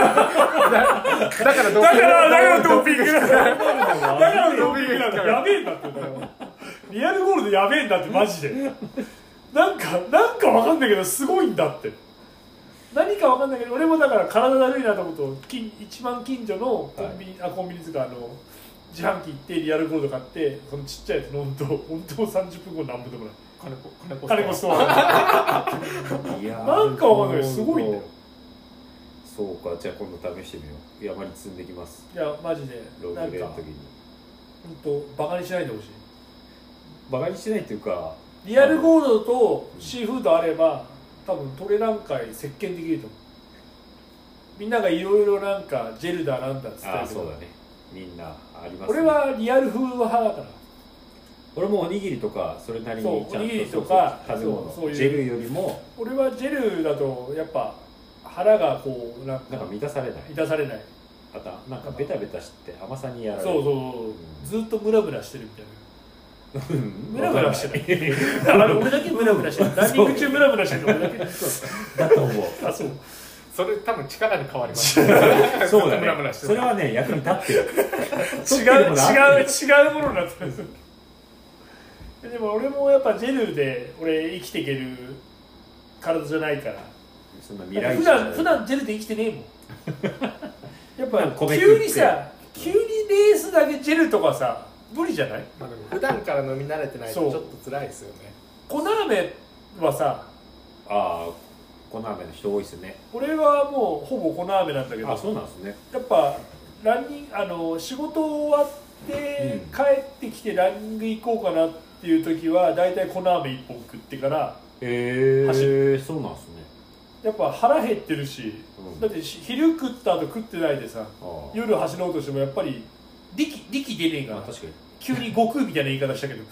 からドだからだからドーピングなんだ。 だだからドーピングなんだ。やべえんだってリアルゴールドやべえんだってマジで。なんかなんかわかんないけどすごいんだって。何かわかんないけど俺もだから体だるいなと思うと近一番近所のコンビニ、はい、あコンビニとかあの自販機行ってリアルゴールド買ってそのちっちゃいやつ飲むと本当さんじゅっぷんご何分でもない。 金子金子金子ストア。いやなんかわかんないすごいんだよ。 そうかじゃあ今度試してみよう。山に積んできます。 いやマジでロードレの時に本当バカにしないでほしい。 バカにしないっていうかリアルゴールドとシーフードあれば多分トレラン界席巻できると思う。みんながいろいろなんかジェルだなんだっつってああそうだねみんなあります、 俺ね、 はリアルフード派だから。 俺もおにぎりとかそれなりにちゃんとおにぎりとか食べ物そうそういうジェルよりも俺はジェルだとやっぱ腹がこうなんかなんか満たされない満たされない。 あとなんかベタベタして甘さにやられる。 そうそうそう、うん、ずっとムラムラしてるみたいな。ムラムラしてないあ俺だけムラムラしてる。ランニング中ムラムラしてる俺だけだと思う。 あそうそれ多分力に変わりますそうだねそれはね役に立ってる違う違う違うものになってるんですよ。でも俺もやっぱジェルで俺生きていける体じゃないから。 そんな未来普段普段ジェルで生きてねえもんやっぱ急にさ急にレースだけジェルとかさ無理じゃない？ まあ、でも普段から飲み慣れてないとちょっと辛いですよね。 粉飴はさああ粉飴の人多いですね。 俺はもうほぼ粉飴なんだけど。 あそうなんですね。 やっぱランニングあの仕事終わって帰ってきてランニング行こうかなっていう時はだいたい粉飴いっぽん食ってからへえそうなんですね。 やっぱ腹減ってるし、うん、だって昼食った後食ってないでさ夜走ろうとしてもやっぱり力力出ねえから。 確かに急に悟空みたいな言い方したけど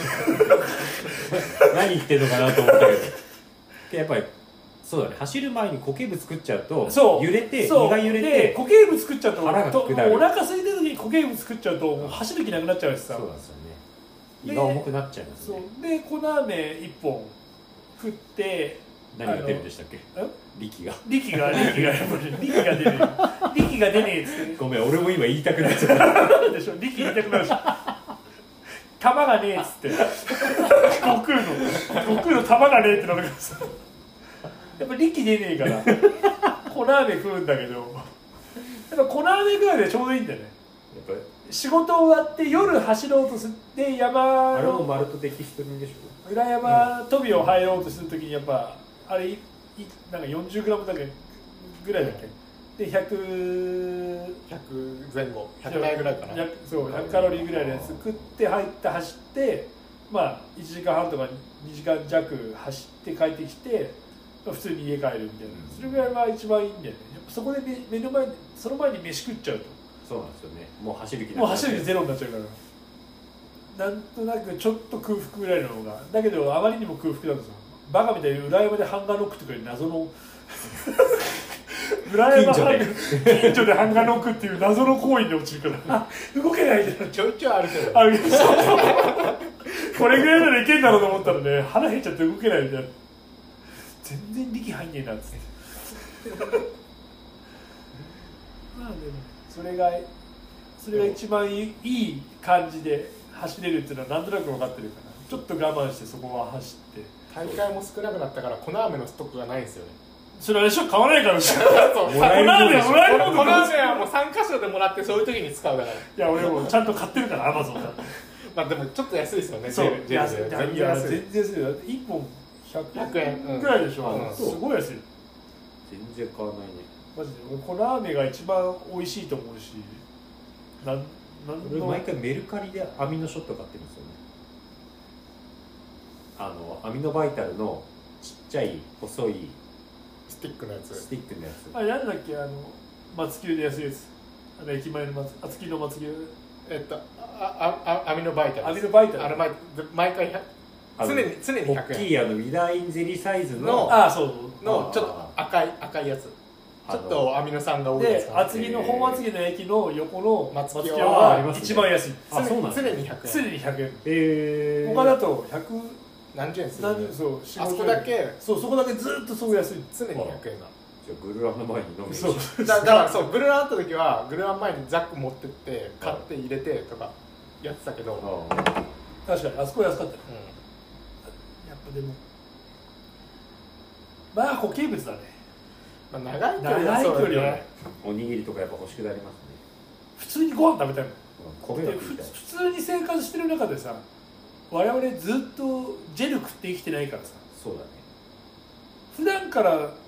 何言ってんのかなと思ったけどやっぱりそうだね走る前に固形物作っちゃうとそう揺れて胃そうが揺れてで固形物作っちゃうと腹が膨らむ。 お腹空いてる時に固形物作っちゃうともう走る気なくなっちゃうしさ。 そうなんですよね。胃が重くなっちゃいますね。 そうで粉飴いっぽん食って何が出るんでしたっけ？力が力が力がやっぱり力が出ねえ力が出ねえっつってごめん俺も今言いたくなっちゃったでしょ力言いたくなるし玉がねえっつって悟空の悟空の玉がねえってなるからさやっぱ力出ねえから粉飴食うんだけどやっぱ粉飴ぐらいでちょうどいいんだよね。やっぱり仕事終わって夜走ろうとして山あれもマルト的人でしょ。 裏山飛びを入ろうとするときにやっぱあれなんか よんじゅうグラム だけぐらいだっけでひゃく、 ひゃくぜん後ひゃくないぐらいかな。 そうひゃくカロリーぐらいのやつ食って入って走ってまあいちじかんはんとかにじかん弱走って帰ってきて普通に家帰るみたいな、それぐらいが一番いいんだよね。やっぱそこで目の前にその前に飯食っちゃうとそうなんですよね。もう走る気もう走る気ゼロになっちゃうからなんとなくちょっと空腹ぐらいの方がだけどあまりにも空腹だとさバカみたいに裏山でハンガーノックとかいう謎の裏山近所で近所でハンガーノックっていう謎の行為に落ちるから動けないじゃん。 ちょいちょいあるけどあるこれぐらいならいけんだろうと思ったらね腹減っちゃって動けないみたいな全然力入んねえなっつってまあでもそれがそれが一番いい感じで走れるっていうのはなんとなく分かってるからちょっと我慢してそこは走って大会も少なくなったから粉飴のストックがないんですよね。 それはでしょ買わないからでしょそう粉飴はもらえるもん粉飴はもうさんかしょでもらってそういう時に使うだから。いや俺もちゃんと買ってるからアマゾンだまあでもちょっと安いですよね。 そうジェルで全然安い全然安いよ。いっぽんひゃくえんぐらいでしょ、うん、すごい安い。 全然買わないねマジで俺粉飴が一番美味しいと思うしなんなん俺毎回メルカリでアミノショット買ってるんですよね。あのアミノバイタルのちっちゃい細いスティックのやつスティックのやつあれなんだっけあの松球で安いやつあの駅前の松厚木の松球えっとああアミノバイタルアミノバイタルあの毎毎回常に常にひゃくえん大きいあのウィダーインゼリーサイズのああそうのちょっと赤い赤いやつちょっとアミノ酸が多いやつで厚木の本厚木の駅の横の松木松木はは一番安いあそうなんですね常にひゃくえん常にひゃくえんえー、 他だとひゃく何十円する何そうあそこだけそうそこだけずっとすごい安い常にひゃくえんなじゃあグルランの前に飲みにそうだだからそうグルランあった時はグルラン前にザック持ってって買って入れてとかやってたけど、うん、 確かにあそこ安かったよやっぱでもまあ固形物だね、 まあ、長い距離はそうだねおにぎりとかやっぱ欲しくなりますね普通にご飯食べたいもん米が食いたい普通に生活してる中でさ我々ずっとジェル食って生きてないからさそうだね普段から